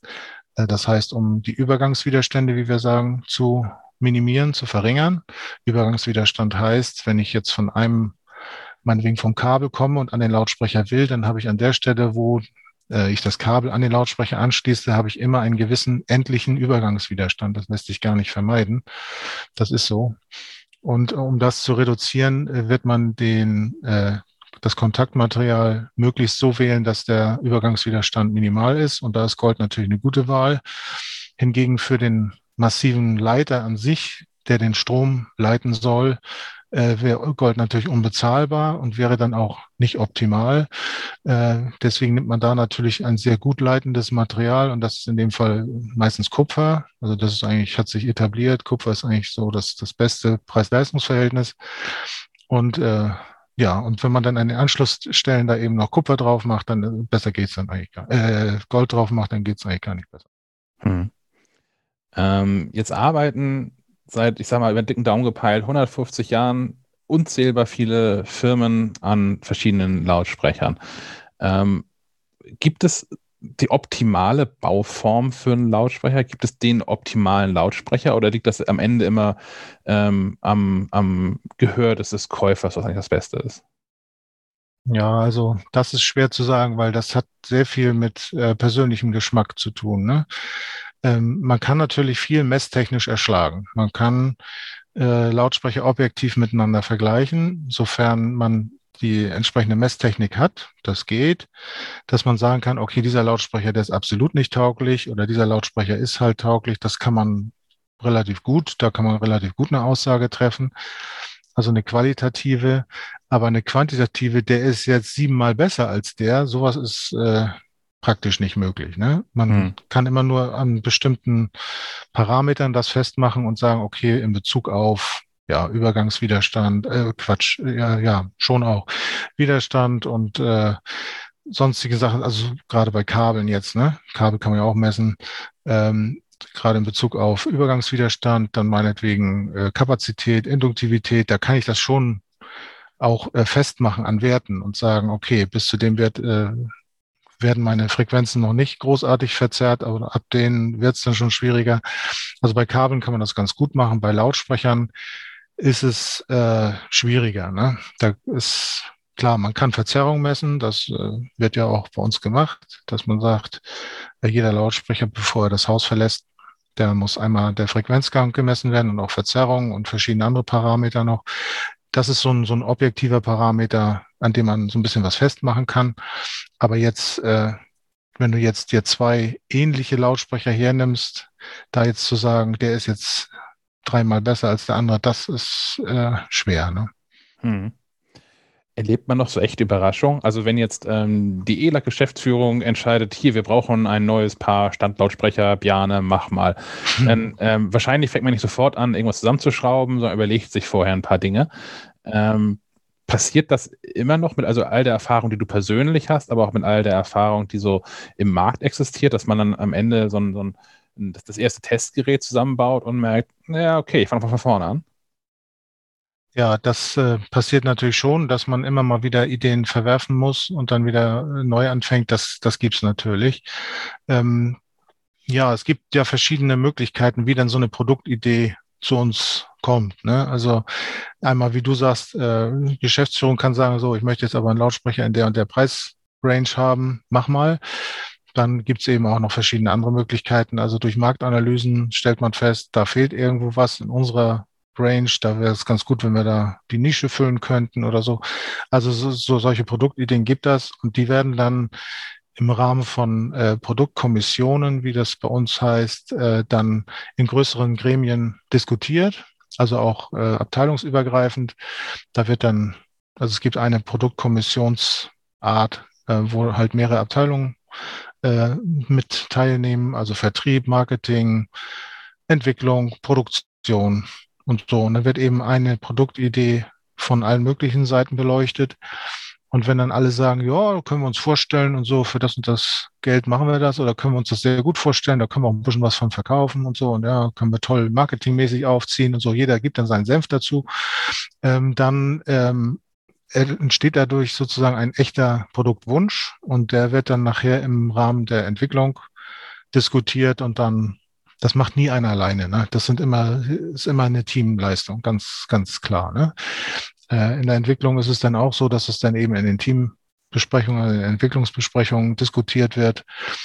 Äh, das heißt, um die Übergangswiderstände, wie wir sagen, zu minimieren, zu verringern. Übergangswiderstand heißt, wenn ich jetzt von einem, meinetwegen vom Kabel komme und an den Lautsprecher will, dann habe ich an der Stelle, wo äh, ich das Kabel an den Lautsprecher anschließe, habe ich immer einen gewissen endlichen Übergangswiderstand. Das lässt sich gar nicht vermeiden. Das ist so. Und um das zu reduzieren, äh, wird man den äh, das Kontaktmaterial möglichst so wählen, dass der Übergangswiderstand minimal ist. Und da ist Gold natürlich eine gute Wahl. Hingegen für den massiven Leiter an sich, der den Strom leiten soll, äh, wäre Gold natürlich unbezahlbar und wäre dann auch nicht optimal. Äh, deswegen nimmt man da natürlich ein sehr gut leitendes Material und das ist in dem Fall meistens Kupfer. Also das ist eigentlich, hat sich etabliert. Kupfer ist eigentlich so das, das beste Preis-Leistungs-Verhältnis. Und äh, ja, und wenn man dann an den Anschlussstellen da eben noch Kupfer drauf macht, dann äh, besser geht's dann eigentlich gar nicht. Äh, Gold drauf macht, dann geht's eigentlich gar nicht besser. Hm. Ähm, jetzt arbeiten seit, ich sag mal, über den dicken Daumen gepeilt, hundertfünfzig Jahren unzählbar viele Firmen an verschiedenen Lautsprechern. Ähm, gibt es die optimale Bauform für einen Lautsprecher? Gibt es den optimalen Lautsprecher oder liegt das am Ende immer ähm, am, am Gehör des, des Käufers, was eigentlich das Beste ist? Ja, also das ist schwer zu sagen, weil das hat sehr viel mit äh, persönlichem Geschmack zu tun, ne? Ähm, man kann natürlich viel messtechnisch erschlagen. Man kann äh, Lautsprecher objektiv miteinander vergleichen, sofern man die entsprechende Messtechnik hat. Das geht, dass man sagen kann, okay, dieser Lautsprecher, der ist absolut nicht tauglich oder dieser Lautsprecher ist halt tauglich. Das kann man relativ gut, da kann man relativ gut eine Aussage treffen. Also eine qualitative, aber eine quantitative, der ist jetzt siebenmal besser als der. Sowas ist äh, praktisch nicht möglich. Ne? Man Hm. kann immer nur an bestimmten Parametern das festmachen und sagen, okay, in Bezug auf ja, Übergangswiderstand, äh, Quatsch, ja, ja, schon auch Widerstand und äh, sonstige Sachen, also gerade bei Kabeln jetzt, ne? Kabel kann man ja auch messen, ähm, gerade in Bezug auf Übergangswiderstand, dann meinetwegen äh, Kapazität, Induktivität, da kann ich das schon auch äh, festmachen an Werten und sagen, okay, bis zu dem Wert äh, werden meine Frequenzen noch nicht großartig verzerrt, aber ab denen wird es dann schon schwieriger. Also bei Kabeln kann man das ganz gut machen, bei Lautsprechern ist es äh, schwieriger. Ne? Da ist klar, man kann Verzerrung messen, das äh, wird ja auch bei uns gemacht, dass man sagt, äh, jeder Lautsprecher, bevor er das Haus verlässt, der muss einmal der Frequenzgang gemessen werden und auch Verzerrung und verschiedene andere Parameter noch. Das ist so ein, so ein objektiver Parameter, an dem man so ein bisschen was festmachen kann. Aber jetzt, äh, wenn du jetzt dir zwei ähnliche Lautsprecher hernimmst, da jetzt zu sagen, der ist jetzt dreimal besser als der andere, das ist äh, schwer. Ne? Hm. Erlebt man noch so echte Überraschung? Also wenn jetzt ähm, die E L A G-Geschäftsführung entscheidet, hier, wir brauchen ein neues Paar Standlautsprecher, Bjarne, mach mal. Dann ähm, wahrscheinlich fängt man nicht sofort an, irgendwas zusammenzuschrauben, sondern überlegt sich vorher ein paar Dinge. Ähm, passiert das immer noch mit also all der Erfahrung, die du persönlich hast, aber auch mit all der Erfahrung, die so im Markt existiert, dass man dann am Ende so ein, so ein das, das erste Testgerät zusammenbaut und merkt, naja, okay, ich fange mal von vorne an? Ja, das äh, passiert natürlich schon, dass man immer mal wieder Ideen verwerfen muss und dann wieder äh, neu anfängt. Das, das gibt's natürlich. Ähm, ja, es gibt ja verschiedene Möglichkeiten, wie dann so eine Produktidee zu uns kommt. Ne? Also einmal, wie du sagst, äh, Geschäftsführung kann sagen, so, ich möchte jetzt aber einen Lautsprecher in der und der Preisrange haben, mach mal. Dann gibt es eben auch noch verschiedene andere Möglichkeiten. Also durch Marktanalysen stellt man fest, da fehlt irgendwo was in unserer Range. Da wäre es ganz gut, wenn wir da die Nische füllen könnten oder so. Also so, so solche Produktideen gibt das und die werden dann im Rahmen von äh, Produktkommissionen, wie das bei uns heißt, äh, dann in größeren Gremien diskutiert, also auch äh, abteilungsübergreifend. Da wird dann, also es gibt eine Produktkommissionsart, äh, wo halt mehrere Abteilungen äh, mit teilnehmen, also Vertrieb, Marketing, Entwicklung, Produktion und so. Und dann wird eben eine Produktidee von allen möglichen Seiten beleuchtet. Und wenn dann alle sagen, ja, können wir uns vorstellen und so, für das und das Geld machen wir das oder können wir uns das sehr gut vorstellen, da können wir auch ein bisschen was von verkaufen und so und ja, können wir toll marketingmäßig aufziehen und so, jeder gibt dann seinen Senf dazu, ähm, dann ähm, entsteht dadurch sozusagen ein echter Produktwunsch und der wird dann nachher im Rahmen der Entwicklung diskutiert und dann, das macht nie einer alleine, ne? Das sind immer, ist immer eine Teamleistung, ganz, ganz klar, ne? In der Entwicklung ist es dann auch so, dass es dann eben in den Teambesprechungen, in den Entwicklungsbesprechungen diskutiert wird.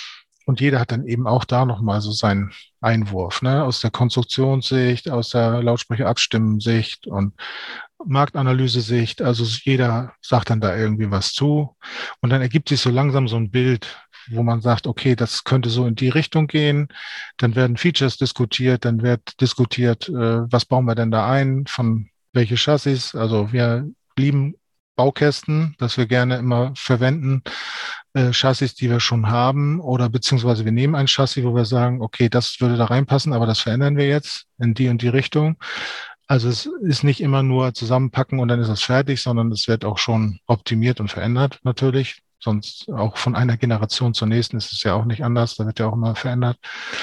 Und jeder hat dann eben auch da nochmal so seinen Einwurf, ne? Aus der Konstruktionssicht, aus der Lautsprecherabstimmensicht und Marktanalyse-Sicht. Also jeder sagt dann da irgendwie was zu. Und dann ergibt sich so langsam so ein Bild, wo man sagt, okay, das könnte so in die Richtung gehen. Dann werden Features diskutiert, dann wird diskutiert, äh, was bauen wir denn da ein, von welche Chassis. Also wir lieben Baukästen, dass wir gerne immer verwenden, äh, Chassis, die wir schon haben, oder beziehungsweise wir nehmen ein Chassis, wo wir sagen, okay, das würde da reinpassen, aber das verändern wir jetzt in die und die Richtung. Also es ist nicht immer nur zusammenpacken und dann ist es fertig, sondern es wird auch schon optimiert und verändert natürlich. Sonst auch von einer Generation zur nächsten ist es ja auch nicht anders. Da wird ja auch immer verändert.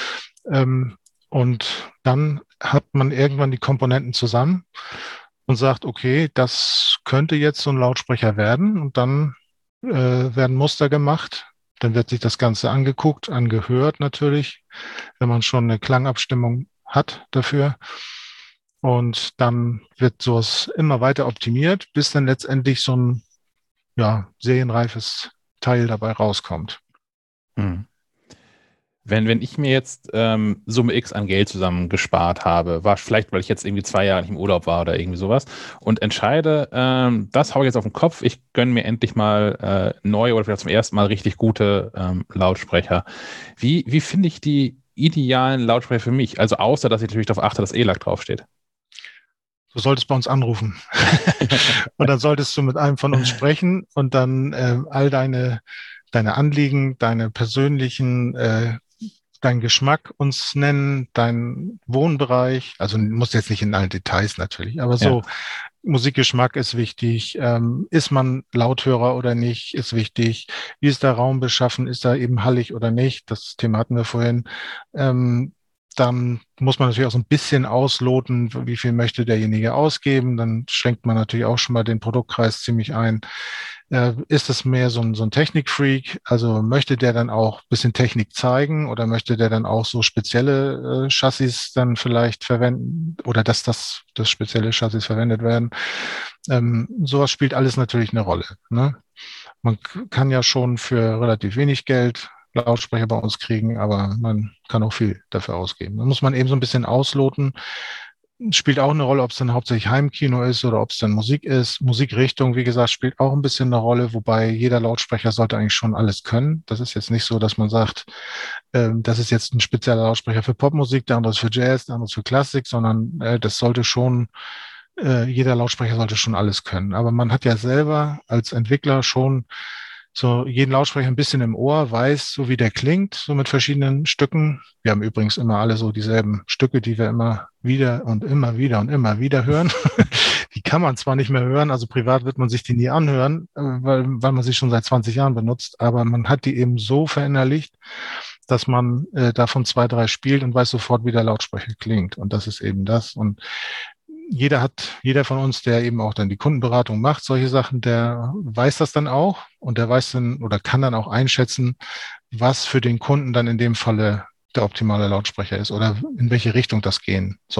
Ähm, und dann hat man irgendwann die Komponenten zusammen und sagt, okay, das könnte jetzt so ein Lautsprecher werden. Und dann äh, werden Muster gemacht. Dann wird sich das Ganze angeguckt, angehört natürlich, wenn man schon eine Klangabstimmung hat dafür. Und dann wird sowas immer weiter optimiert, bis dann letztendlich so ein ja, serienreifes Teil dabei rauskommt. Hm. Wenn, wenn ich mir jetzt ähm, Summe X an Geld zusammen gespart habe, war vielleicht, weil ich jetzt irgendwie zwei Jahre nicht im Urlaub war oder irgendwie sowas und entscheide, ähm, das haue ich jetzt auf den Kopf, ich gönne mir endlich mal äh, neue oder vielleicht zum ersten Mal richtig gute ähm, Lautsprecher. Wie, wie finde ich die idealen Lautsprecher für mich? Also außer, dass ich natürlich darauf achte, dass E L A C draufsteht. Du solltest bei uns anrufen. Und dann solltest du mit einem von uns sprechen und dann äh, all deine, deine Anliegen, deine persönlichen, äh, deinen Geschmack uns nennen, deinen Wohnbereich. Also muss jetzt nicht in allen Details natürlich, aber so ja. Musikgeschmack ist wichtig. Ähm, ist man Lauthörer oder nicht, ist wichtig. Wie ist der Raum beschaffen? Ist er eben hallig oder nicht? Das Thema hatten wir vorhin. Ähm, Dann muss man natürlich auch so ein bisschen ausloten, wie viel möchte derjenige ausgeben. Dann schränkt man natürlich auch schon mal den Produktkreis ziemlich ein. Äh, ist es mehr so ein, so ein Technikfreak? Also möchte der dann auch ein bisschen Technik zeigen oder möchte der dann auch so spezielle äh, Chassis dann vielleicht verwenden oder dass das, das spezielle Chassis verwendet werden? Ähm, sowas spielt alles natürlich eine Rolle, ne? Man kann ja schon für relativ wenig Geld Lautsprecher bei uns kriegen, aber man kann auch viel dafür ausgeben. Da muss man eben so ein bisschen ausloten. Spielt auch eine Rolle, ob es dann hauptsächlich Heimkino ist oder ob es dann Musik ist. Musikrichtung, wie gesagt, spielt auch ein bisschen eine Rolle, wobei jeder Lautsprecher sollte eigentlich schon alles können. Das ist jetzt nicht so, dass man sagt, äh, das ist jetzt ein spezieller Lautsprecher für Popmusik, der andere ist für Jazz, der andere ist für Klassik, sondern äh, das sollte schon, äh, jeder Lautsprecher sollte schon alles können. Aber man hat ja selber als Entwickler schon so jeden Lautsprecher ein bisschen im Ohr, weiß, so wie der klingt, so mit verschiedenen Stücken. Wir haben übrigens immer alle so dieselben Stücke, die wir immer wieder und immer wieder und immer wieder hören. Die kann man zwar nicht mehr hören, also privat wird man sich die nie anhören, weil, weil man sie schon seit zwanzig Jahren benutzt, aber man hat die eben so verinnerlicht, dass man äh, davon zwei, drei spielt und weiß sofort, wie der Lautsprecher klingt. Und das ist eben das. Und jeder hat, jeder von uns, der eben auch dann die Kundenberatung macht, solche Sachen, der weiß das dann auch und der weiß dann oder kann dann auch einschätzen, was für den Kunden dann in dem Falle der optimale Lautsprecher ist oder in welche Richtung das gehen soll.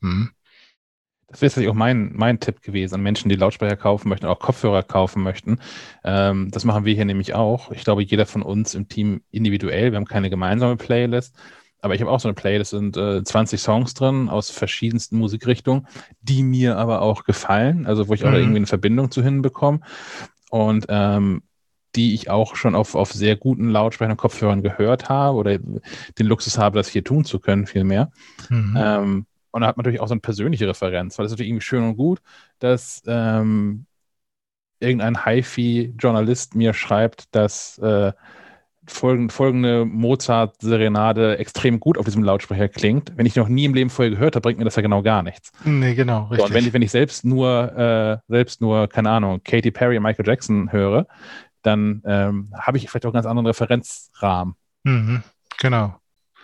Mhm. Das wäre tatsächlich auch mein, mein Tipp gewesen an Menschen, die Lautsprecher kaufen möchten, auch Kopfhörer kaufen möchten. Ähm, das machen wir hier nämlich auch. Ich glaube, jeder von uns im Team individuell. Wir haben keine gemeinsame Playlist. Aber ich habe auch so eine Playlist, sind äh, zwanzig Songs drin aus verschiedensten Musikrichtungen, die mir aber auch gefallen, also wo ich auch Mhm. irgendwie eine Verbindung zu hinbekomme und ähm, die ich auch schon auf, auf sehr guten Lautsprechern und Kopfhörern gehört habe oder den Luxus habe, das hier tun zu können, vielmehr. Mhm. Ähm, und da hat man natürlich auch so eine persönliche Referenz, weil das ist natürlich irgendwie schön und gut, dass ähm, irgendein Hi-Fi-Journalist mir schreibt, dass äh, folgend, folgende Mozart-Serenade extrem gut auf diesem Lautsprecher klingt. Wenn ich die noch nie im Leben vorher gehört habe, bringt mir das ja genau gar nichts. Nee, genau, So, und wenn richtig. ich, wenn ich selbst nur, äh, selbst nur, keine Ahnung, Katy Perry und Michael Jackson höre, dann ähm, habe ich vielleicht auch einen ganz anderen Referenzrahmen. Mhm. Genau.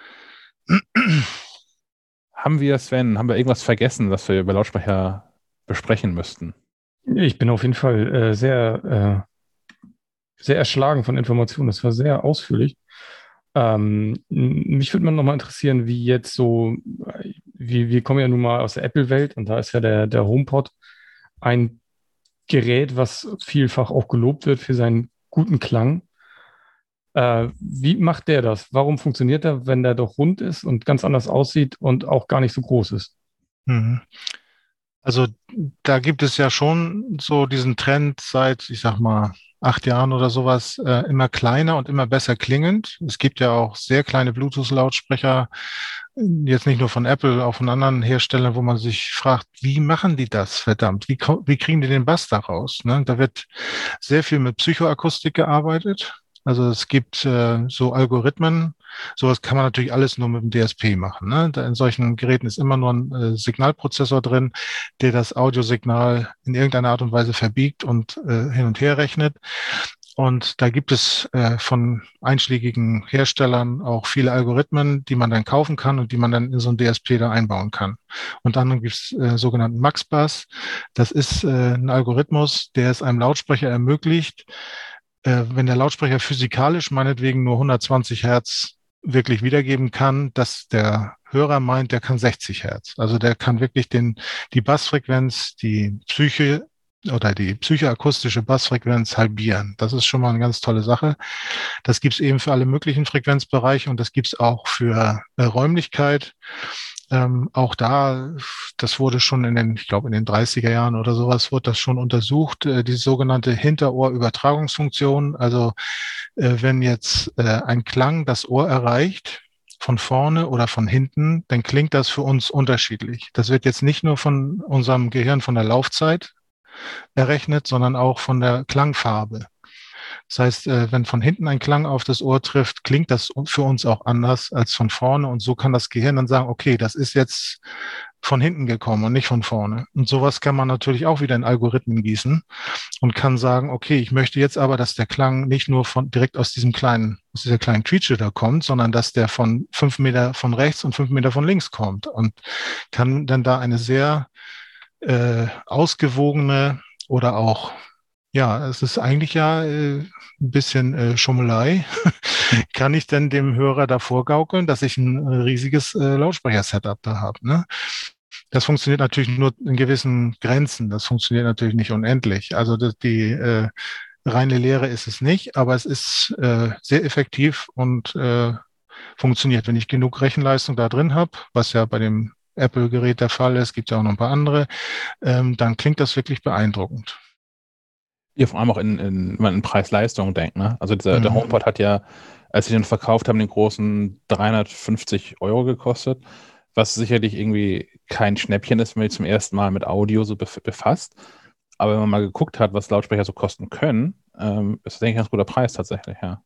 Haben wir, Sven, haben wir irgendwas vergessen, was wir über Lautsprecher besprechen müssten? Ich bin auf jeden Fall äh, sehr, äh, sehr erschlagen von Informationen. Das war sehr ausführlich. Ähm, m- mich würde man nochmal interessieren, wie jetzt so, äh, wir, wir kommen ja nun mal aus der Apple-Welt und da ist ja der, der HomePod ein Gerät, was vielfach auch gelobt wird für seinen guten Klang. Äh, wie macht der das? Warum funktioniert er, wenn der doch rund ist und ganz anders aussieht und auch gar nicht so groß ist? Mhm. Also da gibt es ja schon so diesen Trend seit, ich sag mal, acht Jahren oder sowas, äh, immer kleiner und immer besser klingend. Es gibt ja auch sehr kleine Bluetooth-Lautsprecher, jetzt nicht nur von Apple, auch von anderen Herstellern, wo man sich fragt, wie machen die das, verdammt? Wie, ko- wie kriegen die den Bass da raus? Ne? Da wird sehr viel mit Psychoakustik gearbeitet. Also es gibt äh, so Algorithmen, sowas kann man natürlich alles nur mit dem D S P machen. Ne? Da in solchen Geräten ist immer nur ein äh, Signalprozessor drin, der das Audiosignal in irgendeiner Art und Weise verbiegt und äh, hin und her rechnet. Und da gibt es äh, von einschlägigen Herstellern auch viele Algorithmen, die man dann kaufen kann und die man dann in so ein D S P da einbauen kann. Und dann gibt es äh, sogenannten Max-Bass. Das ist äh, ein Algorithmus, der es einem Lautsprecher ermöglicht, äh, wenn der Lautsprecher physikalisch meinetwegen nur hundertzwanzig Hertz wirklich wiedergeben kann, dass der Hörer meint, der kann sechzig Hertz. Also der kann wirklich den, die Bassfrequenz, die Psyche oder die psychoakustische Bassfrequenz halbieren. Das ist schon mal eine ganz tolle Sache. Das gibt's eben für alle möglichen Frequenzbereiche und das gibt's auch für äh, Räumlichkeit. Ähm, auch da, das wurde schon in den, ich glaube in den dreißiger Jahren oder sowas, wurde das schon untersucht, äh, die sogenannte Hinterohrübertragungsfunktion. Also äh, wenn jetzt äh, ein Klang das Ohr erreicht, von vorne oder von hinten, dann klingt das für uns unterschiedlich. Das wird jetzt nicht nur von unserem Gehirn von der Laufzeit errechnet, sondern auch von der Klangfarbe. Das heißt, äh, wenn von hinten ein Klang auf das Ohr trifft, klingt das für uns auch anders als von vorne. Und so kann das Gehirn dann sagen, okay, das ist jetzt von hinten gekommen und nicht von vorne. Und sowas kann man natürlich auch wieder in Algorithmen gießen und kann sagen, okay, ich möchte jetzt aber, dass der Klang nicht nur von direkt aus diesem kleinen, aus dieser kleinen Quietsche da kommt, sondern dass der von fünf Meter von rechts und fünf Meter von links kommt und kann dann da eine sehr äh, ausgewogene oder auch, ja, es ist eigentlich ja äh, ein bisschen äh, Schummelei. Kann ich denn dem Hörer davor gaukeln, dass ich ein äh, riesiges äh, Lautsprecher-Setup da habe? Ne? Das funktioniert natürlich nur in gewissen Grenzen. Das funktioniert natürlich nicht unendlich. Also das, die äh, reine Lehre ist es nicht, aber es ist äh, sehr effektiv und äh, funktioniert. Wenn ich genug Rechenleistung da drin habe, was ja bei dem Apple-Gerät der Fall ist, gibt ja auch noch ein paar andere, ähm, dann klingt das wirklich beeindruckend. Ja, vor allem auch in, in, wenn man in Preis-Leistung denkt, ne? Also dieser, der Mhm. HomePod hat ja, als sie den verkauft haben, den großen dreihundertfünfzig Euro gekostet, was sicherlich irgendwie kein Schnäppchen ist, wenn man sich zum ersten Mal mit Audio so bef befasst. Aber wenn man mal geguckt hat, was Lautsprecher so kosten können, ähm, ist das, denke ich, ein ganz guter Preis tatsächlich, ja.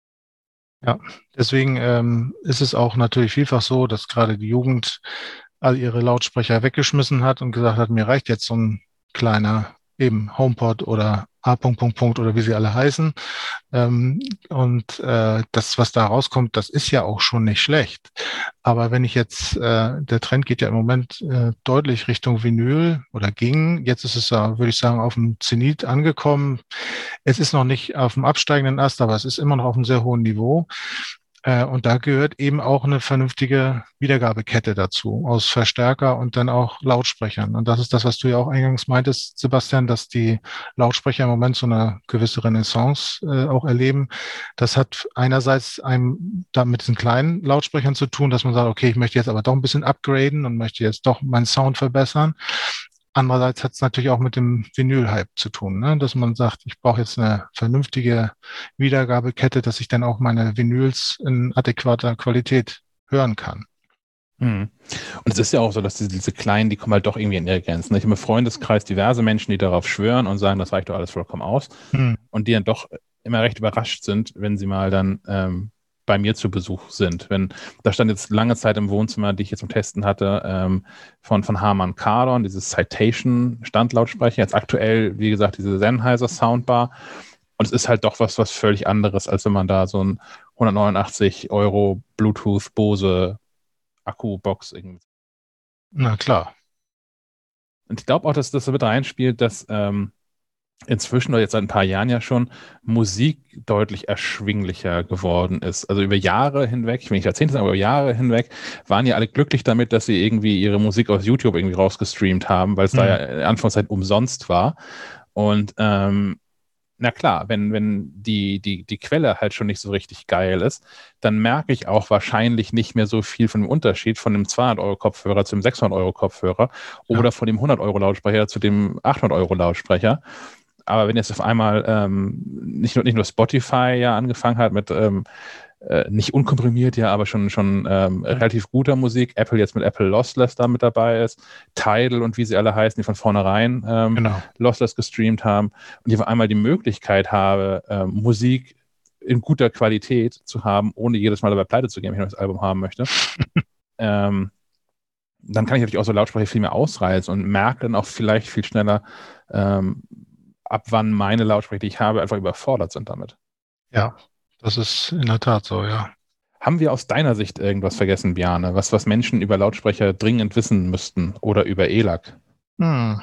Ja, deswegen ähm, ist es auch natürlich vielfach so, dass gerade die Jugend all ihre Lautsprecher weggeschmissen hat und gesagt hat, mir reicht jetzt so ein kleiner eben HomePod oder A. Punkt, Punkt, Punkt oder wie sie alle heißen. Ähm, und äh, das, was da rauskommt, das ist ja auch schon nicht schlecht. Aber wenn ich jetzt, äh, der Trend geht ja im Moment äh, deutlich Richtung Vinyl oder ging. Jetzt ist es ja, würde ich sagen, auf dem Zenit angekommen. Es ist noch nicht auf dem absteigenden Ast, aber es ist immer noch auf einem sehr hohen Niveau. Äh, und da gehört eben auch eine vernünftige Wiedergabekette dazu, aus Verstärker und dann auch Lautsprechern. Und das ist das, was du ja auch eingangs meintest, Sebastian, dass die Lautsprecher im Moment so eine gewisse Renaissance äh, auch erleben. Das hat einerseits einem da mit diesen kleinen Lautsprechern zu tun, dass man sagt, okay, ich möchte jetzt aber doch ein bisschen upgraden und möchte jetzt doch meinen Sound verbessern. Andererseits hat es natürlich auch mit dem Vinyl-Hype zu tun, ne? Dass man sagt, ich brauche jetzt eine vernünftige Wiedergabekette, dass ich dann auch meine Vinyls in adäquater Qualität hören kann. Hm. Und es ist ja auch so, dass diese, diese Kleinen, die kommen halt doch irgendwie in ihre Grenzen. Ich habe im Freundeskreis diverse Menschen, die darauf schwören und sagen, das reicht doch alles vollkommen aus. Hm. Und die dann doch immer recht überrascht sind, wenn sie mal dann ähm, bei mir zu Besuch sind. Wenn, da stand jetzt lange Zeit im Wohnzimmer, die ich jetzt zum Testen hatte, ähm, von, von Harman Kardon, dieses Citation-Standlautsprecher, jetzt aktuell, wie gesagt, diese Sennheiser Soundbar. Und es ist halt doch was, was völlig anderes, als wenn man da so ein hundertneunundachtzig Euro Bluetooth Bose Akkubox irgendwie. Na klar. Und ich glaube auch, dass das mit reinspielt, dass ähm, inzwischen oder jetzt seit ein paar Jahren ja schon Musik deutlich erschwinglicher geworden ist. Also über Jahre hinweg, ich will nicht Jahrzehnte sagen, aber über Jahre hinweg waren ja alle glücklich damit, dass sie irgendwie ihre Musik aus YouTube irgendwie rausgestreamt haben, weil es mhm. da ja in Anführungszeichen umsonst war. Und ähm, na klar, wenn, wenn die, die, die Quelle halt schon nicht so richtig geil ist, dann merke ich auch wahrscheinlich nicht mehr so viel von dem Unterschied von dem zweihundert Euro Kopfhörer zu dem sechshundert Euro Kopfhörer oder ja. von dem hundert Euro Lautsprecher zu dem achthundert Euro Lautsprecher. Aber wenn jetzt auf einmal ähm, nicht nur, nicht nur Spotify ja angefangen hat mit ähm, äh, nicht unkomprimiert, ja, aber schon, schon ähm, ja. relativ guter Musik, Apple jetzt mit Apple Lossless da mit dabei ist, Tidal und wie sie alle heißen, die von vornherein ähm, genau. Lossless gestreamt haben und ich auf einmal die Möglichkeit habe, ähm, Musik in guter Qualität zu haben, ohne jedes Mal dabei pleite zu gehen, wenn ich ein neues Album haben möchte. ähm, dann kann ich natürlich auch so Lautsprecher viel mehr ausreizen und merke dann auch vielleicht viel schneller, ähm, ab wann meine Lautsprecher, die ich habe, einfach überfordert sind damit. Ja, das ist in der Tat so, ja. Haben wir aus deiner Sicht irgendwas vergessen, Bjarne? Was, was Menschen über Lautsprecher dringend wissen müssten oder über E L A C? Hm.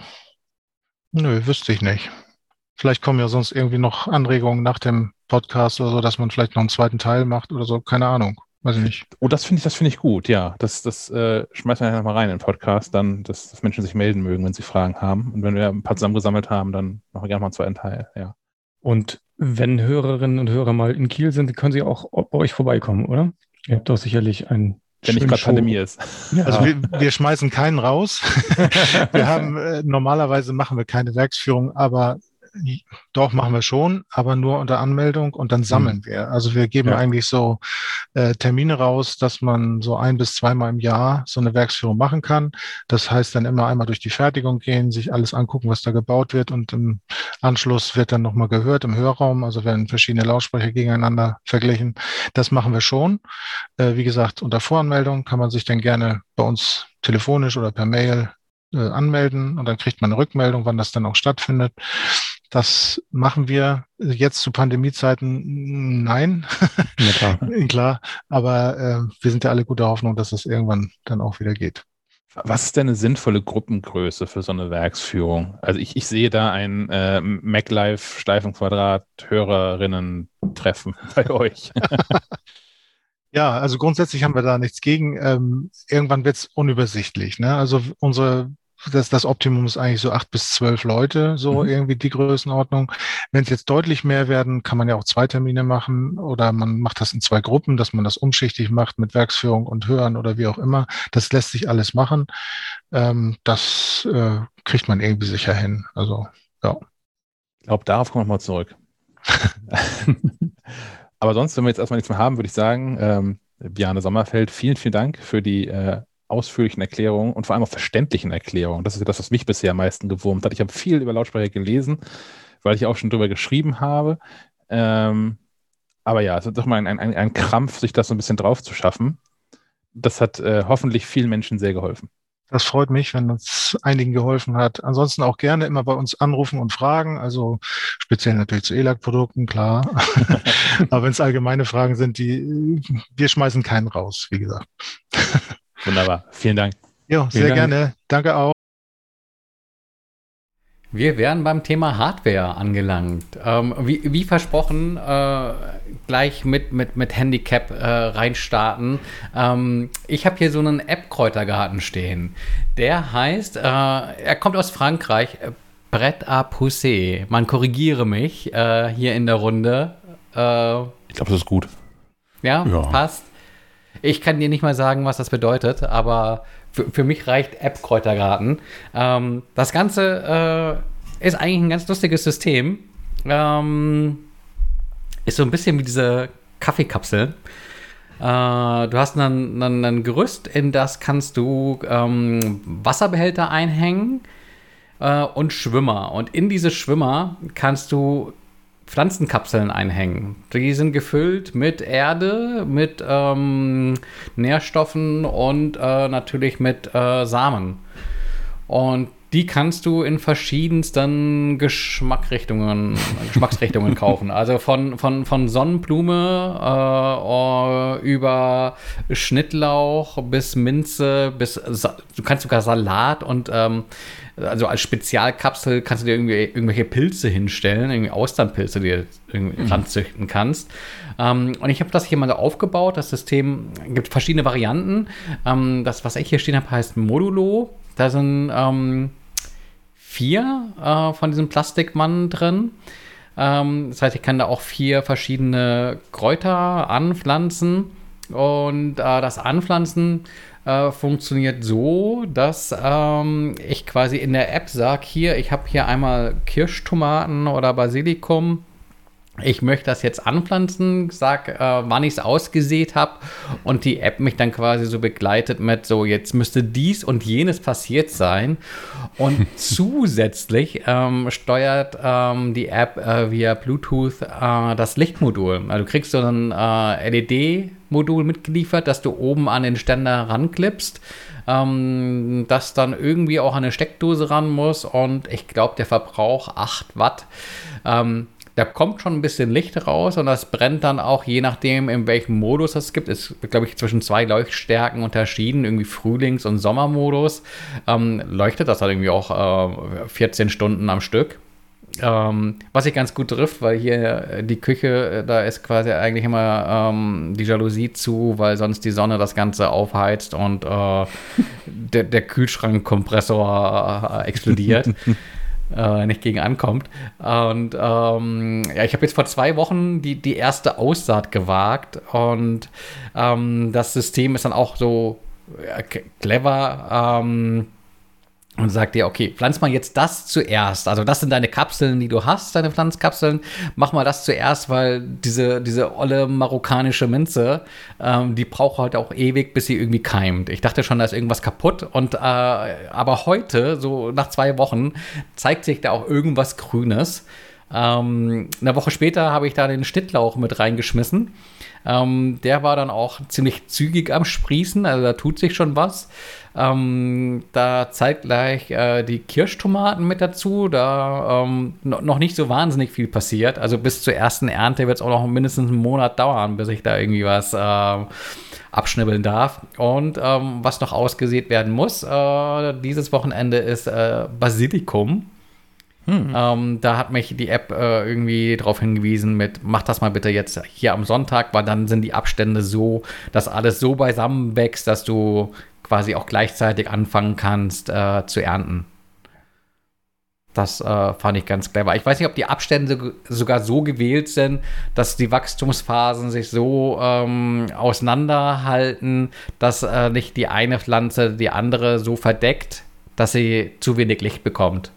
Nö, wüsste ich nicht. Vielleicht kommen ja sonst irgendwie noch Anregungen nach dem Podcast oder so, dass man vielleicht noch einen zweiten Teil macht oder so, keine Ahnung. Weiß ich nicht. Oh, das finde ich, das finde ich gut, ja. Das, das äh, schmeißen wir einfach mal rein in den Podcast, dann, dass, dass Menschen sich melden mögen, wenn sie Fragen haben. Und wenn wir ein paar zusammengesammelt haben, dann machen wir gerne mal einen zweiten Teil, ja. Und wenn Hörerinnen und Hörer mal in Kiel sind, können sie auch bei euch vorbeikommen, oder? Ihr habt doch sicherlich ein Wenn nicht gerade Pandemie ist. Ja. Also wir, wir schmeißen keinen raus. Wir haben, äh, normalerweise machen wir keine Werksführung, aber doch, machen wir schon, aber nur unter Anmeldung und dann sammeln mhm. wir. Also wir geben ja. eigentlich so äh, Termine raus, dass man so ein bis zweimal im Jahr so eine Werksführung machen kann. Das heißt dann immer einmal durch die Fertigung gehen, sich alles angucken, was da gebaut wird und im Anschluss wird dann nochmal gehört im Hörraum, also werden verschiedene Lautsprecher gegeneinander verglichen. Das machen wir schon. Äh, wie gesagt, unter Voranmeldung kann man sich dann gerne bei uns telefonisch oder per Mail äh, anmelden und dann kriegt man eine Rückmeldung, wann das dann auch stattfindet. Das machen wir jetzt zu Pandemiezeiten, nein, ja, klar. klar, aber äh, wir sind ja alle guter Hoffnung, dass es irgendwann dann auch wieder geht. Was ist denn eine sinnvolle Gruppengröße für so eine Werksführung? Also ich, ich sehe da ein äh, MacLive Steifenquadrat Hörerinnen-Treffen bei euch. Ja, also grundsätzlich haben wir da nichts gegen. Ähm, irgendwann wird es unübersichtlich, ne? Also unsere Das, das Optimum ist eigentlich so acht bis zwölf Leute, so mhm. irgendwie die Größenordnung. Wenn es jetzt deutlich mehr werden, kann man ja auch zwei Termine machen oder man macht das in zwei Gruppen, dass man das umschichtig macht mit Werksführung und Hören oder wie auch immer. Das lässt sich alles machen. Ähm, das äh, kriegt man irgendwie sicher hin. Also, ja. Ich glaube, darauf kommen wir mal zurück. Aber sonst, wenn wir jetzt erstmal nichts mehr haben, würde ich sagen, ähm, Bjarne Sommerfeld, vielen, vielen Dank für die äh, ausführlichen Erklärungen und vor allem auch verständlichen Erklärungen. Das ist ja das, was mich bisher am meisten gewurmt hat. Ich habe viel über Lautsprecher gelesen, weil ich auch schon drüber geschrieben habe. Ähm, aber ja, es ist doch mal ein, ein, ein Krampf, sich das so ein bisschen drauf zu schaffen. Das hat äh, hoffentlich vielen Menschen sehr geholfen. Das freut mich, wenn uns einigen geholfen hat. Ansonsten auch gerne immer bei uns anrufen und fragen, also speziell natürlich zu E L A C-Produkten, klar. Aber wenn es allgemeine Fragen sind, die wir schmeißen keinen raus, wie gesagt. Wunderbar. Vielen Dank. Ja, sehr Dank. Gerne. Danke auch. Wir wären beim Thema Hardware angelangt. Ähm, wie, wie versprochen, äh, gleich mit, mit, mit Handicap äh, reinstarten. Ähm, ich habe hier so einen App-Kräutergarten stehen. Der heißt, äh, er kommt aus Frankreich, Pret à Pousser. Man korrigiere mich äh, hier in der Runde. Äh, ich glaube, das ist gut. Ja, Ja, passt. Ich kann dir nicht mal sagen, was das bedeutet, aber für, für mich reicht App-Kräutergarten. Ähm, das Ganze äh, ist eigentlich ein ganz lustiges System. Ähm, ist so ein bisschen wie diese Kaffeekapseln. Äh, du hast ein, ein, ein Gerüst, in das kannst du ähm, Wasserbehälter einhängen äh, und Schwimmer. Und in diese Schwimmer kannst du Pflanzenkapseln einhängen. Die sind gefüllt mit Erde, mit ähm, Nährstoffen und äh, natürlich mit äh, Samen. Und die kannst du in verschiedensten Geschmackrichtungen, Geschmacksrichtungen kaufen. Also von, von, von Sonnenblume äh, über Schnittlauch bis Minze, bis Sa- du kannst sogar Salat und ähm, also als Spezialkapsel kannst du dir irgendwie irgendwelche Pilze hinstellen, irgendwie Austernpilze, die du irgendwie mhm. ranzüchten kannst. Ähm, und ich habe das hier mal so aufgebaut. Das System gibt verschiedene Varianten. Ähm, das, was ich hier stehen habe, heißt Modulo. Da sind ähm, vier äh, von diesem Plastikmann drin. Ähm, das heißt, ich kann da auch vier verschiedene Kräuter anpflanzen. Und äh, das Anpflanzen äh, funktioniert so, dass ähm, ich quasi in der App sage, hier, ich habe hier einmal Kirschtomaten oder Basilikum. Ich möchte das jetzt anpflanzen, sag, äh, wann ich es ausgesät habe und die App mich dann quasi so begleitet mit so, jetzt müsste dies und jenes passiert sein. Und zusätzlich ähm, steuert ähm, die App äh, via Bluetooth äh, das Lichtmodul. Also du kriegst so ein äh, L E D-Modul mitgeliefert, das du oben an den Ständer ranklippst, ähm, das dann irgendwie auch an eine Steckdose ran muss und ich glaube, der Verbrauch acht Watt. Ähm, Da kommt schon ein bisschen Licht raus und das brennt dann auch, je nachdem, in welchem Modus es gibt. Ist, glaube ich, zwischen zwei Leuchtstärken unterschieden, irgendwie Frühlings- und Sommermodus. Ähm, leuchtet das dann irgendwie auch äh, vierzehn Stunden am Stück. Ähm, was sich ganz gut trifft, weil hier die Küche, da ist quasi eigentlich immer ähm, die Jalousie zu, weil sonst die Sonne das Ganze aufheizt und äh, der, der Kühlschrankkompressor äh, explodiert. Äh, nicht gegen ankommt. Und ähm, ja, ich habe jetzt vor zwei Wochen die, die erste Aussaat gewagt und ähm, das System ist dann auch so ja, clever ähm, und sagt dir, okay, pflanz mal jetzt das zuerst. Also das sind deine Kapseln, die du hast, deine Pflanzkapseln. Mach mal das zuerst, weil diese, diese olle marokkanische Minze, ähm, die braucht halt auch ewig, bis sie irgendwie keimt. Ich dachte schon, da ist irgendwas kaputt. Und äh, aber heute, so nach zwei Wochen, zeigt sich da auch irgendwas Grünes. Ähm, eine Woche später habe ich da den Schnittlauch mit reingeschmissen. Ähm, der war dann auch ziemlich zügig am Sprießen, also da tut sich schon was. Ähm, da zeitgleich äh, die Kirschtomaten mit dazu, da ähm, no, noch nicht so wahnsinnig viel passiert. Also bis zur ersten Ernte wird es auch noch mindestens einen Monat dauern, bis ich da irgendwie was äh, abschnibbeln darf. Und ähm, was noch ausgesät werden muss, äh, dieses Wochenende ist äh, Basilikum. Hm. Ähm, da hat mich die App äh, irgendwie darauf hingewiesen mit, mach das mal bitte jetzt hier am Sonntag, weil dann sind die Abstände so, dass alles so beisammen wächst, dass du quasi auch gleichzeitig anfangen kannst äh, zu ernten. Das äh, fand ich ganz clever. Ich weiß nicht, ob die Abstände sogar so gewählt sind, dass die Wachstumsphasen sich so ähm, auseinanderhalten, dass äh, nicht die eine Pflanze die andere so verdeckt, dass sie zu wenig Licht bekommt.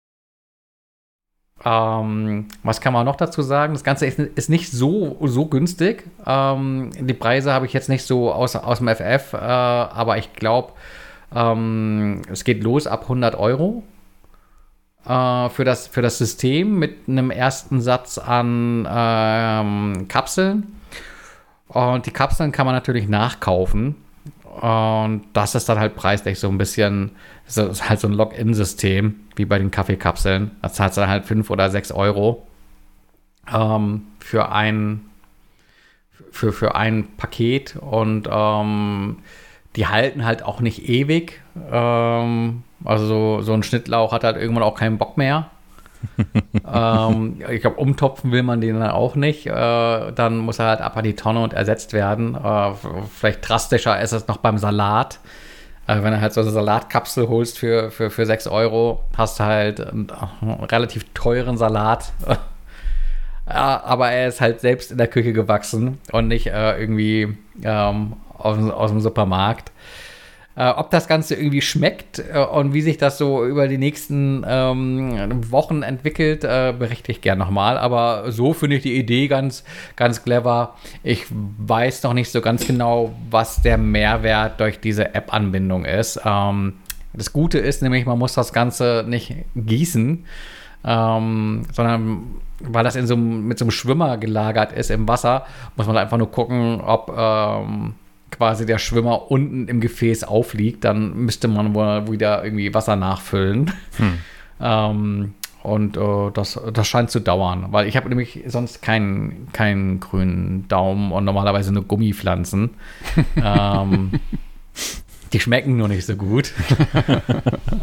Ähm, was kann man noch dazu sagen? Das Ganze ist, ist nicht so, so günstig. Ähm, die Preise habe ich jetzt nicht so aus, aus dem F F, äh, aber ich glaube, ähm, es geht los ab hundert Euro äh, für, das, für das System mit einem ersten Satz an ähm, Kapseln. Und die Kapseln kann man natürlich nachkaufen. Und das ist dann halt preislich so ein bisschen, so, ist halt so ein Login-System, wie bei den Kaffeekapseln. Da zahlst du dann halt fünf oder sechs Euro ähm, für ein für, für ein Paket und ähm, die halten halt auch nicht ewig. Ähm, Also so, so ein Schnittlauch hat halt irgendwann auch keinen Bock mehr. ähm, ich glaube, umtopfen will man den dann auch nicht. Äh, dann muss er halt ab an die Tonne und ersetzt werden. Äh, vielleicht drastischer ist es noch beim Salat. Äh, wenn du halt so eine Salatkapsel holst für, für, für sechs Euro, hast du halt einen, einen relativ teuren Salat. Ja, aber er ist halt selbst in der Küche gewachsen und nicht äh, irgendwie ähm, aus, aus dem Supermarkt. Äh, ob das Ganze irgendwie schmeckt äh, und wie sich das so über die nächsten ähm, Wochen entwickelt, äh, berichte ich gern nochmal. Aber so finde ich die Idee ganz, ganz clever. Ich weiß noch nicht so ganz genau, was der Mehrwert durch diese App-Anbindung ist. Ähm, das Gute ist nämlich, man muss das Ganze nicht gießen, ähm, sondern weil das in so, mit so einem Schwimmer gelagert ist im Wasser, muss man einfach nur gucken, ob ähm, quasi der Schwimmer unten im Gefäß aufliegt. Dann müsste man wohl wieder irgendwie Wasser nachfüllen. Hm. ähm, und äh, das, das scheint zu dauern, weil ich habe nämlich sonst keinen, keinen grünen Daumen und normalerweise nur Gummipflanzen. ähm, Die schmecken nur nicht so gut. äh,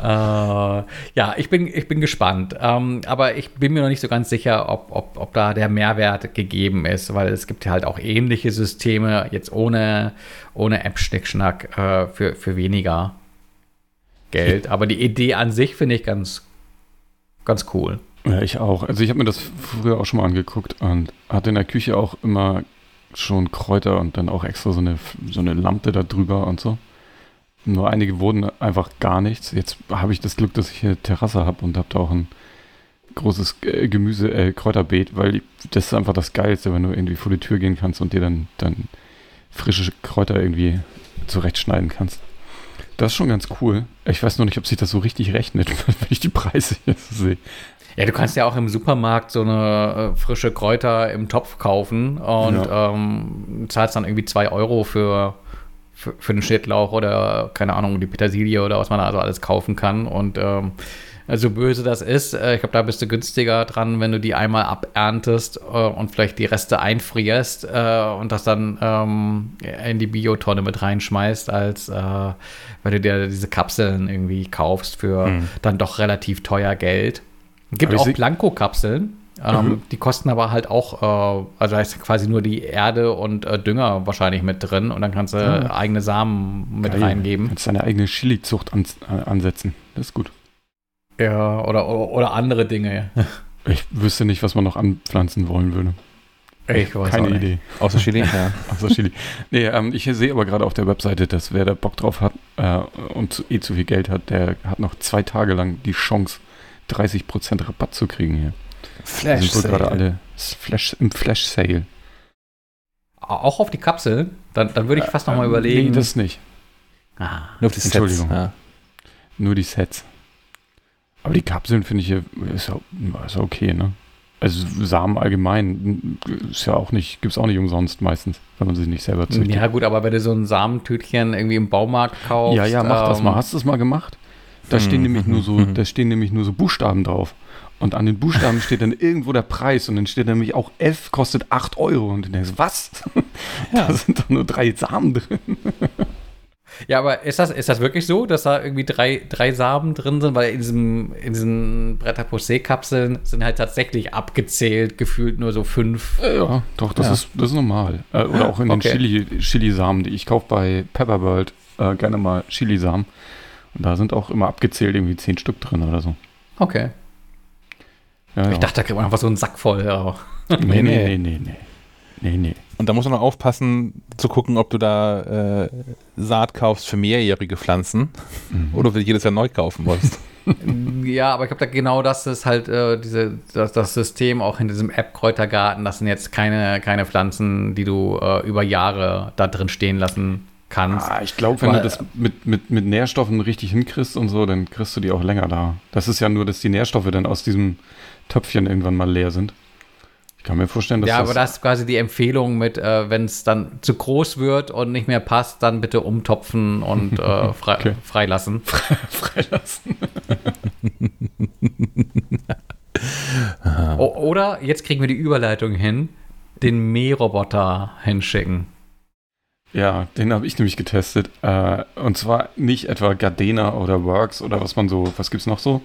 ja, ich bin, ich bin gespannt. Ähm, aber ich bin mir noch nicht so ganz sicher, ob, ob, ob da der Mehrwert gegeben ist, weil es gibt ja halt auch ähnliche Systeme, jetzt ohne, ohne App-Schnickschnack äh, für, für weniger Geld. Aber die Idee an sich finde ich ganz, ganz cool. Ja, ich auch. Also ich habe mir das früher auch schon mal angeguckt und hatte in der Küche auch immer schon Kräuter und dann auch extra so eine, so eine Lampe da drüber und so. Nur einige wurden einfach gar nichts. Jetzt habe ich das Glück, dass ich hier Terrasse habe und habe da auch ein großes äh, Gemüse, äh, Kräuterbeet, weil das ist einfach das Geilste, wenn du irgendwie vor die Tür gehen kannst und dir dann, dann frische Kräuter irgendwie zurechtschneiden kannst. Das ist schon ganz cool. Ich weiß noch nicht, ob sich das so richtig rechnet, wenn ich die Preise jetzt sehe. Ja, du kannst ja auch im Supermarkt so eine äh, frische Kräuter im Topf kaufen und ja. ähm, zahlst dann irgendwie zwei Euro für Für, für den Schnittlauch oder, keine Ahnung, die Petersilie oder was man da also alles kaufen kann. Und ähm, so böse das ist, äh, ich glaube, da bist du günstiger dran, wenn du die einmal aberntest äh, und vielleicht die Reste einfrierst äh, und das dann ähm, in die Biotonne mit reinschmeißt, als äh, wenn du dir diese Kapseln irgendwie kaufst für hm. dann doch relativ teuer Geld. Es gibt auch Blanko-Kapseln. Ähm, mhm. Die kosten aber halt auch, äh, also da ist quasi nur die Erde und äh, Dünger wahrscheinlich mit drin und dann kannst du ja. eigene Samen mit Geil. reingeben. Kannst deine eigene Chili-Zucht an, äh, ansetzen. Das ist gut. Ja, oder, oder, oder andere Dinge. Ich wüsste nicht, was man noch anpflanzen wollen würde. Ich weiß Keine auch nicht. Idee. Außer Chili? Ja. Außer Chili. Nee, ähm, ich sehe aber gerade auf der Webseite, dass wer da Bock drauf hat äh, und zu, eh zu viel Geld hat, der hat noch zwei Tage lang die Chance, dreißig Prozent Rabatt zu kriegen hier. Flash sind gerade alle Flash, im Flash Sale. Auch auf die Kapseln? Dann, dann würde ich fast äh, noch mal überlegen. Nee, das nicht. Ah, nur auf die Sets. Entschuldigung. Ja. Nur die Sets. Aber die Kapseln finde ich hier ist ja, ist ja okay, ne? Also Samen allgemein ist ja auch nicht, gibt es auch nicht umsonst meistens, wenn man sie nicht selber züchtet. Ja gut, aber wenn du so ein Samentütchen irgendwie im Baumarkt kaufst. Ja, ja, mach ähm, das mal. Hast du das mal gemacht? Da stehen nämlich nur so, da stehen nämlich nur so Buchstaben drauf. Und an den Buchstaben steht dann irgendwo der Preis und dann steht nämlich auch F kostet acht Euro. Und du denkst, was? Ja. Da sind doch nur drei Samen drin. Ja, aber ist das, ist das wirklich so, dass da irgendwie drei, drei Samen drin sind? Weil in, diesem, in diesen Pret-à-Posé-Kapseln sind halt tatsächlich abgezählt, gefühlt nur so fünf. Ja, doch, das, ja. Ist, das ist normal. Äh, oder auch in okay. den Chili, Chili-Samen, die ich kaufe bei Pepperworld äh, gerne mal Chili-Samen. Und da sind auch immer abgezählt irgendwie zehn Stück drin oder so. Okay. Ja, ich ja. dachte, da kriegt man einfach so einen Sack voll. Aber. Nee, nee, nee, nee, nee. Nee, nee. Und da muss man noch aufpassen, zu gucken, ob du da äh, Saat kaufst für mehrjährige Pflanzen mhm. oder ob du jedes Jahr neu kaufen musst. Ja, aber ich glaube, da genau das ist halt äh, diese, das, das System auch in diesem App-Kräutergarten. Das sind jetzt keine, keine Pflanzen, die du äh, über Jahre da drin stehen lassen kannst. Ah, ich glaube, wenn Weil, du das mit, mit, mit Nährstoffen richtig hinkriegst und so, dann kriegst du die auch länger da. Das ist ja nur, dass die Nährstoffe dann aus diesem Töpfchen irgendwann mal leer sind. Ich kann mir vorstellen, dass ja, das... aber das ist quasi die Empfehlung mit, äh, wenn es dann zu groß wird und nicht mehr passt, dann bitte umtopfen und äh, frei, okay. freilassen. freilassen. o- oder, jetzt kriegen wir die Überleitung hin, den Mähroboter hinschicken. Ja, den habe ich nämlich getestet. Äh, und zwar nicht etwa Gardena oder Works oder was man so, was gibt's noch so?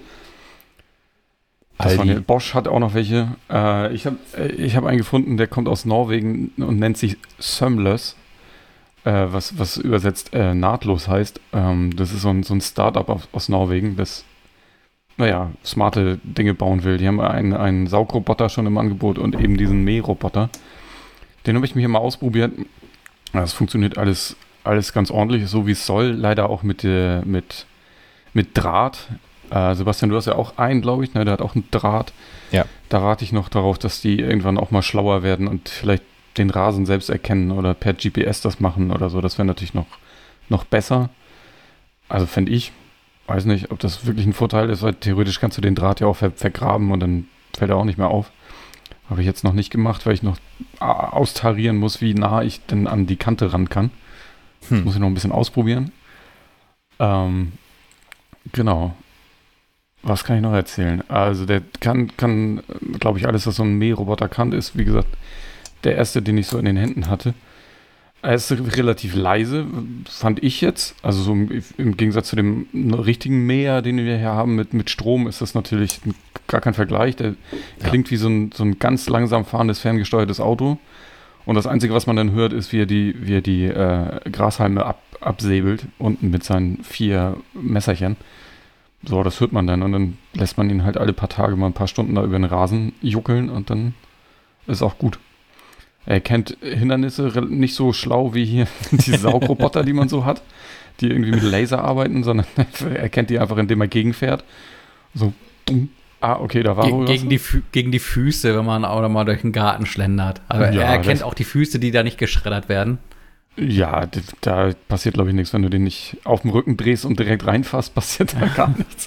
Das war eine, Bosch hat auch noch welche. Äh, ich habe ich hab einen gefunden, der kommt aus Norwegen und nennt sich Sømløs, äh, was, was übersetzt äh, nahtlos heißt. Ähm, das ist so ein, so ein Startup aus, aus Norwegen, das, naja, smarte Dinge bauen will. Die haben einen, einen Saugroboter schon im Angebot und eben diesen Mähroboter. Den habe ich mir hier mal ausprobiert. Das funktioniert alles, alles ganz ordentlich, so wie es soll. Leider auch mit, äh, mit, mit Draht. Äh, Sebastian, du hast ja auch einen, glaube ich, ne? Der hat auch einen Draht. Ja. Da warte ich noch darauf, dass die irgendwann auch mal schlauer werden und vielleicht den Rasen selbst erkennen oder per G P S das machen oder so. Das wäre natürlich noch, noch besser. Also fände ich, weiß nicht, ob das wirklich ein Vorteil ist, weil theoretisch kannst du den Draht ja auch ver- vergraben und dann fällt er auch nicht mehr auf. Habe ich jetzt noch nicht gemacht, weil ich noch austarieren muss, wie nah ich denn an die Kante ran kann. Hm. Das muss ich noch ein bisschen ausprobieren. Ähm, genau. Was kann ich noch erzählen? Also der kann, kann glaube ich, alles, was so ein Mähroboter kann, ist, wie gesagt, der erste, den ich so in den Händen hatte. Er ist relativ leise, fand ich jetzt. Also so im, im Gegensatz zu dem richtigen Mäher, den wir hier haben mit, mit Strom, ist das natürlich gar kein Vergleich. Der ja. klingt wie so ein, so ein ganz langsam fahrendes, ferngesteuertes Auto. Und das Einzige, was man dann hört, ist, wie er die, wie er die äh, Grashalme ab, absäbelt, unten mit seinen vier Messerchen. So, das hört man dann. Und dann lässt man ihn halt alle paar Tage mal ein paar Stunden da über den Rasen juckeln und dann ist auch gut. Er kennt Hindernisse nicht so schlau wie hier die Saugroboter, die man so hat, die irgendwie mit Laser arbeiten, sondern er kennt die einfach, indem er gegenfährt. So, ah, okay, da war Ge- wohl gegen, was. die Fü- gegen die Füße, wenn man auch mal durch den Garten schlendert. Also Ja, er erkennt das- auch die Füße, die da nicht geschreddert werden. Ja, d- da passiert, glaube ich, nichts. Wenn du den nicht auf dem Rücken drehst und direkt reinfasst, passiert da gar nichts.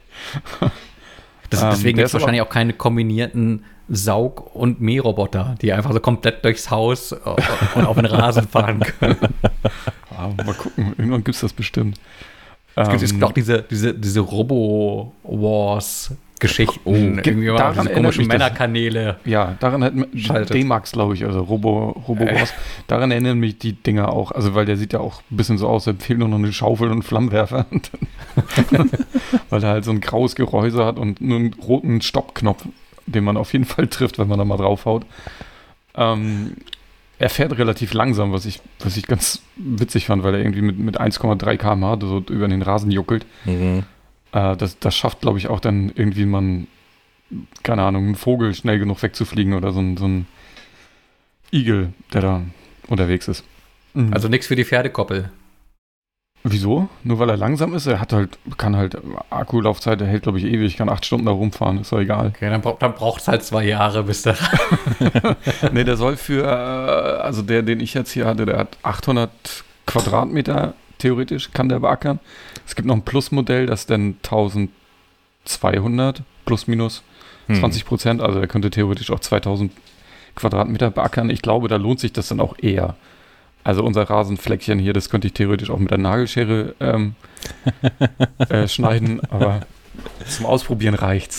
Das, Ähm, deswegen der gibt es ist wahrscheinlich auch keine kombinierten Saug- und Mähroboter, die einfach so komplett durchs Haus äh, und auf den Rasen fahren können. Ah, mal gucken, irgendwann gibt es das bestimmt. Es gibt, es Ähm, gibt auch diese, diese, diese Robo-Wars-Geschichten. Oh, ge- irgendwie mal daran diese erinnert komischen mich das- Männerkanäle. Ja, daran hat Schaltet. D-Max, glaube ich, also Robo, Robo Wars, daran erinnern mich die Dinger auch, also weil der sieht ja auch ein bisschen so aus, da fehlt nur noch eine Schaufel und ein Flammenwerfer. Und dann, weil er halt so ein graues Gehäuse hat und nur einen roten Stoppknopf, den man auf jeden Fall trifft, wenn man da mal draufhaut. Ähm, er fährt relativ langsam, was ich, was ich ganz witzig fand, weil er irgendwie mit, mit eins Komma drei Kilometer pro Stunde so über den Rasen juckelt. Mhm. Äh, das, das schafft, glaube ich, auch dann irgendwie man, keine Ahnung, einen Vogel schnell genug wegzufliegen oder so ein, so ein Igel, der da unterwegs ist. Mhm. Also nichts für die Pferdekoppel. Wieso? Nur weil er langsam ist? Er hat halt, kann halt, Akkulaufzeit, der hält, glaube ich, ewig, kann acht Stunden da rumfahren, ist doch egal. Okay, dann, bra- dann braucht es halt zwei Jahre, bis der. Nee, der soll für, äh, also der, den ich jetzt hier hatte, der hat achthundert Quadratmeter, theoretisch kann der beackern. Es gibt noch ein Plus-Modell, das dann eintausendzweihundert plus minus Hm. zwanzig Prozent, also er könnte theoretisch auch zweitausend Quadratmeter beackern. Ich glaube, da lohnt sich das dann auch eher. Also unser Rasenfleckchen hier, das könnte ich theoretisch auch mit der Nagelschere ähm, äh, schneiden, aber zum Ausprobieren reicht's.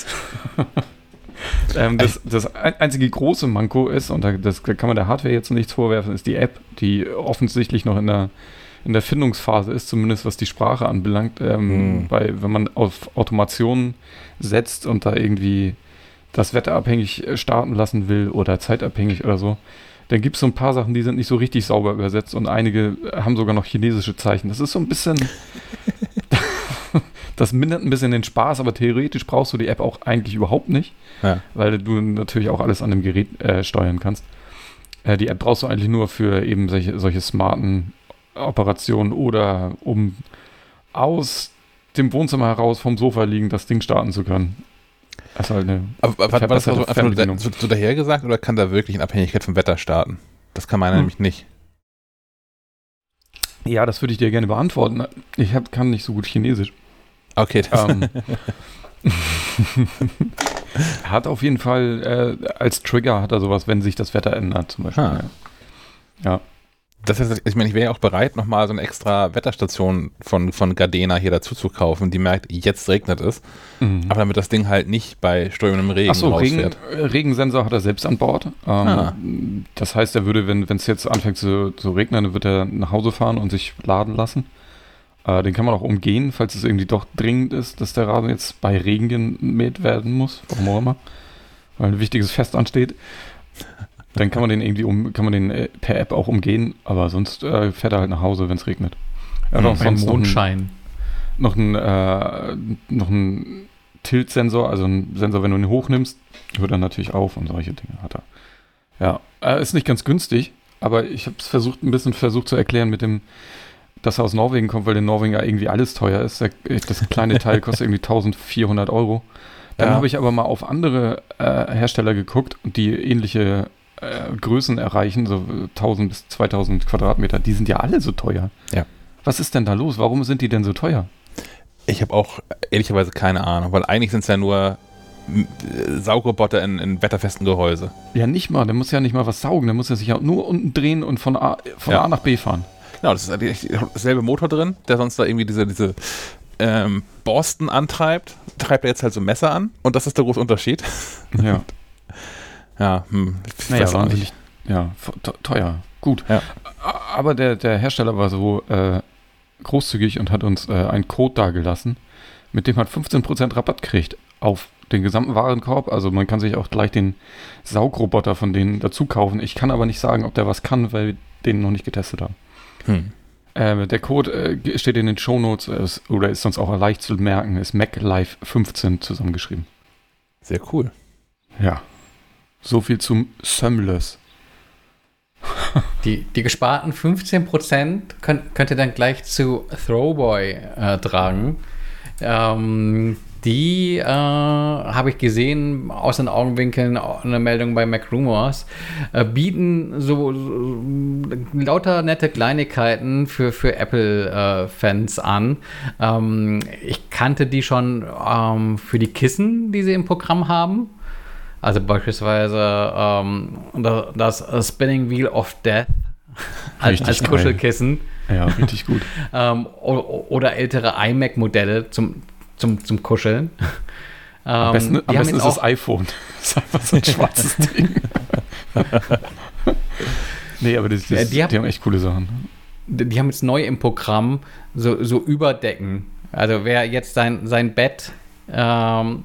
ähm, das, das einzige große Manko ist, und da, das da kann man der Hardware jetzt nichts vorwerfen, ist die App, die offensichtlich noch in der, in der Findungsphase ist, zumindest was die Sprache anbelangt. Ähm, Hm. bei, wenn man auf Automation setzt und da irgendwie das wetterabhängig starten lassen will oder zeitabhängig oder so, dann gibt es so ein paar Sachen, die sind nicht so richtig sauber übersetzt und einige haben sogar noch chinesische Zeichen. Das ist so ein bisschen, das mindert ein bisschen den Spaß, aber theoretisch brauchst du die App auch eigentlich überhaupt nicht, Ja. weil du natürlich auch alles an dem Gerät äh, steuern kannst. Äh, die App brauchst du eigentlich nur für eben solche, solche smarten Operationen oder um aus dem Wohnzimmer heraus vom Sofa liegend das Ding starten zu können. Das ist halt eine Aber, aber war das verbesserte also einfach nur da, Fernbedienung. so, so dahergesagt oder kann da wirklich in Abhängigkeit vom Wetter starten? Das kann meiner Hm. nämlich nicht. Ja, das würde ich dir gerne beantworten. Ich hab, kann nicht so gut Chinesisch. Okay, das Ähm, hat auf jeden Fall äh, als Trigger hat er sowas, wenn sich das Wetter ändert, zum Beispiel. Ah. Ja. Ja. Das ist, ich meine, ich wäre ja auch bereit, nochmal so eine extra Wetterstation von, von Gardena hier dazu zu kaufen, die merkt, jetzt regnet es. Mhm. Aber damit das Ding halt nicht bei strömendem Regen Achso, rausfährt. Regen, Regensensor hat er selbst an Bord. Ähm, ah. Das heißt, er würde, wenn es jetzt anfängt zu, zu regnen, dann wird er nach Hause fahren und sich laden lassen. Äh, den kann man auch umgehen, falls es irgendwie doch dringend ist, dass der Rasen jetzt bei Regen gemäht werden muss. Warum auch immer. Weil ein wichtiges Fest ansteht. Dann kann man den irgendwie um, kann man den äh, per App auch umgehen, aber sonst äh, fährt er halt nach Hause, wenn es regnet. Er hat mhm, auch sonst Mondschein. Noch einen, äh, noch einen Tilt-Sensor, also ein Sensor, wenn du ihn hochnimmst, hört er natürlich auf und solche Dinge hat er. Ja, er ist nicht ganz günstig, aber ich habe es versucht, ein bisschen versucht zu erklären mit dem, dass er aus Norwegen kommt, weil in Norwegen ja irgendwie alles teuer ist. Das kleine Teil kostet irgendwie eintausendvierhundert Euro. Dann ja. habe ich aber mal auf andere äh, Hersteller geguckt, die ähnliche äh, Größen erreichen, so tausend bis zweitausend Quadratmeter. Die sind ja alle so teuer. Ja. Was ist denn da los? Warum sind die denn so teuer? Ich habe auch ehrlicherweise keine Ahnung, weil eigentlich sind es ja nur Saugroboter in, in wetterfesten Gehäuse. Ja, nicht mal. Der muss ja nicht mal was saugen. Der muss ja sich ja nur unten drehen und von A, von ja. A nach B fahren. Genau, das ist derselbe Motor drin, der sonst da irgendwie diese, diese ähm, Borsten antreibt. Treibt er jetzt halt so Messer an und das ist der große Unterschied. Ja. Ja, hm, ich naja, weiß auch nicht. Ja, teuer. Gut. Ja. Aber der, der Hersteller war so äh, großzügig und hat uns äh, einen Code dagelassen, mit dem man fünfzehn Prozent Rabatt kriegt auf den gesamten Warenkorb. Also man kann sich auch gleich den Saugroboter von denen dazu kaufen. Ich kann aber nicht sagen, ob der was kann, weil wir den noch nicht getestet haben. Hm. Äh, der Code äh, steht in den Shownotes äh, oder ist sonst auch leicht zu merken, ist MacLife fünfzehn zusammengeschrieben. Sehr cool. Ja. So viel zum Sömless. Die, die gesparten fünfzehn Prozent könnt, könnt ihr dann gleich zu Throwboy äh, tragen. Ähm, die äh, habe ich gesehen, aus den Augenwinkeln, eine Meldung bei MacRumors, äh, bieten so, so lauter nette Kleinigkeiten für, für Apple-Fans äh, an. Ähm, ich kannte die schon ähm, für die Kissen, die sie im Programm haben. Also beispielsweise ähm, das, das Spinning Wheel of Death als, als Kuschelkissen. Ja, richtig gut. ähm, o- oder ältere iMac-Modelle zum, zum, zum Kuscheln. Ähm, am besten, am besten ist das iPhone. Das ist einfach so ein schwarzes Ding. Nee, aber das, das, ja, die, hab, die haben echt coole Sachen. Die, die haben jetzt neu im Programm so, so Überdecken. Also wer jetzt sein, sein Bett ähm,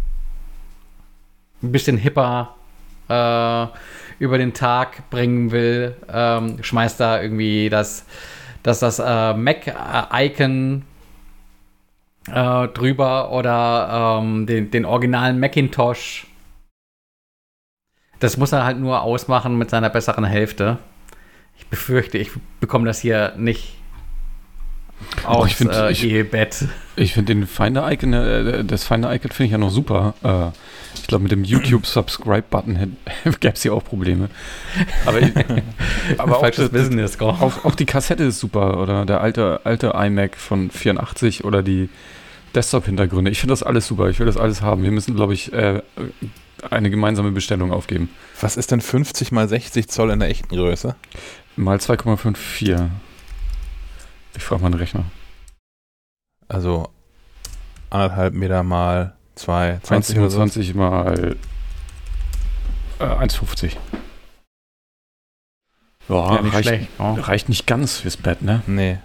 ein bisschen hipper äh, über den Tag bringen will, ähm, schmeißt da irgendwie das, das, das äh, Mac-Icon äh, drüber oder ähm, den, den originalen Macintosh. Das muss er halt nur ausmachen mit seiner besseren Hälfte. Ich befürchte, ich bekomme das hier nicht aufs ich find, äh, ich, Ehebett. Ich finde den Finder-Icon, äh, das Finder-Icon finde ich ja noch super. Äh, ich glaube, mit dem YouTube-Subscribe-Button gäbe es hier auch Probleme. Aber, ich, aber auch, das, Business, auch, auch die Kassette ist super. Oder der alte, alte iMac von vierundachtzig oder die Desktop-Hintergründe. Ich finde das alles super. Ich will das alles haben. Wir müssen, glaube ich, äh, eine gemeinsame Bestellung aufgeben. Was ist denn fünfzig mal sechzig Zoll in der echten Größe? Mal zwei Komma vierundfünfzig. Ich frage mal einen Rechner. Also anderthalb Meter mal zwei, zwanzig eins Komma fünfundzwanzig mal äh, eins Komma fünfzig. Ja, ja, nicht reicht, schlecht. Oh. reicht nicht ganz fürs Bett, ne? Nee.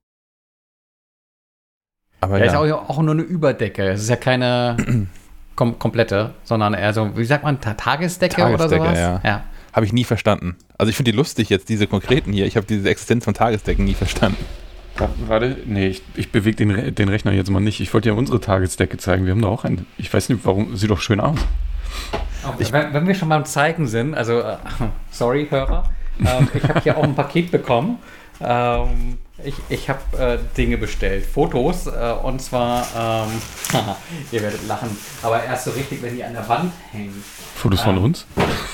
Aber ja, ja. ist auch, auch nur eine Überdecke. Es ist ja keine kom- komplette, sondern eher so, wie sagt man, Ta- Tagesdecke, Tagesdecke oder sowas? Ja. ja. Habe ich nie verstanden. Also ich finde die lustig jetzt, diese konkreten hier. Ich habe diese Existenz von Tagesdecken nie verstanden. Warte, nee, ich, ich bewege den, Re- den Rechner jetzt mal nicht. Ich wollte ja unsere Tagesdecke zeigen. Wir haben da auch eine. Ich weiß nicht, warum. Sieht doch schön aus. Ich, wenn, wenn wir schon beim Zeigen sind, also, äh, sorry, Hörer, ähm, ich habe hier auch ein Paket bekommen. Ähm, ich ich habe äh, Dinge bestellt. Fotos, äh, und zwar, ähm, ihr werdet lachen, aber erst so richtig, wenn die an der Wand hängen. Fotos ähm, von uns?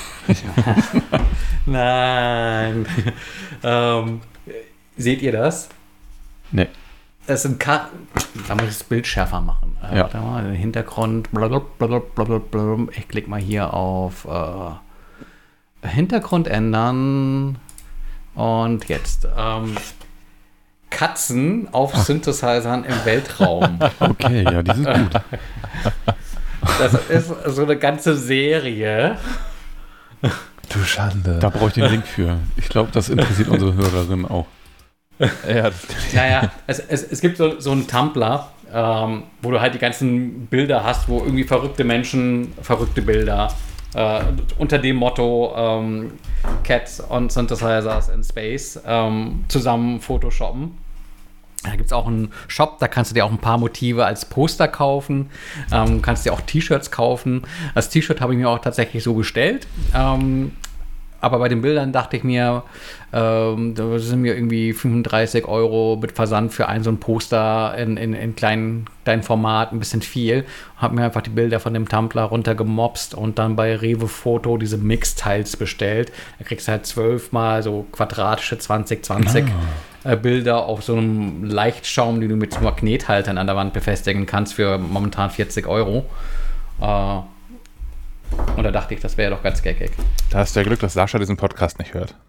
Nein. ähm, seht ihr das? Nee. Das sind Karten. Da muss ich das Bild schärfer machen. Äh, ja. Warte mal, den Hintergrund. Blablabla. Ich klicke mal hier auf äh, Hintergrund ändern. Und jetzt ähm, Katzen auf Ach. Synthesizern im Weltraum. Okay, ja, die sind gut. Das ist so eine ganze Serie. Du Schande. Da brauche ich den Link für. Ich glaube, das interessiert unsere Hörerinnen auch. Ja, naja, es, es, es gibt so, so einen Tumblr, ähm, wo du halt die ganzen Bilder hast, wo irgendwie verrückte Menschen, verrückte Bilder äh, unter dem Motto ähm, Cats on Synthesizers in Space ähm, zusammen photoshoppen. Da gibt es auch einen Shop, da kannst du dir auch ein paar Motive als Poster kaufen, ähm, kannst dir auch T-Shirts kaufen. Das T-Shirt habe ich mir auch tatsächlich so bestellt. Ähm, aber bei den Bildern dachte ich mir, ähm, da sind mir irgendwie fünfunddreißig Euro mit Versand für ein so ein Poster in, in, in kleinen, kleinen Format ein bisschen viel. Habe mir einfach die Bilder von dem Tumblr runtergemopst und dann bei Rewe Foto diese Mix-Tiles bestellt. Da kriegst du halt zwölfmal so quadratische zwanzig zwanzig ah. äh, Bilder auf so einem Leichtschaum, die du mit Magnethaltern an der Wand befestigen kannst für momentan vierzig Euro. Äh, Und da dachte ich, das wäre doch ganz geckig. Da hast du ja Glück, dass Sascha diesen Podcast nicht hört.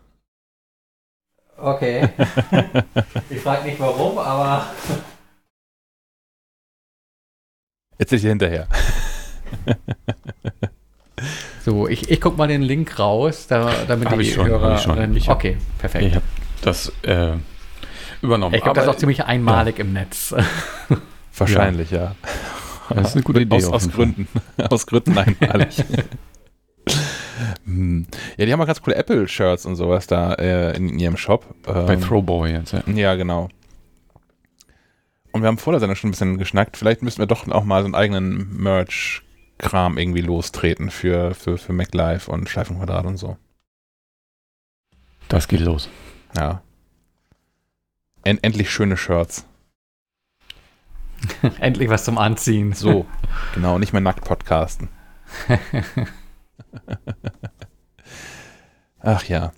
Okay. Ich frage nicht warum, aber... Jetzt sind wir hinterher. So, ich, ich guck mal den Link raus, da, damit hab die ich schon, Hörer... ich schon. Ich okay, perfekt. Ich habe das äh, übernommen. Ich glaube, das ist auch ziemlich einmalig ja. im Netz. Wahrscheinlich, ja. ja. Das ist eine gute Idee. Aus, aus Gründen. aus Gründen einmalig. Ja, die haben auch ganz coole Apple-Shirts und sowas da äh, in, in ihrem Shop. Ähm, Bei Throwboy jetzt, ja. Ja, genau. Und wir haben vor der Sendung schon ein bisschen geschnackt. Vielleicht müssten wir doch auch mal so einen eigenen Merch-Kram irgendwie lostreten für, für, für MacLive und Schleifenquadrat und so. Das geht los. Ja. End, endlich schöne Shirts. Endlich was zum Anziehen. So, genau, nicht mehr nackt podcasten. Ach ja.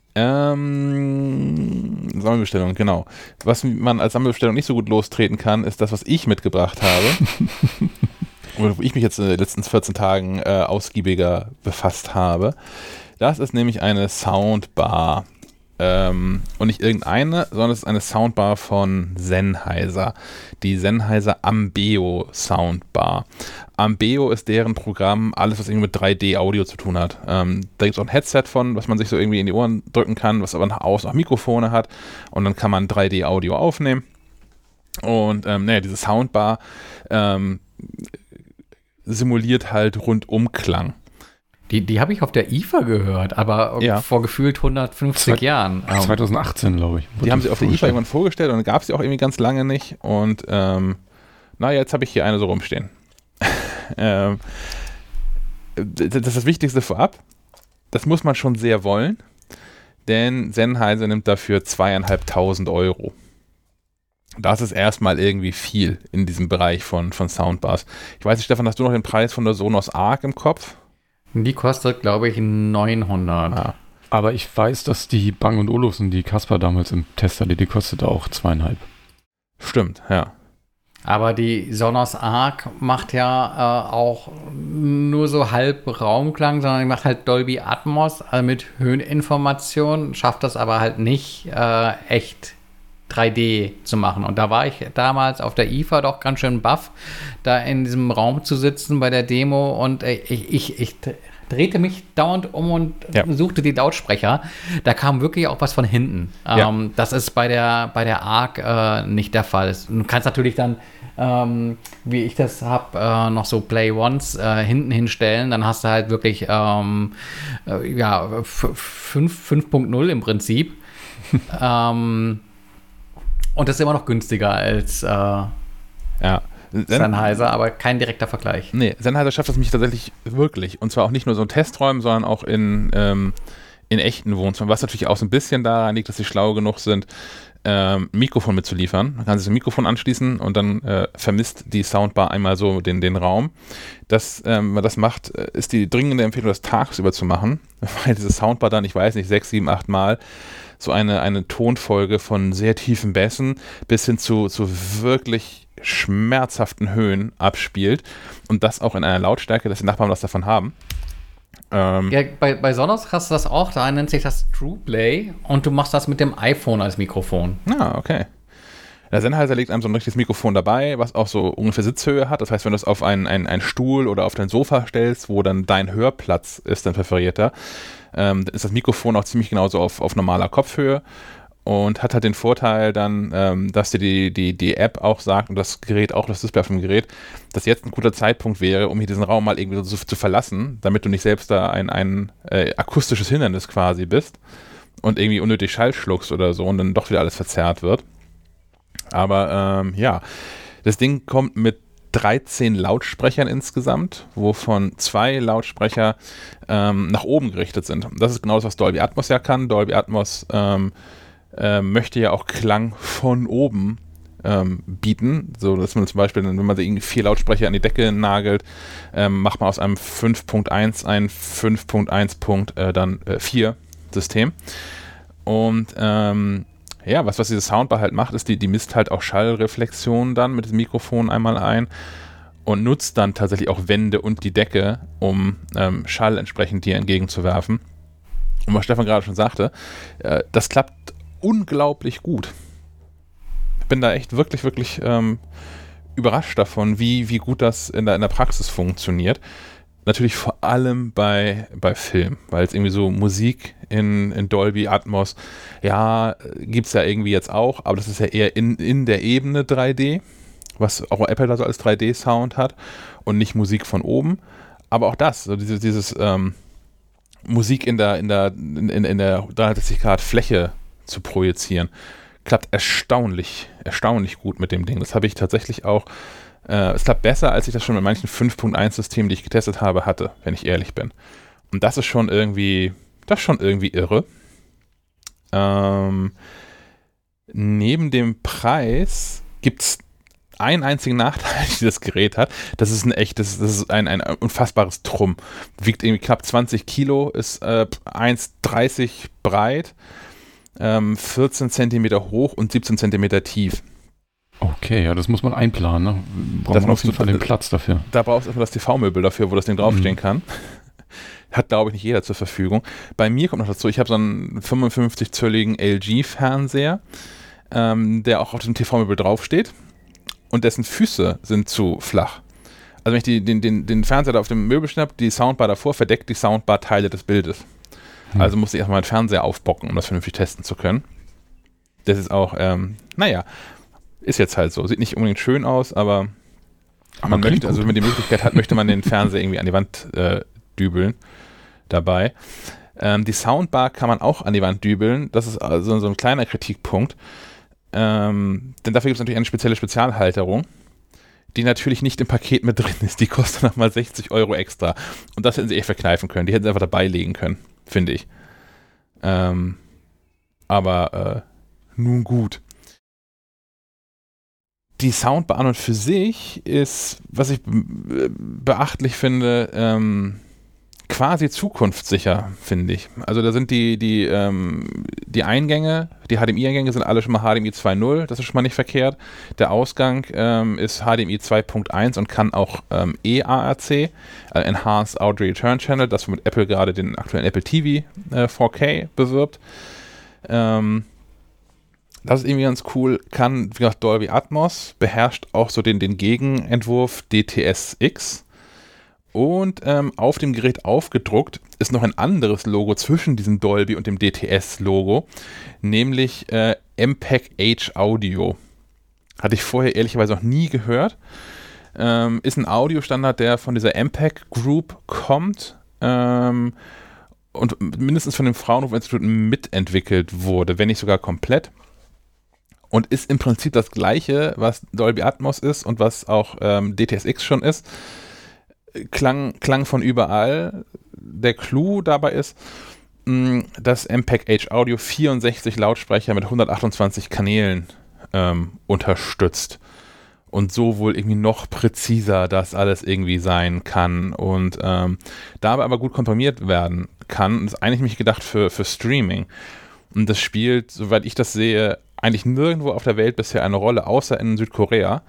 Ähm, Sammelbestellung, genau. Was man als Sammelbestellung nicht so gut lostreten kann, ist das, was ich mitgebracht habe. Oder wo ich mich jetzt in den letzten vierzehn Tagen äh, ausgiebiger befasst habe. Das ist nämlich eine Soundbar. Ähm, und nicht irgendeine, sondern es ist eine Soundbar von Sennheiser. Die Sennheiser Ambeo Soundbar. Ambeo ist deren Programm, alles was irgendwie mit drei D Audio zu tun hat. Ähm, da gibt es auch ein Headset von, was man sich so irgendwie in die Ohren drücken kann, was aber nach außen auch Mikrofone hat. Und dann kann man drei D Audio aufnehmen. Und ähm, naja, diese Soundbar ähm, simuliert halt Rundumklang. Die, die habe ich auf der I F A gehört, aber ja. vor gefühlt hundertfünfzig Zwei, Jahren. zwanzig achtzehn, glaube ich. Die haben sie auf der I F A irgendwann vorgestellt und dann gab es sie auch irgendwie ganz lange nicht. Und ähm, na, jetzt habe ich hier eine so rumstehen. ähm, das ist das Wichtigste vorab. Das muss man schon sehr wollen, denn Sennheiser nimmt dafür zweieinhalbtausend Euro. Das ist erstmal irgendwie viel in diesem Bereich von, von Soundbars. Ich weiß nicht, Stefan, hast du noch den Preis von der Sonos Arc im Kopf? Die kostet, glaube ich, neunhundert. Ah. Aber ich weiß, dass die Bang und Olufsen, die Kaspar damals im Test hatte, die kostet auch zweieinhalb. Stimmt, ja. Aber die Sonos Arc macht ja äh, auch nur so halb Raumklang, sondern die macht halt Dolby Atmos also mit Höheninformation, schafft das aber halt nicht äh, echt drei D zu machen. Und da war ich damals auf der I F A doch ganz schön baff, da in diesem Raum zu sitzen bei der Demo und äh, ich, ich, ich drehte mich dauernd um und ja. suchte die Lautsprecher. Da kam wirklich auch was von hinten. Ja. Ähm, das ist bei der, bei der Arc äh, nicht der Fall. Du kannst natürlich dann, ähm, wie ich das habe, äh, noch so Play-Ones äh, hinten hinstellen. Dann hast du halt wirklich ähm, äh, ja, fünf Punkt null im Prinzip. ähm, Und das ist immer noch günstiger als äh, ja. Sennheiser, aber kein direkter Vergleich. Nee, Sennheiser schafft das mich tatsächlich wirklich. Und zwar auch nicht nur so in Testräumen, sondern auch in, ähm, in echten Wohnzimmern. Was natürlich auch so ein bisschen daran liegt, dass sie schlau genug sind, ähm, ein Mikrofon mitzuliefern. Man kann sich ein Mikrofon anschließen und dann äh, vermisst die Soundbar einmal so den, den Raum. Das, ähm, wenn man das macht, ist die dringende Empfehlung, das tagsüber zu machen, weil diese Soundbar dann, ich weiß nicht, sechs, sieben, acht Mal so eine, eine Tonfolge von sehr tiefen Bässen bis hin zu, zu wirklich schmerzhaften Höhen abspielt und das auch in einer Lautstärke, dass die Nachbarn was davon haben. Ähm, ja, bei, bei Sonos hast du das auch, da nennt sich das TruePlay und du machst das mit dem iPhone als Mikrofon. Ah, okay. Der Sennheiser legt einem so ein richtiges Mikrofon dabei, was auch so ungefähr Sitzhöhe hat. Das heißt, wenn du es auf einen, einen, einen Stuhl oder auf dein Sofa stellst, wo dann dein Hörplatz ist, dein präferierter, ähm, ist das Mikrofon auch ziemlich genauso auf, auf normaler Kopfhöhe und hat halt den Vorteil dann, ähm, dass dir die, die, die App auch sagt und das Gerät auch, das Display auf dem Gerät, dass jetzt ein guter Zeitpunkt wäre, um hier diesen Raum mal irgendwie so zu verlassen, damit du nicht selbst da ein, ein äh, akustisches Hindernis quasi bist und irgendwie unnötig Schall schluckst oder so und dann doch wieder alles verzerrt wird. Aber ähm, ja, das Ding kommt mit dreizehn Lautsprechern insgesamt, wovon zwei Lautsprecher ähm, nach oben gerichtet sind. Das ist genau das, was Dolby Atmos ja kann. Dolby Atmos ähm, äh, möchte ja auch Klang von oben ähm, bieten, so dass man zum Beispiel, wenn man irgendwie vier Lautsprecher an die Decke nagelt, ähm, macht man aus einem fünf Punkt eins ein fünf Punkt eins äh, dann äh, vier System. Und ähm, ja, was, was diese Soundbar halt macht, ist, die, die misst halt auch Schallreflexionen dann mit dem Mikrofon einmal ein und nutzt dann tatsächlich auch Wände und die Decke, um ähm, Schall entsprechend dir entgegenzuwerfen. Und was Stefan gerade schon sagte, äh, das klappt unglaublich gut. Ich bin da echt wirklich, wirklich ähm, überrascht davon, wie, wie gut das in der, in der Praxis funktioniert. Natürlich vor allem bei, bei Film, weil es irgendwie so Musik in, in Dolby Atmos, ja, gibt es ja irgendwie jetzt auch, aber das ist ja eher in, in der Ebene drei D, was auch Apple da so als drei D-Sound hat und nicht Musik von oben. Aber auch das, so dieses, dieses ähm, Musik in der, in der, in, in der dreihundertsechzig Grad Fläche zu projizieren, klappt erstaunlich, erstaunlich gut mit dem Ding. Das habe ich tatsächlich auch Äh, es klappt besser, als ich das schon mit manchen fünf Punkt eins Systemen, die ich getestet habe, hatte, wenn ich ehrlich bin. Und das ist schon irgendwie, das ist schon irgendwie irre. Ähm, neben dem Preis gibt es einen einzigen Nachteil, den das Gerät hat. Das ist ein echtes, das ist ein, ein unfassbares Trumm. Wiegt irgendwie knapp zwanzig Kilo, ist äh, eins Komma dreißig breit, ähm, vierzehn Zentimeter hoch und siebzehn Zentimeter tief. Okay, ja, das muss man einplanen, ne? Braucht das man auf jeden Fall den Platz dafür. Da brauchst du erstmal das T V-Möbel dafür, wo das Ding draufstehen mhm. kann. Hat, glaube ich, nicht jeder zur Verfügung. Bei mir kommt noch dazu, ich habe so einen fünfundfünfzig-zölligen L G-Fernseher, ähm, der auch auf dem T V-Möbel draufsteht und dessen Füße sind zu flach. Also wenn ich die, den, den, den Fernseher da auf dem Möbel schnappe, die Soundbar davor verdeckt die Soundbar Teile des Bildes. Mhm. Also musste ich erstmal meinen Fernseher aufbocken, um das vernünftig testen zu können. Das ist auch, ähm, naja, ist jetzt halt so. Sieht nicht unbedingt schön aus, aber, aber man möchte, also wenn man die Möglichkeit hat, möchte man den Fernseher irgendwie an die Wand äh, dübeln dabei. Ähm, die Soundbar kann man auch an die Wand dübeln. Das ist also so ein kleiner Kritikpunkt. Ähm, denn dafür gibt es natürlich eine spezielle Spezialhalterung, die natürlich nicht im Paket mit drin ist. Die kostet nochmal sechzig Euro extra. Und das hätten sie echt verkneifen können. Die hätten sie einfach dabei legen können, finde ich. Ähm, aber äh, nun gut. Die Soundbar an und für sich ist, was ich beachtlich finde, ähm, quasi zukunftssicher, finde ich. Also da sind die, die, ähm, die Eingänge, die H D M I-Eingänge sind alle schon mal H D M I zwei Punkt null, das ist schon mal nicht verkehrt. Der Ausgang ähm, ist H D M I zwei Punkt eins und kann auch ähm, E A R C, äh, Enhanced Audio Return Channel, das womit Apple gerade den aktuellen Apple T V äh, vier K bewirbt. Ähm, Das ist irgendwie ganz cool, kann, wie gesagt, Dolby Atmos, beherrscht auch so den, den Gegenentwurf D T S X und ähm, auf dem Gerät aufgedruckt ist noch ein anderes Logo zwischen diesem Dolby und dem D T S-Logo, nämlich äh, M P E G H Audio. Hatte ich vorher ehrlicherweise noch nie gehört. Ähm, ist ein Audiostandard, der von dieser M P E G Group kommt ähm, und mindestens von dem Fraunhofer Institut mitentwickelt wurde, wenn nicht sogar komplett. Und ist im Prinzip das Gleiche, was Dolby Atmos ist und was auch ähm, D T S X schon ist. Klang, Klang von überall. Der Clou dabei ist, mh, dass M P E G H Audio vierundsechzig Lautsprecher mit hundertachtundzwanzig Kanälen ähm, unterstützt. Und so wohl irgendwie noch präziser das alles irgendwie sein kann. Und ähm, dabei aber gut komprimiert werden kann. Das ist eigentlich nicht gedacht für, für Streaming. Und das spielt, soweit ich das sehe, eigentlich nirgendwo auf der Welt bisher eine Rolle, außer in Südkorea,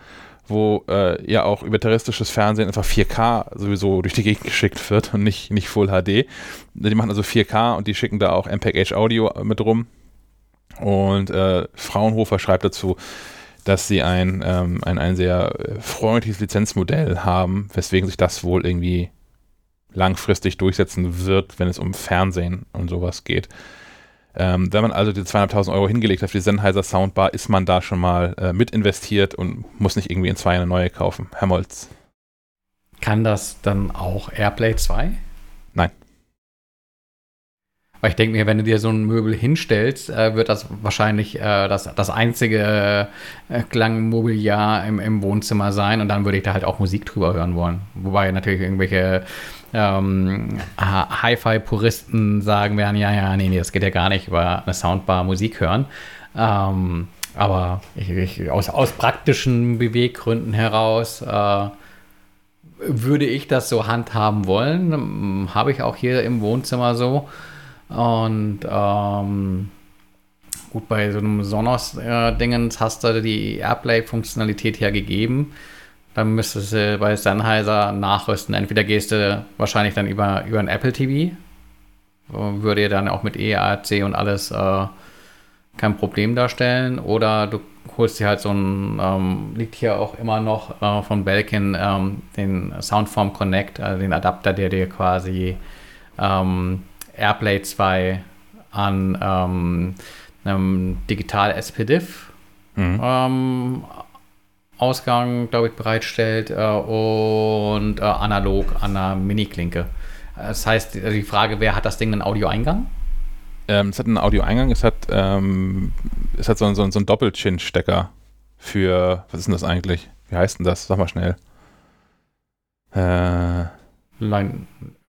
wo äh, ja auch über terrestrisches Fernsehen einfach vier K sowieso durch die Gegend geschickt wird und nicht, nicht Full H D. Die machen also vier K und die schicken da auch M P E G Audio mit rum. Und äh, Fraunhofer schreibt dazu, dass sie ein, ähm, ein, ein sehr freundliches Lizenzmodell haben, weswegen sich das wohl irgendwie langfristig durchsetzen wird, wenn es um Fernsehen und sowas geht. Ähm, wenn man also die zweihunderttausend Euro hingelegt hat für die Sennheiser Soundbar, ist man da schon mal äh, mit investiert und muss nicht irgendwie in zwei eine neue kaufen. Herr Moltz. Kann das dann auch Airplay zwei? Nein. Weil ich denke mir, wenn du dir so ein Möbel hinstellst, äh, wird das wahrscheinlich äh, das, das einzige äh, Klangmobiliar im, im Wohnzimmer sein und dann würde ich da halt auch Musik drüber hören wollen. Wobei natürlich irgendwelche ähm, Hi-Fi-Puristen sagen werden, ja, ja, nee, nee, das geht ja gar nicht, über eine Soundbar Musik hören. Ähm, aber ich, ich, aus, aus praktischen Beweggründen heraus äh, würde ich das so handhaben wollen. Habe ich auch hier im Wohnzimmer so. Und ähm, gut, bei so einem Sonos-Dingens äh, hast du die Airplay-Funktionalität ja gegeben. Dann müsstest du bei Sennheiser nachrüsten. Entweder gehst du wahrscheinlich dann über, über ein Apple T V, würde dir dann auch mit E A R C und alles äh, kein Problem darstellen. Oder du holst dir halt so ein, ähm, liegt hier auch immer noch äh, von Belkin, ähm, den Soundform Connect, also den Adapter, der dir quasi ähm, Airplay zwei an ähm, einem Digital S P D I F mhm. ähm, Ausgang, glaube ich, bereitstellt äh, und äh, analog an einer Mini-Klinke. Das heißt, die Frage, wer hat das Ding einen Audioeingang? Ähm, es hat einen Audioeingang, es hat, ähm, es hat so, so, so einen Doppel-Chin-Stecker für, was ist denn das eigentlich? Wie heißt denn das? Sag mal schnell. Äh, Line.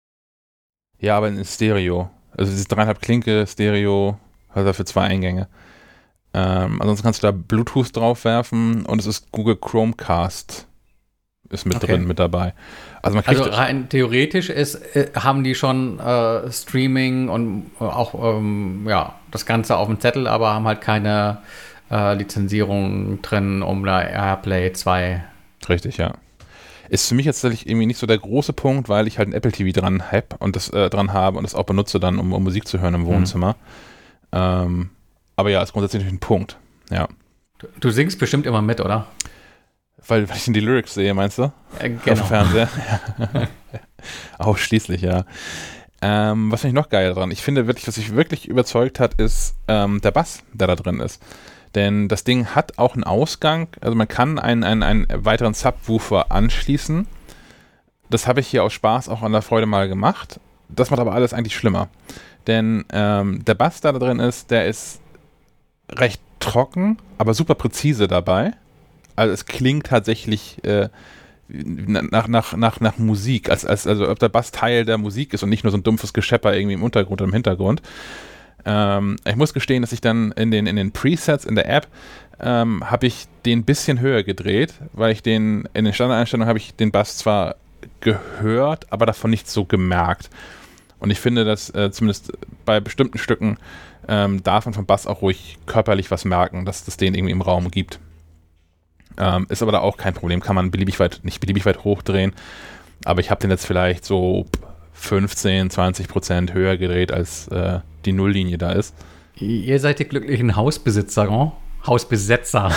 Ja, aber in Stereo. Also dieses dreieinhalb Klinke Stereo hat er für zwei Eingänge. Ähm, ansonsten kannst du da Bluetooth drauf werfen und es ist Google Chromecast ist mit okay. drin, mit dabei. Also, man kriegt also rein theoretisch ist, äh, haben die schon äh, Streaming und auch ähm, ja, das Ganze auf dem Zettel, aber haben halt keine äh, Lizenzierung drin, um da Airplay zwei. Richtig, ja. Ist für mich jetzt tatsächlich irgendwie nicht so der große Punkt, weil ich halt ein Apple T V dran habe und das äh, dran habe und das auch benutze dann, um, um Musik zu hören im Wohnzimmer. Mhm. Ähm, aber ja, ist grundsätzlich ein Punkt. Ja. Du, du singst bestimmt immer mit, oder? Weil, weil ich in die Lyrics sehe, meinst du? Äh, genau. Auf dem Fernseher. Ausschließlich, ja. Ähm, was finde ich noch geil daran? Ich finde wirklich, was mich wirklich überzeugt hat, ist ähm, der Bass, der da drin ist. Denn das Ding hat auch einen Ausgang, also man kann einen, einen, einen weiteren Subwoofer anschließen. Das habe ich hier aus Spaß auch an der Freude mal gemacht. Das macht aber alles eigentlich schlimmer. Denn ähm, der Bass, der da drin ist, der ist recht trocken, aber super präzise dabei. Also es klingt tatsächlich äh, nach, nach, nach, nach Musik, als, als, also ob der Bass Teil der Musik ist und nicht nur so ein dumpfes Geschepper irgendwie im Untergrund oder im Hintergrund. Ähm, ich muss gestehen, dass ich dann in den, in den Presets in der App ähm, habe ich den ein bisschen höher gedreht, weil ich den, in den Standardeinstellungen habe ich den Bass zwar gehört, aber davon nicht so gemerkt. Und ich finde, dass äh, zumindest bei bestimmten Stücken ähm, darf man vom Bass auch ruhig körperlich was merken, dass es den irgendwie im Raum gibt. Ähm, ist aber da auch kein Problem, kann man beliebig weit, nicht beliebig weit hochdrehen, aber ich habe den jetzt vielleicht so fünfzehn, zwanzig Prozent höher gedreht, als äh, die Nulllinie da ist. Ihr seid die glücklichen Hausbesitzer, oh? Hausbesetzer.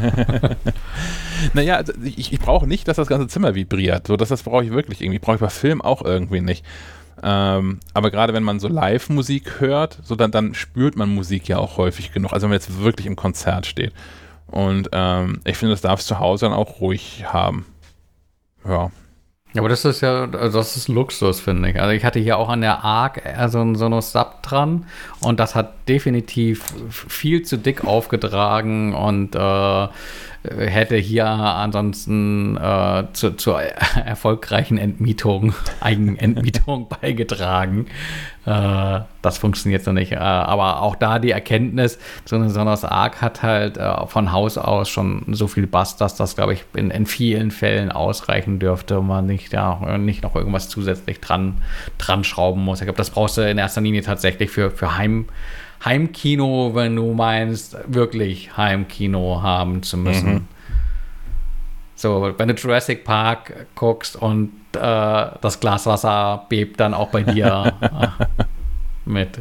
Naja, also ich, ich brauche nicht, dass das ganze Zimmer vibriert, so, das, das brauche ich wirklich irgendwie, brauche ich bei Film auch irgendwie nicht. Ähm, aber gerade wenn man so Live-Musik hört, so dann, dann spürt man Musik ja auch häufig genug, also wenn man jetzt wirklich im Konzert steht. Und ähm, ich finde, das darf es zu Hause dann auch ruhig haben. Ja. Ja, aber das ist ja, das ist Luxus, finde ich. Also ich hatte hier auch an der Arc so, so eine Sub dran und das hat definitiv viel zu dick aufgetragen und äh, hätte hier ansonsten äh, zu, zur erfolgreichen Entmietung, Eigenentmietung beigetragen. Äh, das funktioniert noch nicht. Äh, aber auch da die Erkenntnis, so eine Sonos Arc hat halt äh, von Haus aus schon so viel Bass, dass das, glaube ich, in, in vielen Fällen ausreichen dürfte, und man nicht, ja, nicht noch irgendwas zusätzlich dran, dran schrauben muss. Ich glaube, das brauchst du in erster Linie tatsächlich für, für Heim Heimkino, wenn du meinst, wirklich Heimkino haben zu müssen. So, wenn du Jurassic Park guckst und äh, das Glas Wasser bebt dann auch bei dir äh, mit.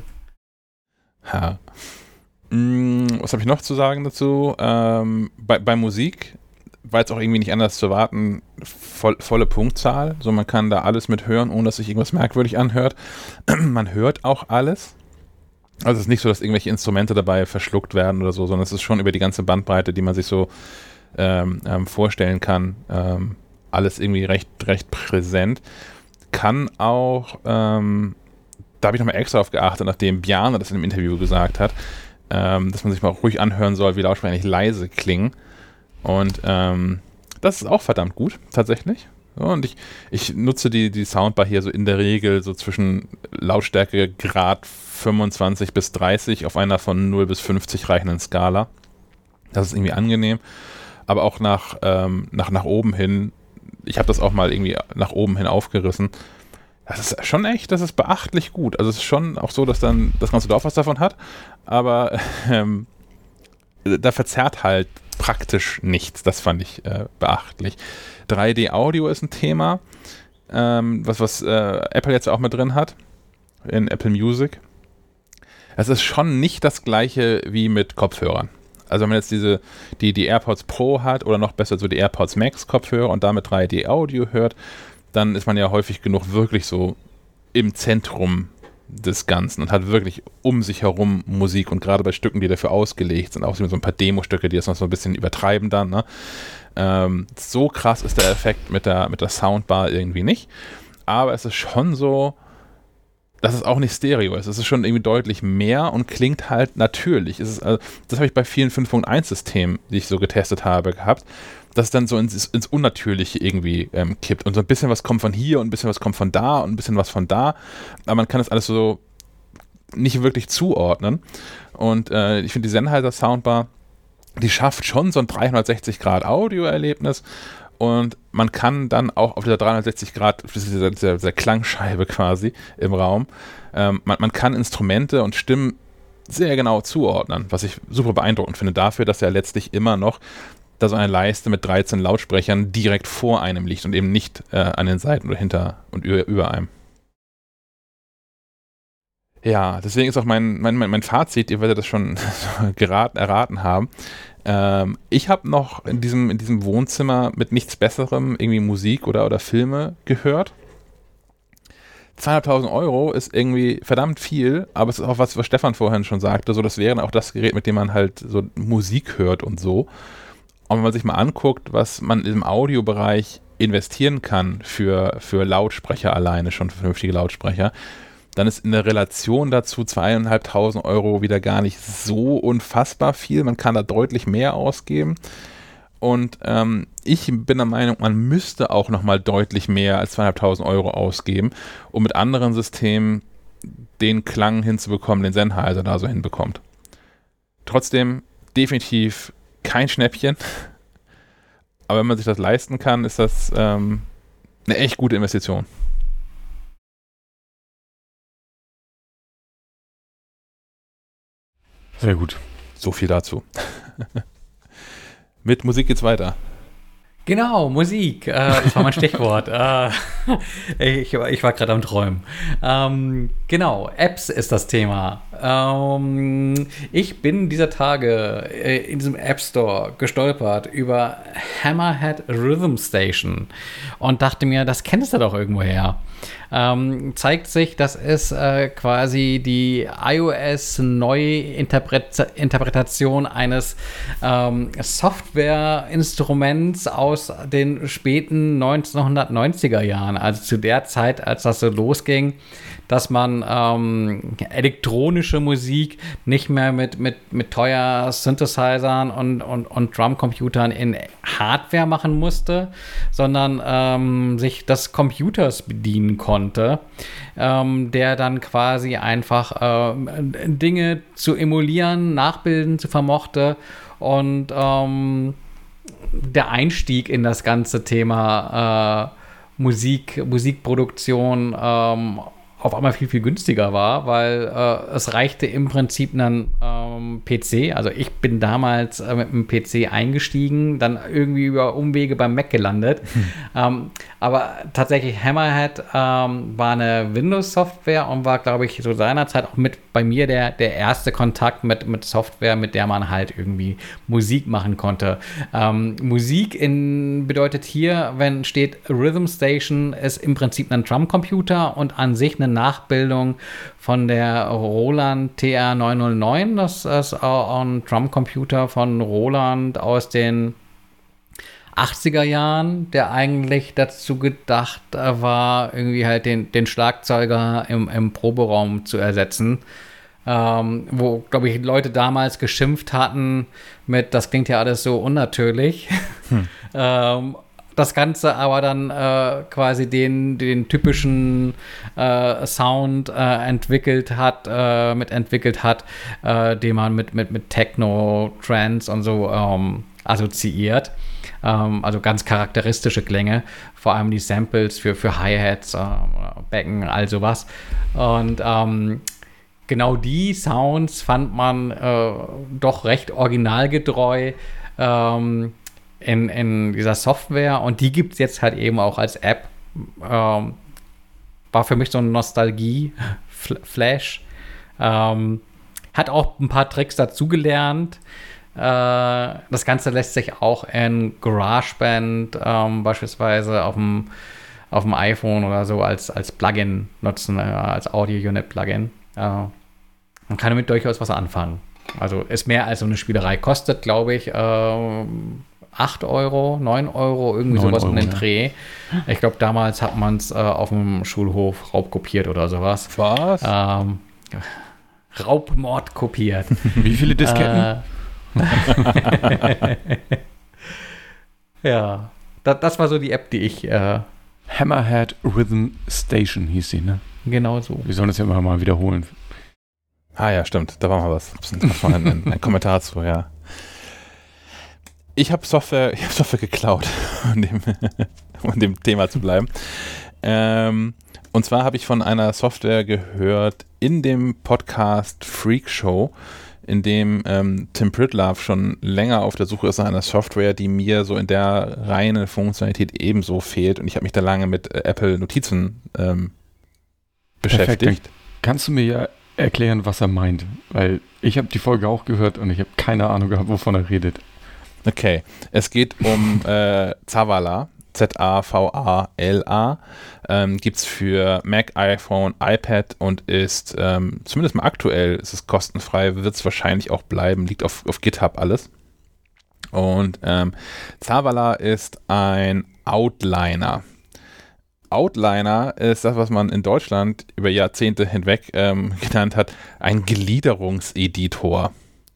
Ha. Was habe ich noch zu sagen dazu? Ähm, bei, bei Musik war jetzt auch irgendwie nicht anders zu erwarten, voll, volle Punktzahl. So, man kann da alles mit hören, ohne dass sich irgendwas merkwürdig anhört. Man hört auch alles. Also es ist nicht so, dass irgendwelche Instrumente dabei verschluckt werden oder so, sondern es ist schon über die ganze Bandbreite, die man sich so ähm, ähm, vorstellen kann, ähm, alles irgendwie recht, recht präsent. Kann auch, ähm, da habe ich nochmal extra drauf geachtet, nachdem Bjarne das in einem Interview gesagt hat, ähm, dass man sich mal auch ruhig anhören soll, wie Lautsprecher nicht leise klingen. Und ähm, das ist auch verdammt gut, tatsächlich. So, und ich, ich nutze die, die Soundbar hier so in der Regel so zwischen Lautstärke Grad fünfundzwanzig bis dreißig auf einer von null bis fünfzig reichenden Skala. Das ist irgendwie angenehm. Aber auch nach, ähm, nach, nach oben hin, ich habe das auch mal irgendwie nach oben hin aufgerissen. Das ist schon echt, das ist beachtlich gut. Also es ist schon auch so, dass dann das ganze Dorf was davon hat, aber ähm, da verzerrt halt praktisch nichts. Das fand ich äh, beachtlich. drei D-Audio ist ein Thema, ähm, was, was äh, Apple jetzt auch mit drin hat, in Apple Music. Es ist schon nicht das gleiche wie mit Kopfhörern. Also wenn man jetzt diese, die, die AirPods Pro hat oder noch besser so die AirPods Max Kopfhörer und damit drei D-Audio hört, dann ist man ja häufig genug wirklich so im Zentrum des Ganzen und hat wirklich um sich herum Musik und gerade bei Stücken, die dafür ausgelegt sind, auch so ein paar Demo-Stücke, die das noch so ein bisschen übertreiben dann, ne? Ähm, so krass ist der Effekt mit der, mit der Soundbar irgendwie nicht, aber es ist schon so, dass es auch nicht Stereo ist. Es ist schon irgendwie deutlich mehr und klingt halt natürlich. Es ist, also, das habe ich bei vielen fünf Punkt eins Systemen, die ich so getestet habe, gehabt, dass es dann so ins, ins Unnatürliche irgendwie ähm, kippt und so ein bisschen was kommt von hier und ein bisschen was kommt von da und ein bisschen was von da, aber man kann das alles so nicht wirklich zuordnen und äh, ich finde die Sennheiser Soundbar, die schafft schon so ein dreihundertsechzig Grad Audio-Erlebnis und man kann dann auch auf dieser dreihundertsechzig Grad, dieser, dieser, dieser Klangscheibe quasi im Raum, ähm, man, man kann Instrumente und Stimmen sehr genau zuordnen, was ich super beeindruckend finde dafür, dass ja letztlich immer noch da so eine Leiste mit dreizehn Lautsprechern direkt vor einem liegt und eben nicht äh, an den Seiten oder hinter und über, über einem. Ja, deswegen ist auch mein, mein, mein, mein Fazit, ihr werdet das schon geraten, erraten haben. Ähm, ich habe noch in diesem, in diesem Wohnzimmer mit nichts Besserem irgendwie Musik oder, oder Filme gehört. zweihunderttausend Euro ist irgendwie verdammt viel, aber es ist auch was, was Stefan vorhin schon sagte, so das wäre auch das Gerät, mit dem man halt so Musik hört und so. Und wenn man sich mal anguckt, was man im Audiobereich investieren kann für, für Lautsprecher alleine, schon für vernünftige Lautsprecher, dann ist in der Relation dazu zweieinhalbtausend Euro wieder gar nicht so unfassbar viel. Man kann da deutlich mehr ausgeben. Und ähm, ich bin der Meinung, man müsste auch nochmal deutlich mehr als zweieinhalbtausend Euro ausgeben, um mit anderen Systemen den Klang hinzubekommen, den Sennheiser da so hinbekommt. Trotzdem definitiv kein Schnäppchen. Aber wenn man sich das leisten kann, ist das ähm, eine echt gute Investition. Sehr gut. So viel dazu. Mit Musik geht's weiter. Genau, Musik. Äh, das war mein Stichwort. äh, ich, ich war gerade am Träumen. Ähm, genau, Apps ist das Thema. Ähm, ich bin dieser Tage äh, in diesem App Store gestolpert über Hammerhead Rhythm Station und dachte mir, das kennst du doch irgendwoher. Ähm, zeigt sich, das ist äh, quasi die iOS-Neuinterpretation eines ähm, Software-Instruments aus den späten neunzehnhundertneunziger Jahren, also zu der Zeit, als das so losging, dass man ähm, elektronische Musik nicht mehr mit, mit, mit teuer Synthesizern und, und, und Drumcomputern in Hardware machen musste, sondern ähm, sich des Computers bedienen konnte, ähm, der dann quasi einfach ähm, Dinge zu emulieren, nachbilden zu vermochte und ähm, der Einstieg in das ganze Thema äh, Musik, Musikproduktion ähm, auf einmal viel, viel günstiger war, weil äh, es reichte im Prinzip einen, äh, ähm, P C. Also ich bin damals äh, mit dem P C eingestiegen, dann irgendwie über Umwege beim Mac gelandet. Hm. Ähm, aber tatsächlich Hammerhead ähm, war eine Windows-Software und war, glaube ich, so seinerzeit auch mit bei mir der, der erste Kontakt mit, mit Software, mit der man halt irgendwie Musik machen konnte. Ähm, Musik in, bedeutet hier, wenn steht Rhythm Station, ist im Prinzip ein Drumcomputer und an sich eine Nachbildung von der Roland T R neun null neun. Das ist auch ein Drumcomputer von Roland aus den achtziger Jahren, der eigentlich dazu gedacht war, irgendwie halt den, den Schlagzeuger im, im Proberaum zu ersetzen. Ähm, wo, glaube ich, Leute damals geschimpft hatten mit, das klingt ja alles so unnatürlich. Hm. ähm, das Ganze aber dann äh, quasi den, den typischen äh, Sound äh, entwickelt hat, äh, mitentwickelt hat, äh, den man mit, mit, mit Techno, Trance und so ähm, assoziiert. Ähm, also ganz charakteristische Klänge, vor allem die Samples für, für Hi-Hats, äh, Becken, all sowas. Und ähm, genau die Sounds fand man äh, doch recht originalgetreu ähm, in, in dieser Software, und die gibt es jetzt halt eben auch als App. Ähm, war für mich so ein Nostalgie-Flash. Ähm, hat auch ein paar Tricks dazugelernt. Äh, das Ganze lässt sich auch in GarageBand ähm, beispielsweise auf dem, auf dem iPhone oder so als, als Plugin nutzen, äh, als Audio-Unit-Plugin. Äh, man kann damit durchaus was anfangen. Also ist mehr als so eine Spielerei. Kostet, glaube ich, äh, acht Euro, neun Euro, irgendwie sowas um den Dreh. Ich glaube, damals hat man es äh, auf dem Schulhof raubkopiert oder sowas. Was? Ähm, Raubmord kopiert. Wie viele Disketten? Äh, ja, das, das war so die App, die ich... Äh, Hammerhead Rhythm Station hieß sie, ne? Genau so. Wir sollen das ja mal wieder holen. Ah ja, stimmt. Da war mal was. Ein, ein, ein Kommentar zu, ja. Ich habe Software, ich hab Software geklaut, um dem, um dem Thema zu bleiben. Ähm, und zwar habe ich von einer Software gehört in dem Podcast Freak Show, in dem ähm, Tim Pritlove schon länger auf der Suche ist nach einer Software, die mir so in der reinen Funktionalität ebenso fehlt. Und ich habe mich da lange mit äh, Apple Notizen ähm, beschäftigt. Perfekt. Kannst du mir ja erklären, was er meint? Weil ich habe die Folge auch gehört und ich habe keine Ahnung gehabt, wovon er redet. Okay, es geht um äh, Zavala, Z A V A L A, ähm, gibt es für Mac, iPhone, iPad und ist ähm, zumindest mal aktuell, ist es kostenfrei, wird es wahrscheinlich auch bleiben, liegt auf, auf GitHub alles. Und ähm, Zavala ist ein Outliner. Outliner ist das, was man in Deutschland über Jahrzehnte hinweg ähm, genannt hat, ein Gliederungseditor.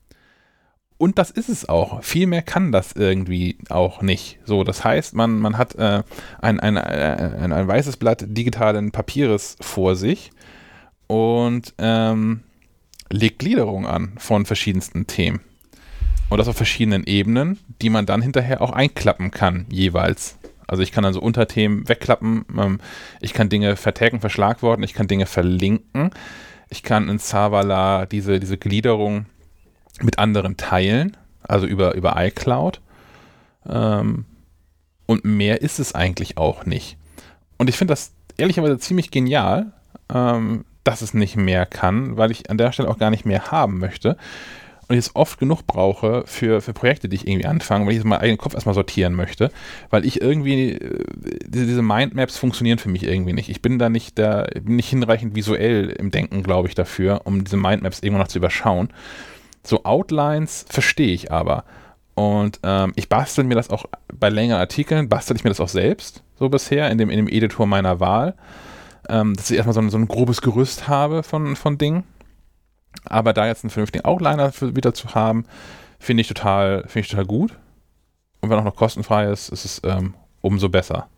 Und das ist es auch. Viel mehr kann das irgendwie auch nicht. So, das heißt, man, man hat äh, ein, ein, ein, ein weißes Blatt digitalen Papieres vor sich und ähm, legt Gliederung an von verschiedensten Themen. Und das auf verschiedenen Ebenen, die man dann hinterher auch einklappen kann, jeweils. Also ich kann dann so Unterthemen wegklappen, ähm, ich kann Dinge vertaggen, verschlagworten, ich kann Dinge verlinken, ich kann in Zavala diese, diese Gliederung mit anderen teilen, also über, über iCloud. Ähm, und mehr ist es eigentlich auch nicht. Und ich finde das ehrlicherweise ziemlich genial, ähm, dass es nicht mehr kann, weil ich an der Stelle auch gar nicht mehr haben möchte. Und ich es oft genug brauche für, für Projekte, die ich irgendwie anfange, weil ich meinen eigenen Kopf erstmal sortieren möchte, weil ich irgendwie, äh, diese, diese Mindmaps funktionieren für mich irgendwie nicht. Ich bin da nicht, der, bin nicht hinreichend visuell im Denken, glaube ich, dafür, um diese Mindmaps irgendwann noch zu überschauen. So Outlines verstehe ich aber. Und ähm, ich bastel mir das auch bei längeren Artikeln, bastel ich mir das auch selbst, so bisher, in dem, in dem Editor meiner Wahl, ähm, dass ich erstmal so ein, so ein grobes Gerüst habe von, von Dingen. Aber da jetzt einen vernünftigen Outliner für, wieder zu haben, finde ich total, finde ich total gut. Und wenn auch noch kostenfrei ist, ist es ähm, umso besser.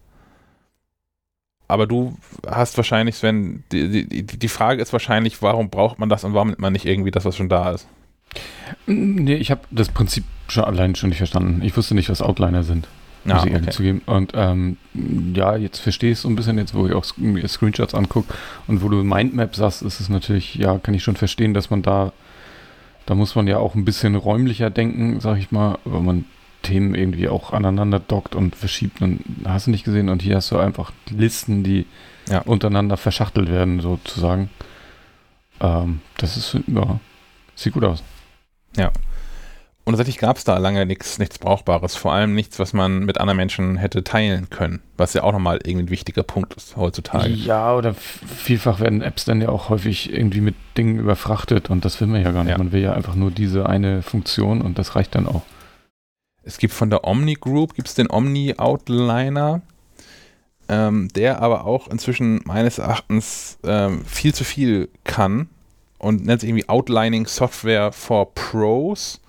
Aber du hast wahrscheinlich, Sven, die, die, die Frage ist wahrscheinlich, warum braucht man das und warum nimmt man nicht irgendwie das, was schon da ist? Nee, ich habe das Prinzip schon allein schon nicht verstanden. Ich wusste nicht, was Outliner sind, muss Ah, ich ehrlich okay. zugeben. Und ähm, ja, jetzt verstehe ich es so ein bisschen, jetzt wo ich auch mir Screenshots angucke und wo du Mindmap sagst, ist es natürlich, ja, kann ich schon verstehen, dass man da Da muss man ja auch ein bisschen räumlicher denken, sag ich mal, weil man Themen irgendwie auch aneinander dockt und verschiebt. Und hast du nicht gesehen? Und hier hast du einfach Listen, die ja. untereinander verschachtelt werden, sozusagen. Ähm, das ist, ja, sieht gut aus. Ja. Und tatsächlich gab es da lange nichts nichts Brauchbares. Vor allem nichts, was man mit anderen Menschen hätte teilen können. Was ja auch nochmal irgendwie ein wichtiger Punkt ist heutzutage. Ja, oder f- vielfach werden Apps dann ja auch häufig irgendwie mit Dingen überfrachtet. Und das will man ja gar nicht. Ja. Man will ja einfach nur diese eine Funktion und das reicht dann auch. Es gibt von der Omni Group, gibt es den Omni Outliner, ähm, der aber auch inzwischen meines Erachtens ähm, viel zu viel kann und nennt sich irgendwie Outlining Software for Pros.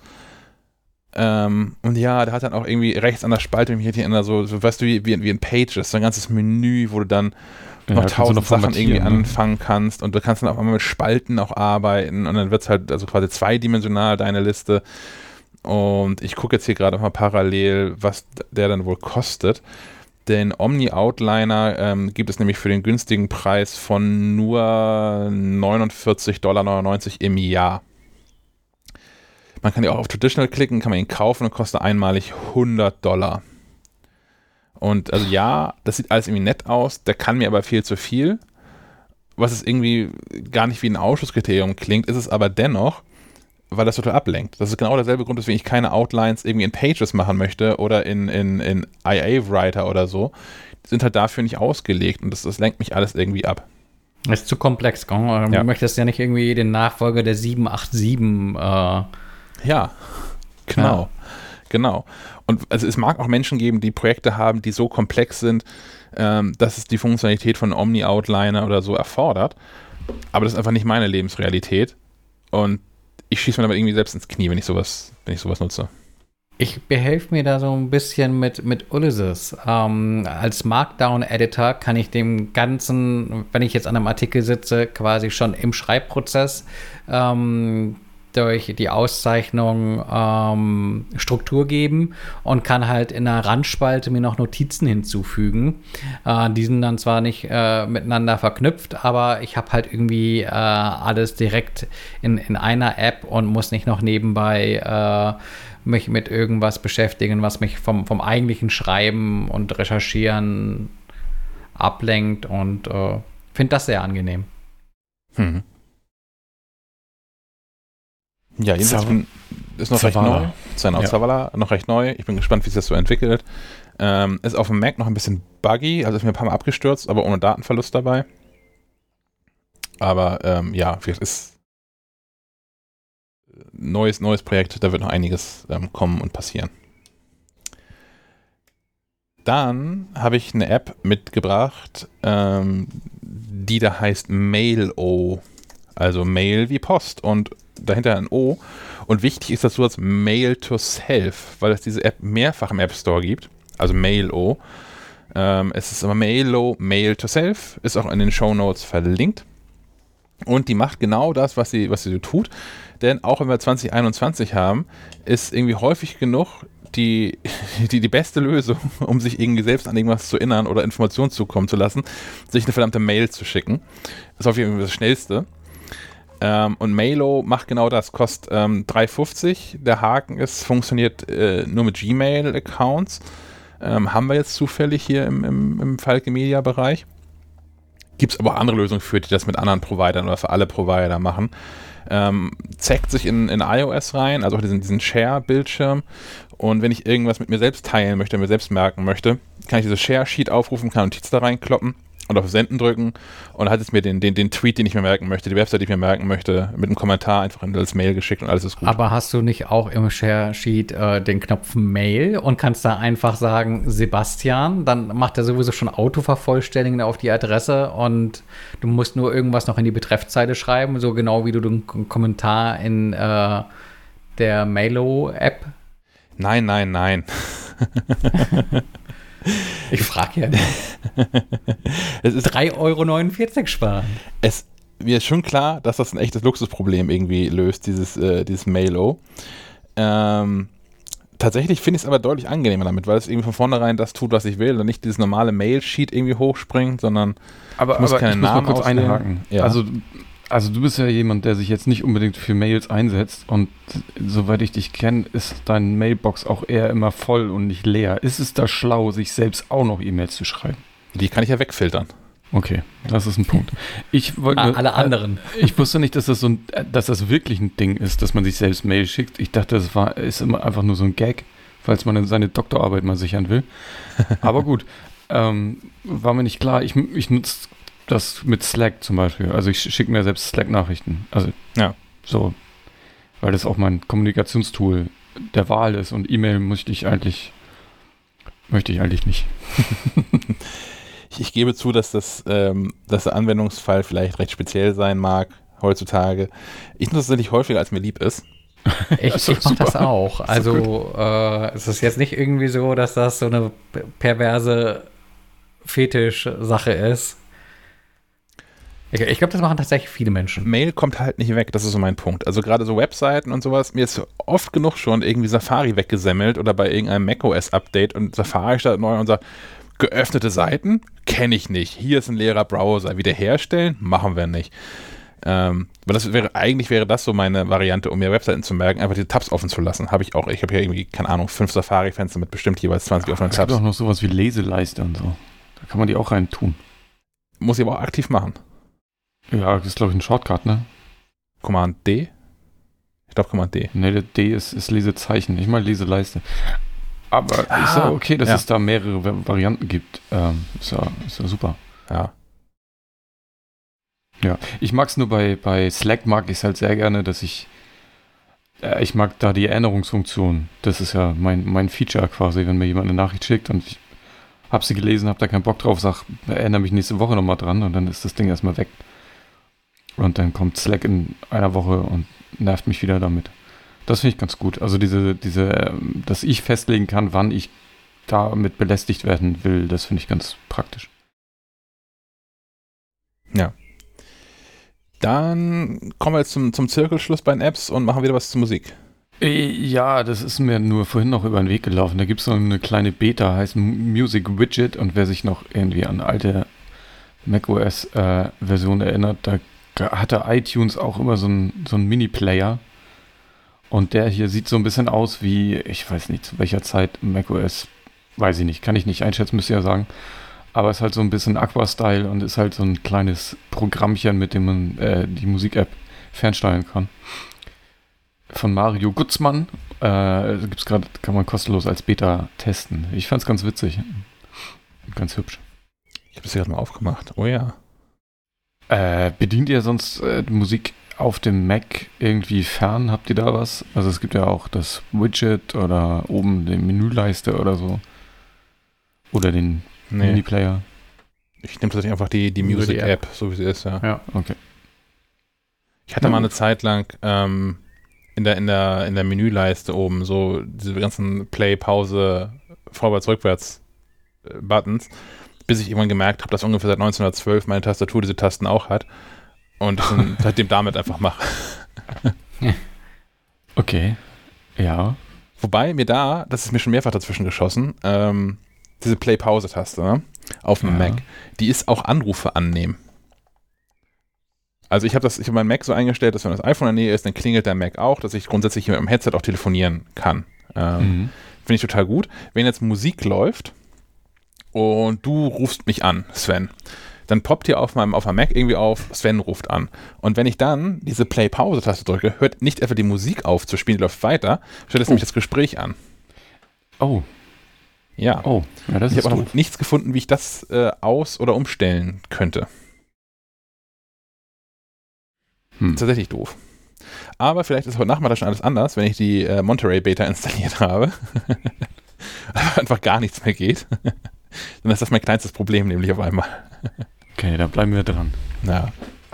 Ähm, und ja, der hat dann auch irgendwie rechts an der Spalte, mich hier in so, so, weißt du, wie, wie, wie ein Pages, so ein ganzes Menü, wo du dann ja, noch tausend Sachen irgendwie ne? anfangen kannst und du kannst dann auch einmal mit Spalten auch arbeiten und dann wird es halt also quasi zweidimensional, deine Liste. Und ich gucke jetzt hier gerade mal parallel, was der dann wohl kostet. Den Omni Outliner ähm, gibt es nämlich für den günstigen Preis von nur neunundvierzig Komma neunundneunzig Dollar im Jahr. Man kann ja auch auf Traditional klicken, kann man ihn kaufen und kostet einmalig hundert Dollar. Und also ja, das sieht alles irgendwie nett aus, der kann mir aber viel zu viel. Was es irgendwie gar nicht wie ein Ausschusskriterium klingt, ist es aber dennoch, weil das total ablenkt. Das ist genau derselbe Grund, weswegen ich keine Outlines irgendwie in Pages machen möchte oder in, in, in I A-Writer oder so. Die sind halt dafür nicht ausgelegt und das, das lenkt mich alles irgendwie ab. Das ist zu komplex, gell? Du ja. möchtest ja nicht irgendwie den Nachfolger der sieben acht sieben äh Ja, genau. Ja. Genau. Und also es mag auch Menschen geben, die Projekte haben, die so komplex sind, ähm, dass es die Funktionalität von Omni Outliner oder so erfordert. Aber das ist einfach nicht meine Lebensrealität. Und ich schieße mir damit irgendwie selbst ins Knie, wenn ich sowas, wenn ich sowas nutze. Ich behelfe mir da so ein bisschen mit, mit Ulysses. Ähm, als Markdown-Editor kann ich dem Ganzen, wenn ich jetzt an einem Artikel sitze, quasi schon im Schreibprozess ähm, durch die Auszeichnung ähm, Struktur geben und kann halt in einer Randspalte mir noch Notizen hinzufügen. Äh, die sind dann zwar nicht äh, miteinander verknüpft, aber ich habe halt irgendwie äh, alles direkt in, in einer App und muss nicht noch nebenbei äh, mich mit irgendwas beschäftigen, was mich vom, vom eigentlichen Schreiben und Recherchieren ablenkt und äh, finde das sehr angenehm. Hm. Ja, jedenfalls bin, ist noch Zavala. recht neu. Genau, ja. Zavala, noch recht neu. Ich bin gespannt, wie sich das so entwickelt. Ähm, ist auf dem Mac noch ein bisschen buggy, also ist mir ein paar Mal abgestürzt, aber ohne Datenverlust dabei. Aber ähm, ja, vielleicht ist neues, neues Projekt, da wird noch einiges ähm, kommen und passieren. Dann habe ich eine App mitgebracht, ähm, die da heißt Mail-O. Also Mail wie Post und dahinter ein O. Und wichtig ist, dass du als Mail to Self, weil es diese App mehrfach im App Store gibt. Also Mail-O. Ähm, es ist aber Mail-O, Mail to Self, ist auch in den Shownotes verlinkt. Und die macht genau das, was sie, was sie so tut. Denn auch wenn wir zwanzig einundzwanzig haben, ist irgendwie häufig genug die, die, die beste Lösung, um sich irgendwie selbst an irgendwas zu erinnern oder Informationen zukommen zu lassen, sich eine verdammte Mail zu schicken. Das ist auf jeden Fall das Schnellste. Ähm, und Mail-O macht genau das, kostet ähm, drei fünfzig. Der Haken ist, funktioniert äh, nur mit Gmail-Accounts. Ähm, haben wir jetzt zufällig hier im, im, im Falke-Media-Bereich. Gibt es aber auch andere Lösungen für, die das mit anderen Providern oder für alle Provider machen. Ähm, zeigt sich in, in iOS rein, also diesen, diesen Share-Bildschirm. Und wenn ich irgendwas mit mir selbst teilen möchte, mir selbst merken möchte, kann ich dieses Share-Sheet aufrufen, kann Notiz da reinkloppen und auf Senden drücken und hat es mir den, den, den Tweet, den ich mir merken möchte, die Website, die ich mir merken möchte, mit einem Kommentar einfach in das Mail geschickt und alles ist gut. Aber hast du nicht auch im Share-Sheet äh, den Knopf Mail und kannst da einfach sagen Sebastian, dann macht er sowieso schon Autovervollständigen auf die Adresse und du musst nur irgendwas noch in die Betreffzeile schreiben, so genau wie du den K- Kommentar in äh, der Mailo-App. Nein, nein, nein. Ich frage ja nicht. Es ist drei Euro neunundvierzig sparen. Es, mir ist schon klar, dass das ein echtes Luxusproblem irgendwie löst, dieses, äh, dieses Mail-O. Ähm, tatsächlich finde ich es aber deutlich angenehmer damit, weil es irgendwie von vornherein das tut, was ich will und nicht dieses normale Mail-Sheet irgendwie hochspringt, sondern aber, ich muss aber keinen ich muss Namen mal kurz auswählen. einhaken. Ja. Also Also du bist ja jemand, der sich jetzt nicht unbedingt für Mails einsetzt und soweit ich dich kenne, ist dein Mailbox auch eher immer voll und nicht leer. Ist es da schlau, sich selbst auch noch E-Mails zu schreiben? Die kann ich ja wegfiltern. Okay, das ist ein Punkt. Ich wollte ah, alle anderen. Äh, ich wusste nicht, dass das so ein, dass das wirklich ein Ding ist, dass man sich selbst Mail schickt. Ich dachte, das war ist immer einfach nur so ein Gag, falls man seine Doktorarbeit mal sichern will. Aber gut, ähm, war mir nicht klar. Ich, ich nutze das mit Slack zum Beispiel. Also ich schicke mir selbst Slack-Nachrichten. Also ja. So, weil das auch mein Kommunikationstool der Wahl ist und E-Mail möchte ich eigentlich möchte ich eigentlich nicht. ich, ich gebe zu, dass das ähm, dass der Anwendungsfall vielleicht recht speziell sein mag heutzutage. Ich nutze es tatsächlich häufiger, als mir lieb ist. Ich, ich mache das auch. Also äh, es ist jetzt nicht irgendwie so, dass das so eine perverse Fetisch-Sache ist. Ich, ich glaube, das machen tatsächlich viele Menschen. Mail kommt halt nicht weg, das ist so mein Punkt. Also gerade so Webseiten und sowas, mir ist oft genug schon irgendwie Safari weggesemmelt oder bei irgendeinem macOS-Update und Safari startet neu und sagt, geöffnete Seiten kenne ich nicht. Hier ist ein leerer Browser. Wiederherstellen machen wir nicht. Ähm, aber das wäre, eigentlich wäre das so meine Variante, um mir Webseiten zu merken, einfach die Tabs offen zu lassen. Habe ich auch. Ich habe hier irgendwie, keine Ahnung, fünf Safari-Fenster mit bestimmt jeweils zwanzig Ach, offenen Tabs. Es Tabs. gibt auch noch sowas wie Leseleiste und so. Da kann man die auch rein tun. Muss ich aber auch aktiv machen. Ja, das ist, glaube ich, ein Shortcut, ne? Command D? Ich glaube Command D. Ne, der D ist, ist Lesezeichen, nicht mal Leseleiste. Aber ah, ist ja okay, dass ja. es da mehrere Varianten gibt. Ähm, ist, ja, ist ja super. Ja. Ja, ich mag es nur bei, bei Slack, mag ich es halt sehr gerne, dass ich äh, ich mag da die Erinnerungsfunktion. Das ist ja mein, mein Feature quasi, wenn mir jemand eine Nachricht schickt und ich habe sie gelesen, habe da keinen Bock drauf, sag, erinnere mich nächste Woche nochmal dran und dann ist das Ding erstmal weg. Und dann kommt Slack in einer Woche und nervt mich wieder damit. Das finde ich ganz gut. Also diese, diese, dass ich festlegen kann, wann ich damit belästigt werden will, das finde ich ganz praktisch. Ja. Dann kommen wir jetzt zum, zum Zirkelschluss bei den Apps und machen wieder was zur Musik. Ja, das ist mir nur vorhin noch über den Weg gelaufen. Da gibt es so eine kleine Beta, heißt Music Widget und wer sich noch irgendwie an alte macOS-Versionen äh, erinnert, da hatte iTunes auch immer so einen so einen Mini-Player und der hier sieht so ein bisschen aus wie, ich weiß nicht, zu welcher Zeit macOS, weiß ich nicht, kann ich nicht einschätzen, müsst ihr ja sagen, aber ist halt so ein bisschen Aqua-Style und ist halt so ein kleines Programmchen, mit dem man äh, die Musik-App fernsteuern kann. Von Mario Gutzmann, äh, gibt's gerade, kann man kostenlos als Beta testen. Ich fand's ganz witzig, ganz hübsch. Ich habe es gerade mal aufgemacht, oh ja. Äh, bedient ihr sonst äh, Musik auf dem Mac irgendwie fern? Habt ihr da was? Also es gibt ja auch das Widget oder oben die Menüleiste oder so. Oder den nee. Mini-Player. Ich nehme tatsächlich einfach die, die Music-App, so wie sie ist, ja. Ja, okay. Ich hatte ja, mal eine Zeit lang ähm, in der, in der, in der Menüleiste oben so diese ganzen Play, Pause, Vorwärts, Rückwärts äh, Buttons, bis ich irgendwann gemerkt habe, dass ungefähr seit neunzehnhundertzwölf meine Tastatur diese Tasten auch hat und ich dann seitdem damit einfach mache. Okay, ja. Wobei mir da, das ist mir schon mehrfach dazwischen geschossen, ähm, diese Play-Pause-Taste, ne, auf dem ja. Mac, die ist auch Anrufe annehmen. Also ich habe das, ich habe mein Mac so eingestellt, dass wenn das iPhone in der Nähe ist, dann klingelt der Mac auch, dass ich grundsätzlich hier mit dem Headset auch telefonieren kann. Ähm, mhm. Finde ich total gut. Wenn jetzt Musik läuft und du rufst mich an, Sven, dann poppt hier auf meinem auf meinem Mac irgendwie auf, Sven ruft an. Und wenn ich dann diese Play-Pause-Taste drücke, hört nicht etwa die Musik auf zu spielen, die läuft weiter, stellt es oh. nämlich das Gespräch an. Oh. Ja. Oh. Ja, das ich ist habe auch noch nichts gefunden, wie ich das äh, aus- oder umstellen könnte. Hm. Tatsächlich doof. Aber vielleicht ist heute Nachmittag schon alles anders, wenn ich die äh, Monterey Beta installiert habe. Aber einfach gar nichts mehr geht. Dann ist das mein kleinstes Problem, nämlich auf einmal. Okay, da bleiben wir dran. Ja.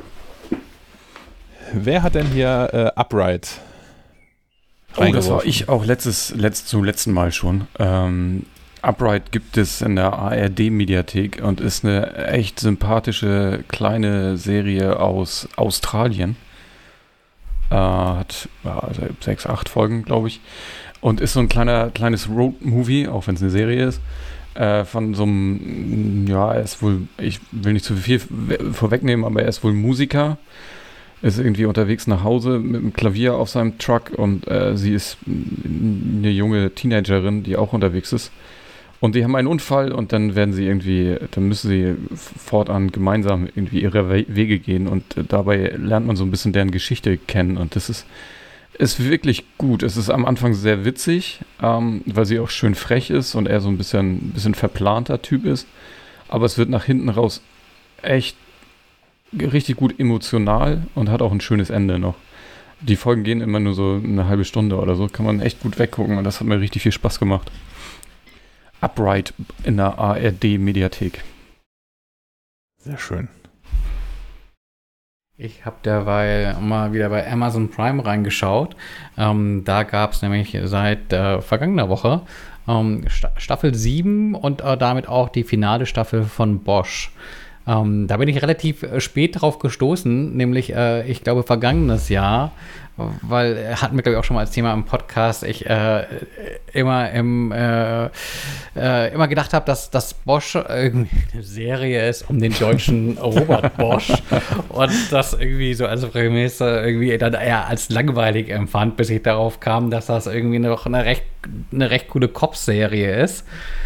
Wer hat denn hier äh, Upright? Oh, das war ich auch letztes, letzt, zum letzten Mal schon. Ähm, Upright gibt es in der A R D-Mediathek und ist eine echt sympathische kleine Serie aus Australien. Äh, hat ja, sechs, acht Folgen, glaube ich. Und ist so ein kleiner, kleines Road-Movie, auch wenn es eine Serie ist, äh, von so einem, ja, er ist wohl, ich will nicht zu viel vorwegnehmen, aber er ist wohl Musiker, ist irgendwie unterwegs nach Hause mit einem Klavier auf seinem Truck und äh, sie ist eine junge Teenagerin, die auch unterwegs ist. Und die haben einen Unfall und dann werden sie irgendwie, dann müssen sie fortan gemeinsam irgendwie ihre We- Wege gehen und äh, dabei lernt man so ein bisschen deren Geschichte kennen und das ist, ist wirklich gut. Es ist am Anfang sehr witzig, ähm, weil sie auch schön frech ist und er so ein bisschen, bisschen verplanter Typ ist. Aber es wird nach hinten raus echt richtig gut emotional und hat auch ein schönes Ende noch. Die Folgen gehen immer nur so eine halbe Stunde oder so, kann man echt gut weggucken und das hat mir richtig viel Spaß gemacht. Upright in der A R D-Mediathek. Sehr schön. Ich habe derweil mal wieder bei Amazon Prime reingeschaut. Ähm, da gab es nämlich seit äh, vergangener Woche ähm, Sta- Staffel sieben und äh, damit auch die finale Staffel von Bosch. Ähm, da bin ich relativ äh, spät drauf gestoßen, nämlich, äh, ich glaube, vergangenes Jahr, weil er hatten wir, glaube ich, auch schon mal als Thema im Podcast, ich äh, immer im äh, äh, immer gedacht habe, dass, dass Bosch irgendwie eine Serie ist um den deutschen Robert Bosch und das irgendwie so als Prämisse irgendwie dann eher als langweilig empfand, bis ich darauf kam, dass das irgendwie noch eine recht, eine recht coole Cop-Serie ist.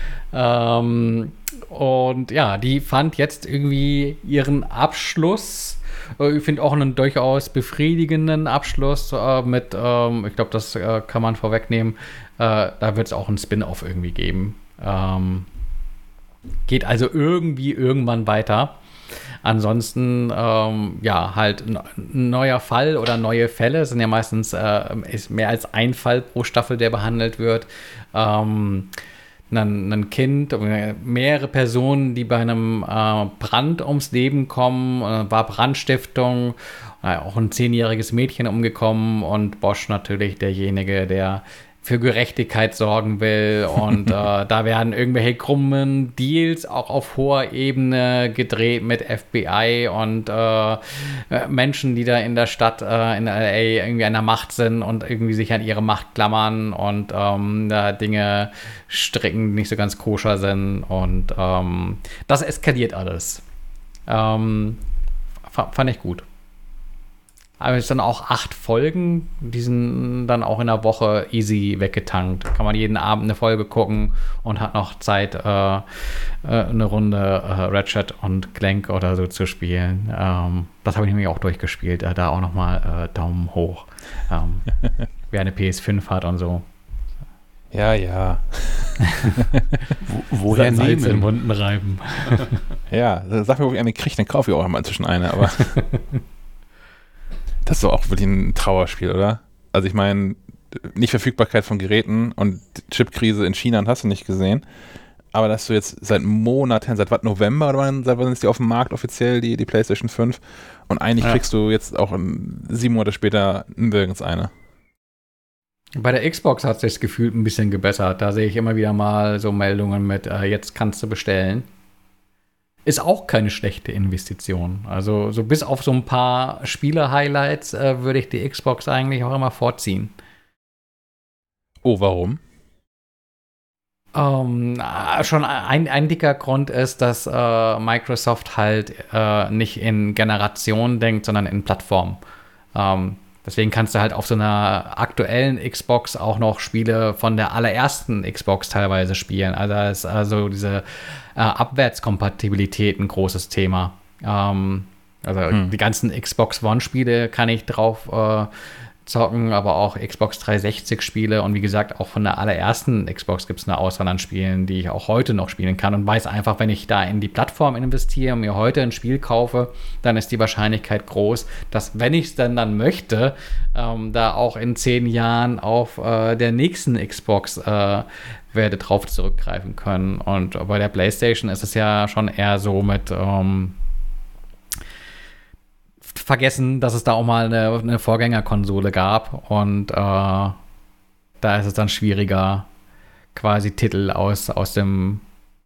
Ähm, und ja, die fand jetzt irgendwie ihren Abschluss. Ich finde auch einen durchaus befriedigenden Abschluss äh, mit, ähm, ich glaube, das äh, kann man vorwegnehmen, äh, da wird es auch einen Spin-off irgendwie geben. Ähm, geht also irgendwie irgendwann weiter. Ansonsten, ähm, ja, halt ein neuer Fall oder neue Fälle. Es sind ja meistens äh, ist mehr als ein Fall pro Staffel, der behandelt wird. Ähm, Ein, ein Kind, mehrere Personen, die bei einem äh, Brand ums Leben kommen, äh, war Brandstiftung, äh, auch ein zehnjähriges Mädchen umgekommen und Bosch natürlich derjenige, der für Gerechtigkeit sorgen will und äh, da werden irgendwelche krummen Deals auch auf hoher Ebene gedreht mit F B I und äh, Menschen, die da in der Stadt äh, in L A irgendwie an der Macht sind und irgendwie sich an ihre Macht klammern und ähm, da Dinge stricken, die nicht so ganz koscher sind und ähm, das eskaliert alles. Ähm, f- fand ich gut. Aber es sind auch acht Folgen, die sind dann auch in der Woche easy weggetankt. Kann man jeden Abend eine Folge gucken und hat noch Zeit, äh, äh, eine Runde äh, Ratchet und Clank oder so zu spielen. Ähm, das habe ich nämlich auch durchgespielt. Äh, da auch nochmal äh, Daumen hoch. Ähm, wer eine P S fünf hat und so. Ja, ja. Wo, woher Salz in den nehmen? Munden reiben. Ja, sag mir, wo ich eine kriege, dann kaufe ich auch mal inzwischen eine, aber das ist doch auch wirklich ein Trauerspiel, oder? Also ich meine, Nichtverfügbarkeit von Geräten und Chipkrise in China hast du nicht gesehen, aber dass du jetzt seit Monaten, seit was, November oder wann, seit wann ist die auf dem Markt offiziell, die, die PlayStation fünf und eigentlich Ja. kriegst du jetzt auch in, sieben Monate später nirgends eine. Bei der Xbox hat sich das Gefühl ein bisschen gebessert. Da sehe ich immer wieder mal so Meldungen mit, äh, jetzt kannst du bestellen. Ist auch keine schlechte Investition. Also so bis auf so ein paar Spiele-Highlights äh, würde ich die Xbox eigentlich auch immer vorziehen. Oh, warum? Ähm, äh, schon ein, ein dicker Grund ist, dass äh, Microsoft halt äh, nicht in Generationen denkt, sondern in Plattformen. Ähm, deswegen kannst du halt auf so einer aktuellen Xbox auch noch Spiele von der allerersten Xbox teilweise spielen. Also da ist also diese äh, Abwärtskompatibilität ein großes Thema. Ähm, also Hm. die ganzen Xbox One-Spiele kann ich drauf äh, zocken, aber auch Xbox dreihundertsechzig-Spiele und wie gesagt, auch von der allerersten Xbox gibt es eine Auswahl an Spielen, die ich auch heute noch spielen kann und weiß einfach, wenn ich da in die Plattform investiere und mir heute ein Spiel kaufe, dann ist die Wahrscheinlichkeit groß, dass, wenn ich es dann dann möchte, ähm, da auch in zehn Jahren auf äh, der nächsten Xbox äh, werde drauf zurückgreifen können. Und bei der PlayStation ist es ja schon eher so mit ähm, vergessen, dass es da auch mal eine, eine Vorgängerkonsole gab und äh, da ist es dann schwieriger, quasi Titel aus, aus dem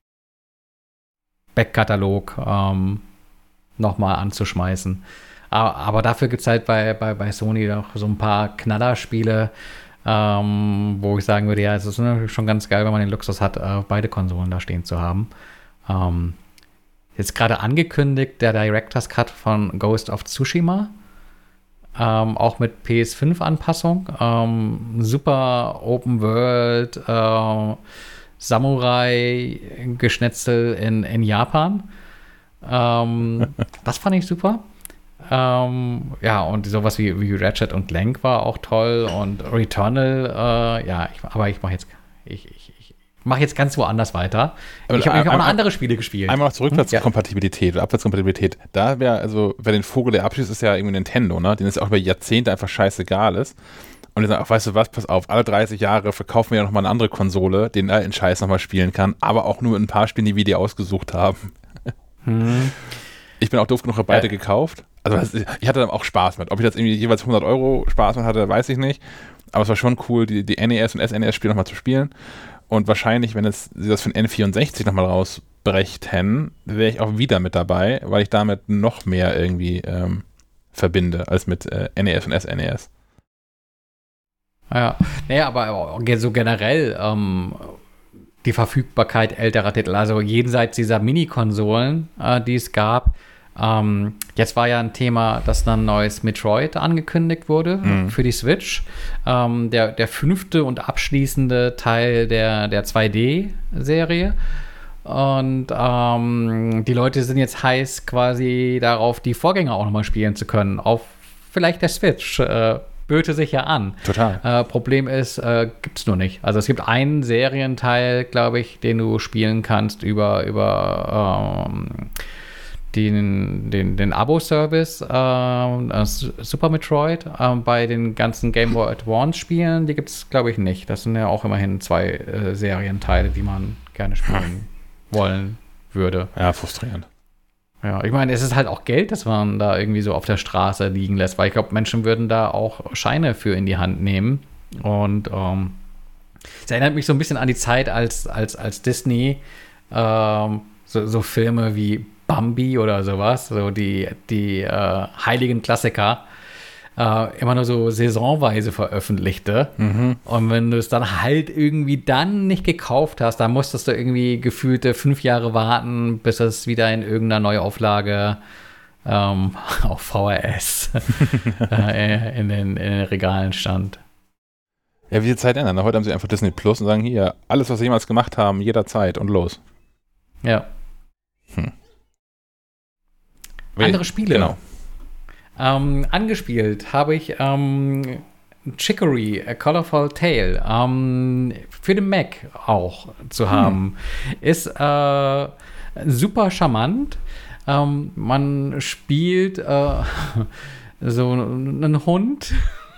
Backkatalog ähm, nochmal anzuschmeißen. Aber, aber dafür gibt es halt bei, bei, bei Sony noch so ein paar Knallerspiele, ähm, wo ich sagen würde, ja, es ist natürlich schon ganz geil, wenn man den Luxus hat, äh, beide Konsolen da stehen zu haben. Ähm, Jetzt gerade angekündigt, der Director's Cut von Ghost of Tsushima. ähm, auch mit P S fünf Anpassung. Ähm, super Open World, äh, Samurai-Geschnetzel in, in Japan. Ähm, das fand ich super. Ähm, ja, und sowas wie, wie Ratchet und Clank war auch toll und Returnal, äh, ja, ich, aber ich mache jetzt, ich, ich, ich mache jetzt ganz woanders weiter. Aber ich habe nämlich auch noch ein- andere Spiele gespielt. Einmal noch zur Rückwärtskompatibilität oder Abwärtskompatibilität. Da wäre, also, wer den Vogel, der abschließt, ist ja irgendwie Nintendo, ne? Den ist ja auch über Jahrzehnte einfach scheißegal ist. Und die sagen, ach, weißt du was, pass auf, alle dreißig Jahre verkaufen wir ja nochmal eine andere Konsole, den alten Scheiß nochmal spielen kann, aber auch nur mit ein paar Spielen, die wir dir ausgesucht haben. Hm. Ich bin auch doof genug, habe beide Ja. gekauft. Also das, ich hatte dann auch Spaß mit. Ob ich jetzt irgendwie jeweils hundert Euro Spaß mit hatte, weiß ich nicht. Aber es war schon cool, die, die N E S und S N E S-Spiele nochmal zu spielen. Und wahrscheinlich, wenn es, sie das für den N vierundsechzig nochmal rausbrächten, wäre ich auch wieder mit dabei, weil ich damit noch mehr irgendwie ähm, verbinde als mit äh, N E S und S N E S. Ja, naja, aber so generell ähm, die Verfügbarkeit älterer Titel, also jenseits dieser Mini-Konsolen, äh, die es gab. Ähm, jetzt war ja ein Thema, dass dann ein neues Metroid angekündigt wurde Mhm. für die Switch. Ähm, der, der fünfte und abschließende Teil der, der zwei D-Serie. Und ähm, die Leute sind jetzt heiß quasi darauf, die Vorgänger auch nochmal spielen zu können. Auf vielleicht der Switch. Äh, böte sich ja an. Total. Äh, Problem ist, äh, gibt es nur nicht. Also es gibt einen Serienteil, glaube ich, den du spielen kannst über, über ähm, den, den, den Abo-Service, äh, das Super Metroid. Äh, bei den ganzen Game Boy Advance-Spielen, die gibt es, glaube ich, nicht. Das sind ja auch immerhin zwei äh, Serienteile, die man gerne spielen wollen würde. Ja, frustrierend. Ja, ich meine, es ist halt auch Geld, das man da irgendwie so auf der Straße liegen lässt, weil ich glaube, Menschen würden da auch Scheine für in die Hand nehmen. Und ähm, es erinnert mich so ein bisschen an die Zeit, als, als, als Disney ähm, so, so Filme wie Bambi oder sowas, so die, die äh, heiligen Klassiker, äh, immer nur so saisonweise veröffentlichte. Mhm. Und wenn du es dann halt irgendwie dann nicht gekauft hast, dann musstest du irgendwie gefühlte fünf Jahre warten, bis es wieder in irgendeiner Neuauflage ähm, auf V H S äh, in, den, in den Regalen stand. Ja, wie die Zeit ändern. Heute haben sie einfach Disney Plus und sagen, hier, alles, was sie jemals gemacht haben, jederzeit und los. Ja. Hm. Andere Spiele. Genau. Ähm, angespielt habe ich ähm, Chicory, A Colorful Tale, ähm, für den Mac auch zu haben. Hm. Ist äh, super charmant. Ähm, man spielt äh, so einen Hund,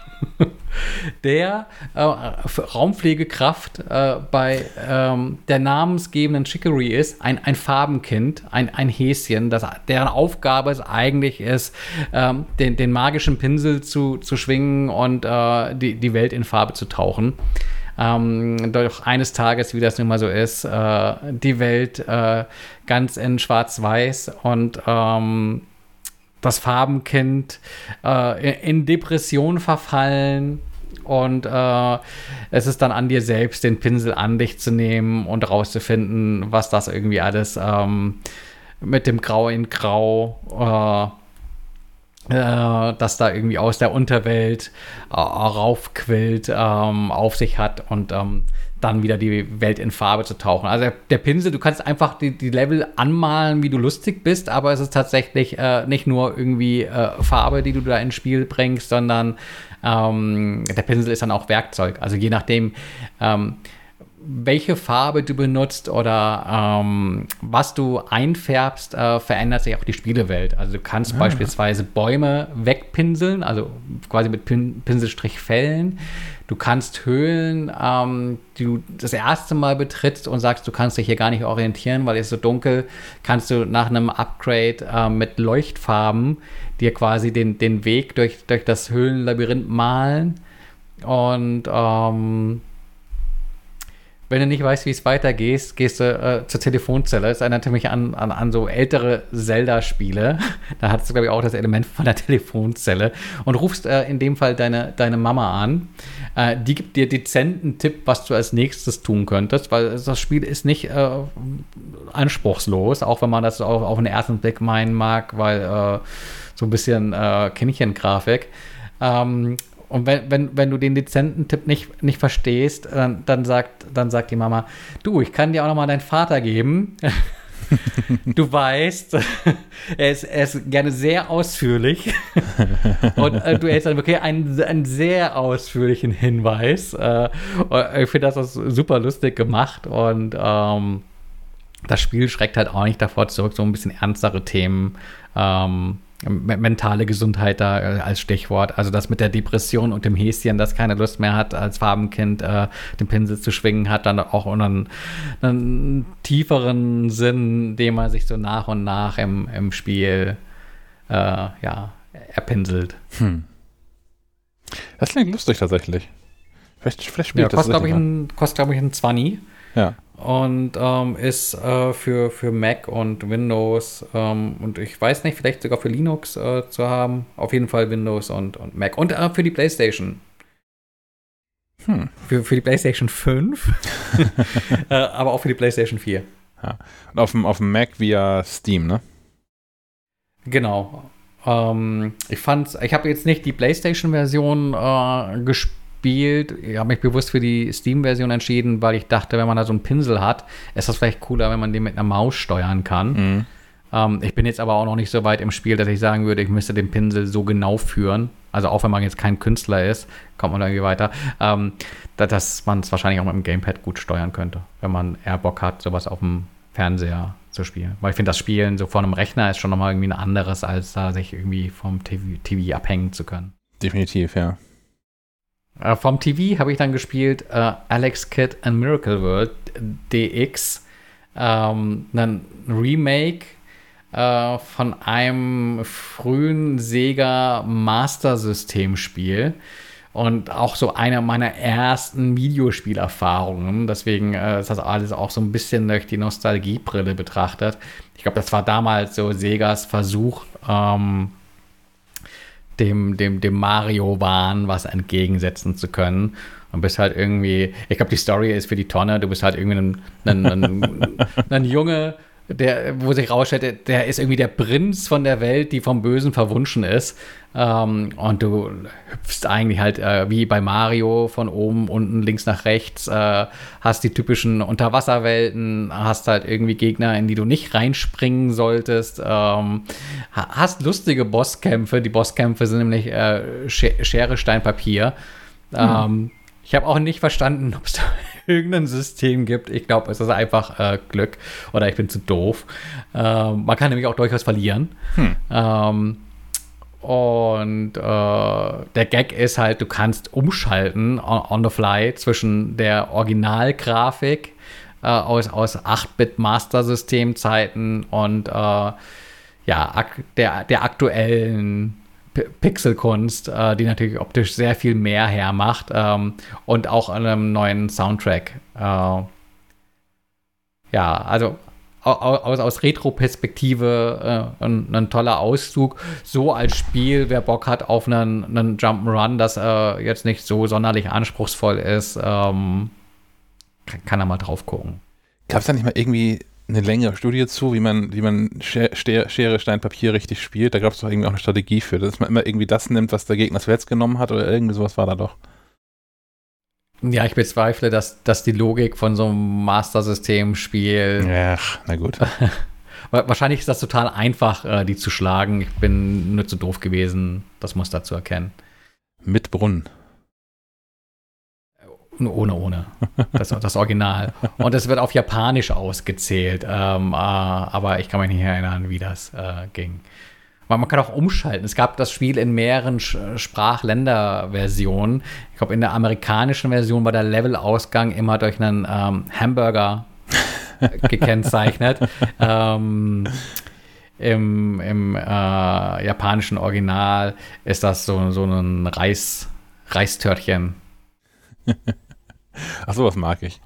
der äh, Raumpflegekraft äh, bei ähm, der namensgebenden Chicory ist, ein, ein Farbenkind, ein, ein Häschen, das, deren Aufgabe es eigentlich ist, ähm, den, den magischen Pinsel zu, zu schwingen und äh, die, die Welt in Farbe zu tauchen. Ähm, doch eines Tages, wie das nun mal so ist, äh, die Welt äh, ganz in Schwarz-Weiß und ähm, das Farbenkind äh, in Depression verfallen und äh, es ist dann an dir selbst, den Pinsel an dich zu nehmen und rauszufinden, was das irgendwie alles ähm, mit dem Grau in Grau, äh, äh, das da irgendwie aus der Unterwelt äh, raufquillt, ähm, auf sich hat und ähm, dann wieder die Welt in Farbe zu tauchen. Also der, der Pinsel, du kannst einfach die, die Level anmalen, wie du lustig bist, aber es ist tatsächlich äh, nicht nur irgendwie äh, Farbe, die du da ins Spiel bringst, sondern ähm, der Pinsel ist dann auch Werkzeug. Also je nachdem, ähm, welche Farbe du benutzt oder ähm, was du einfärbst, äh, verändert sich auch die Spielewelt. Also du kannst Ah. beispielsweise Bäume wegpinseln, also quasi mit Pin Pinselstrich fällen. Du kannst Höhlen, ähm, die du das erste Mal betrittst und sagst, du kannst dich hier gar nicht orientieren, weil es so dunkel, kannst du nach einem Upgrade äh, mit Leuchtfarben dir quasi den, den Weg durch, durch das Höhlenlabyrinth malen. Und ähm, wenn du nicht weißt, wie es weitergeht, gehst du äh, zur Telefonzelle. Das erinnert mich an, an, an so ältere Zelda-Spiele. Da hattest du, glaube ich, auch das Element von der Telefonzelle. Und rufst äh, in dem Fall deine, deine Mama an. Äh, die gibt dir dezenten Tipp, was du als nächstes tun könntest, weil das Spiel ist nicht äh, anspruchslos, auch wenn man das auch auf den ersten Blick meinen mag, weil äh, so ein bisschen äh, Kindchengrafik. Ähm, und wenn, wenn, wenn du den dezenten Tipp nicht, nicht verstehst, dann, dann, sagt, dann sagt die Mama, du, ich kann dir auch noch mal deinen Vater geben. Du weißt, er ist, er ist gerne sehr ausführlich. Und äh, du hältst dann wirklich einen, einen sehr ausführlichen Hinweis. Äh, ich finde, das ist super lustig gemacht. Und ähm, das Spiel schreckt halt auch nicht davor zurück, so ein bisschen ernstere Themen, ähm, mentale Gesundheit da äh, als Stichwort. Also das mit der Depression und dem Häschen, das keine Lust mehr hat, als Farbenkind äh, den Pinsel zu schwingen, hat dann auch einen, einen tieferen Sinn, den man sich so nach und nach im, im Spiel äh, ja, erpinselt. Hm. Das klingt lustig tatsächlich. Vielleicht, vielleicht spielt ja, das kostet, glaube ich, ein, kostet, glaube ich, ein zwanzig. Ja. Und ähm, ist äh, für, für Mac und Windows ähm, und ich weiß nicht, vielleicht sogar für Linux äh, zu haben. Auf jeden Fall Windows und, und Mac. Und äh, für die PlayStation. Hm. Für, für die PlayStation fünf. äh, aber auch für die PlayStation vier. Ja. Und auf dem, auf dem Mac via Steam, ne? Genau. Ähm, ich fand's, ich habe jetzt nicht die PlayStation-Version äh, gespielt. Ich habe mich bewusst für die Steam-Version entschieden, weil ich dachte, wenn man da so einen Pinsel hat, ist das vielleicht cooler, wenn man den mit einer Maus steuern kann. Mhm. Ähm, ich bin jetzt aber auch noch nicht so weit im Spiel, dass ich sagen würde, ich müsste den Pinsel so genau führen. Also auch wenn man jetzt kein Künstler ist, kommt man da irgendwie weiter. Ähm, da, dass man es wahrscheinlich auch mit dem Gamepad gut steuern könnte, wenn man eher Bock hat, sowas auf dem Fernseher zu spielen. Weil ich finde, das Spielen so vor einem Rechner ist schon nochmal irgendwie ein anderes, als da sich irgendwie vom T V, T V abhängen zu können. Definitiv, ja. Uh, vom T V habe ich dann gespielt uh, Alex Kidd and Miracle World D X, ähm, ein Remake uh, von einem frühen Sega Master System Spiel und auch so eine meiner ersten Videospielerfahrungen. Deswegen uh, ist das alles auch so ein bisschen durch die Nostalgiebrille betrachtet. Ich glaube, das war damals so Segas Versuch, ähm, dem, dem, dem Mario-Wahn was entgegensetzen zu können. Und bist halt irgendwie, ich glaube, die Story ist für die Tonne, du bist halt irgendwie ein, ein, ein, ein Junge, der, wo sich rausstellt, der ist irgendwie der Prinz von der Welt, die vom Bösen verwunschen ist. Ähm, und du hüpfst eigentlich halt äh, wie bei Mario von oben, unten, links nach rechts, äh, hast die typischen Unterwasserwelten, hast halt irgendwie Gegner, in die du nicht reinspringen solltest, ähm, hast lustige Bosskämpfe. Die Bosskämpfe sind nämlich äh, Schere, Stein, Papier. Mhm. Ähm, ich habe auch nicht verstanden, ob es da irgendein System gibt. Ich glaube, es ist einfach äh, Glück oder ich bin zu doof. Ähm, man kann nämlich auch durchaus verlieren. Hm. Ähm, und äh, der Gag ist halt, du kannst umschalten on, on the fly zwischen der Originalgrafik äh, aus, aus acht-Bit Master-System-Zeiten und äh, ja, ak- der, der aktuellen Pixelkunst, äh, die natürlich optisch sehr viel mehr hermacht ähm, und auch einem neuen Soundtrack. Äh, ja, also aus, aus Retro-Perspektive äh, ein, ein toller Auszug. So als Spiel, wer Bock hat auf einen, einen Jump'n'Run, das äh, jetzt nicht so sonderlich anspruchsvoll ist, ähm, kann, kann er mal drauf gucken. Gab es da nicht mal irgendwie eine längere Studie zu, wie man, wie man Schere, Schere, Stein, Papier richtig spielt? Da gab es doch irgendwie auch eine Strategie für, dass man immer irgendwie das nimmt, was der Gegner zuletzt genommen hat oder irgendwie sowas war da doch. Ja, ich bezweifle, dass, dass die Logik von so einem Master-System-Spiel. Ach, na gut. Wahrscheinlich ist das total einfach, äh, die zu schlagen. Ich bin nur zu doof gewesen, das Muster zu erkennen. Mit Brunnen. Ohne, ohne. Das, das Original. Und es wird auf Japanisch ausgezählt. Ähm, äh, aber ich kann mich nicht erinnern, wie das äh, ging. Man, man kann auch umschalten. Es gab das Spiel in mehreren Sch- Sprach-Länder-Versionen. Ich glaube, in der amerikanischen Version war der Levelausgang immer durch einen ähm, Hamburger gekennzeichnet. ähm, Im im äh, japanischen Original ist das so, so ein Reis, Reistörtchen. Ach, sowas mag ich.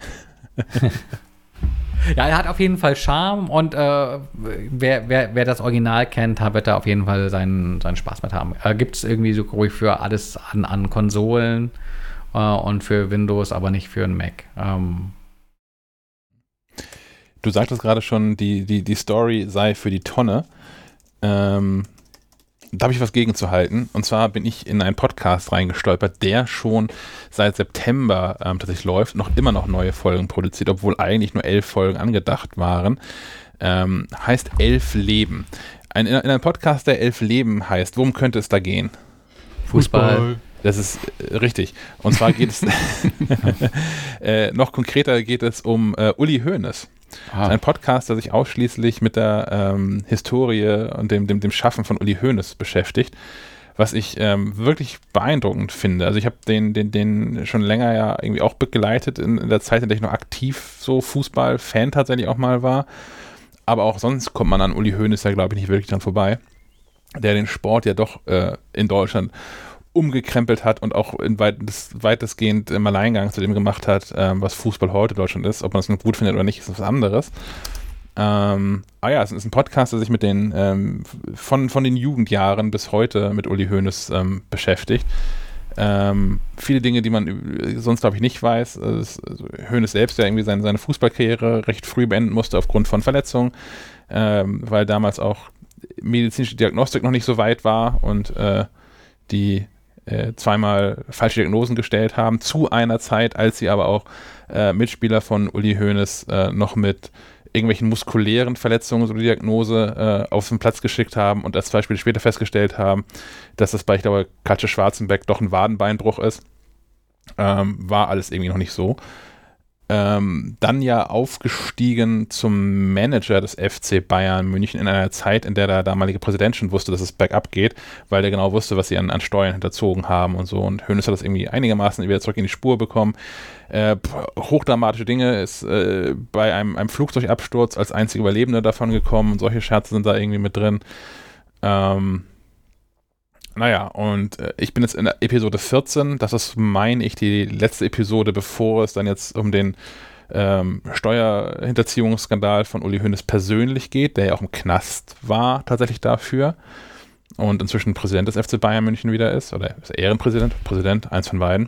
Ja, er hat auf jeden Fall Charme und äh, wer, wer, wer das Original kennt, wird da auf jeden Fall seinen, seinen Spaß mit haben. Äh, Gibt es irgendwie so ruhig für alles an, an Konsolen äh, und für Windows, aber nicht für einen Mac. Ähm. Du sagtest gerade schon, die, die, die Story sei für die Tonne. Ähm, da habe ich was gegenzuhalten. Und zwar bin ich in einen Podcast reingestolpert, der schon seit September ähm, tatsächlich läuft, noch immer noch neue Folgen produziert, obwohl eigentlich nur elf Folgen angedacht waren. Ähm, heißt Elf Leben. Ein, in, in einem Podcast, der Elf Leben heißt, worum könnte es da gehen? Fußball. Das ist äh, richtig. Und zwar geht es, äh, noch konkreter geht es um äh, Uli Hoeneß. Ah. Ein Podcast, der sich ausschließlich mit der ähm, Historie und dem, dem, dem Schaffen von Uli Hoeneß beschäftigt, was ich ähm, wirklich beeindruckend finde. Also ich habe den, den, den schon länger ja irgendwie auch begleitet in, in der Zeit, in der ich noch aktiv so Fußball-Fan tatsächlich auch mal war. Aber auch sonst kommt man an Uli Hoeneß ja, glaube ich, nicht wirklich dran vorbei, der den Sport ja doch äh, in Deutschland umgekrempelt hat und auch in weit, weitestgehend im Alleingang zu dem gemacht hat, ähm, was Fußball heute in Deutschland ist. Ob man es nun gut findet oder nicht, ist was anderes. Ähm, ah ja, es ist ein Podcast, der sich mit den ähm, von, von den Jugendjahren bis heute mit Uli Hoeneß ähm, beschäftigt. Ähm, viele Dinge, die man sonst, glaube ich, nicht weiß. Also Hoeneß selbst, der irgendwie seine, seine Fußballkarriere recht früh beenden musste aufgrund von Verletzungen, ähm, weil damals auch medizinische Diagnostik noch nicht so weit war und äh, die äh, zweimal falsche Diagnosen gestellt haben, zu einer Zeit, als sie aber auch äh, Mitspieler von Uli Hoeneß äh, noch mit irgendwelchen muskulären Verletzungen, so die Diagnose, äh, auf den Platz geschickt haben und erst zwei Spiele später festgestellt haben, dass das bei, ich glaube, Katja Schwarzenbeck doch ein Wadenbeinbruch ist. Ähm, war alles irgendwie noch nicht so. Ähm, dann ja aufgestiegen zum Manager des F C Bayern München in einer Zeit, in der der damalige Präsident schon wusste, dass es bergab geht, weil der genau wusste, was sie an, an Steuern hinterzogen haben und so. Und Hoeneß hat das irgendwie einigermaßen wieder zurück in die Spur bekommen. Äh, hochdramatische Dinge, ist äh, bei einem, einem Flugzeugabsturz als einziger Überlebender davon gekommen und solche Scherze sind da irgendwie mit drin. Ähm, Naja, und äh, ich bin jetzt in der Episode vierzehn, das ist, meine ich, die letzte Episode, bevor es dann jetzt um den ähm, Steuerhinterziehungsskandal von Uli Hoeneß persönlich geht, der ja auch im Knast war tatsächlich dafür und inzwischen Präsident des F C Bayern München wieder ist, oder ist er Ehrenpräsident, Präsident, eins von beiden.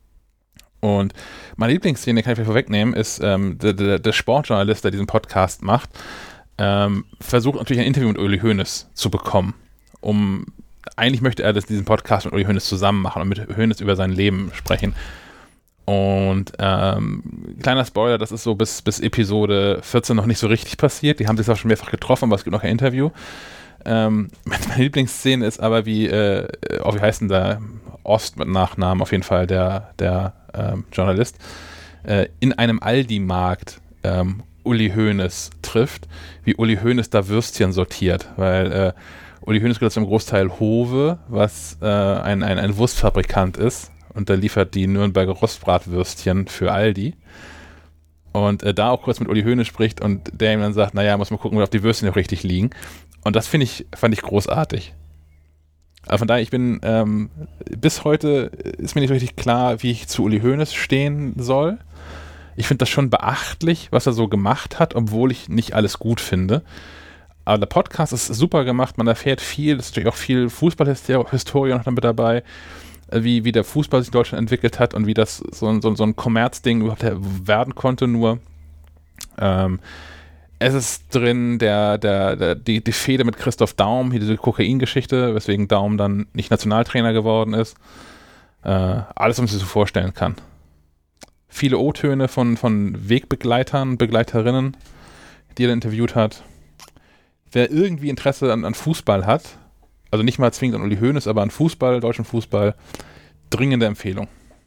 Und meine Lieblingsszene, kann ich vielleicht vorwegnehmen, ist ähm, der, der, der Sportjournalist, der diesen Podcast macht, ähm, versucht natürlich ein Interview mit Uli Hoeneß zu bekommen, um eigentlich möchte er das, diesen Podcast mit Uli Hoeneß zusammen machen und mit Hoeneß über sein Leben sprechen. Und ähm, kleiner Spoiler, das ist so bis, bis Episode vierzehn noch nicht so richtig passiert. Die haben sich auch schon mehrfach getroffen, aber es gibt noch ein Interview. Ähm, meine Lieblingsszene ist aber wie, äh, oh, wie heißt denn der Ost mit Nachnamen auf jeden Fall, der, der ähm, Journalist, äh, in einem Aldi-Markt ähm, Uli Hoeneß trifft, wie Uli Hoeneß da Würstchen sortiert, weil äh, Uli Hoeneß gehört zum Großteil Howe, was äh, ein, ein, ein Wurstfabrikant ist und der liefert die Nürnberger Rostbratwürstchen für Aldi. Und äh, da auch kurz mit Uli Hoeneß spricht und der ihm dann sagt, naja, muss mal gucken, ob die Würstchen auch richtig liegen. Und das finde ich, fand ich großartig. Aber von daher, ich bin, ähm, bis heute ist mir nicht so richtig klar, wie ich zu Uli Hoeneß stehen soll. Ich finde das schon beachtlich, was er so gemacht hat, obwohl ich nicht alles gut finde. Aber der Podcast ist super gemacht, man erfährt viel, es ist natürlich auch viel Fußballhistorie noch damit dabei, wie, wie der Fußball sich in Deutschland entwickelt hat und wie das so, so, so ein Kommerzding überhaupt werden konnte nur. Ähm, es ist drin der, der, der, die, die Fehde mit Christoph Daum, hier diese Kokain-Geschichte, weswegen Daum dann nicht Nationaltrainer geworden ist. Äh, alles, was man sich so vorstellen kann. Viele O-Töne von, von Wegbegleitern, Begleiterinnen, die er interviewt hat. Wer irgendwie Interesse an, an Fußball hat, also nicht mal zwingend an Uli Hoeneß, aber an Fußball, deutschen Fußball, dringende Empfehlung.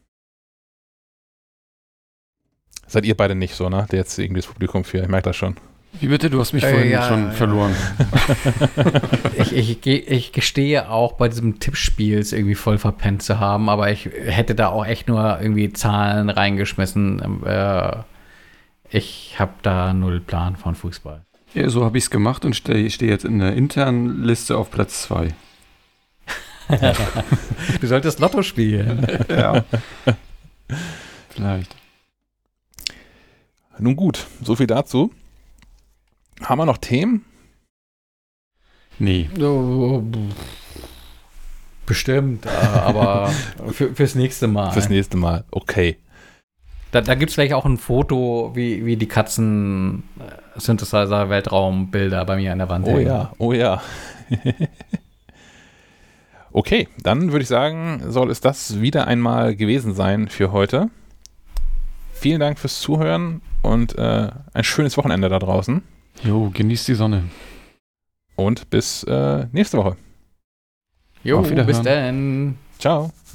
Seid ihr beide nicht so, ne? Der jetzt irgendwie das Publikum für, ich merke das schon. Wie bitte? Du hast mich äh, vorhin ja, schon ja. verloren. ich, ich, ich gestehe auch, bei diesem Tippspiel irgendwie voll verpennt zu haben, aber ich hätte da auch echt nur irgendwie Zahlen reingeschmissen. Äh, ich habe da null Plan von Fußball. Ja, so habe ich es gemacht und stehe steh jetzt in der internen Liste auf Platz zwei. Du solltest Lotto spielen. Ja. Vielleicht. Nun gut, so viel dazu. Haben wir noch Themen? Nee. Bestimmt, aber für, fürs nächste Mal. Fürs nächste Mal, okay. Da, da gibt es vielleicht auch ein Foto, wie, wie die Katzen-Synthesizer-Weltraumbilder bei mir an der Wand Oh hängen. ja, oh ja. Okay, dann würde ich sagen, soll es das wieder einmal gewesen sein für heute. Vielen Dank fürs Zuhören und äh, ein schönes Wochenende da draußen. Jo, genießt die Sonne. Und bis äh, nächste Woche. Jo, bis dann. Ciao.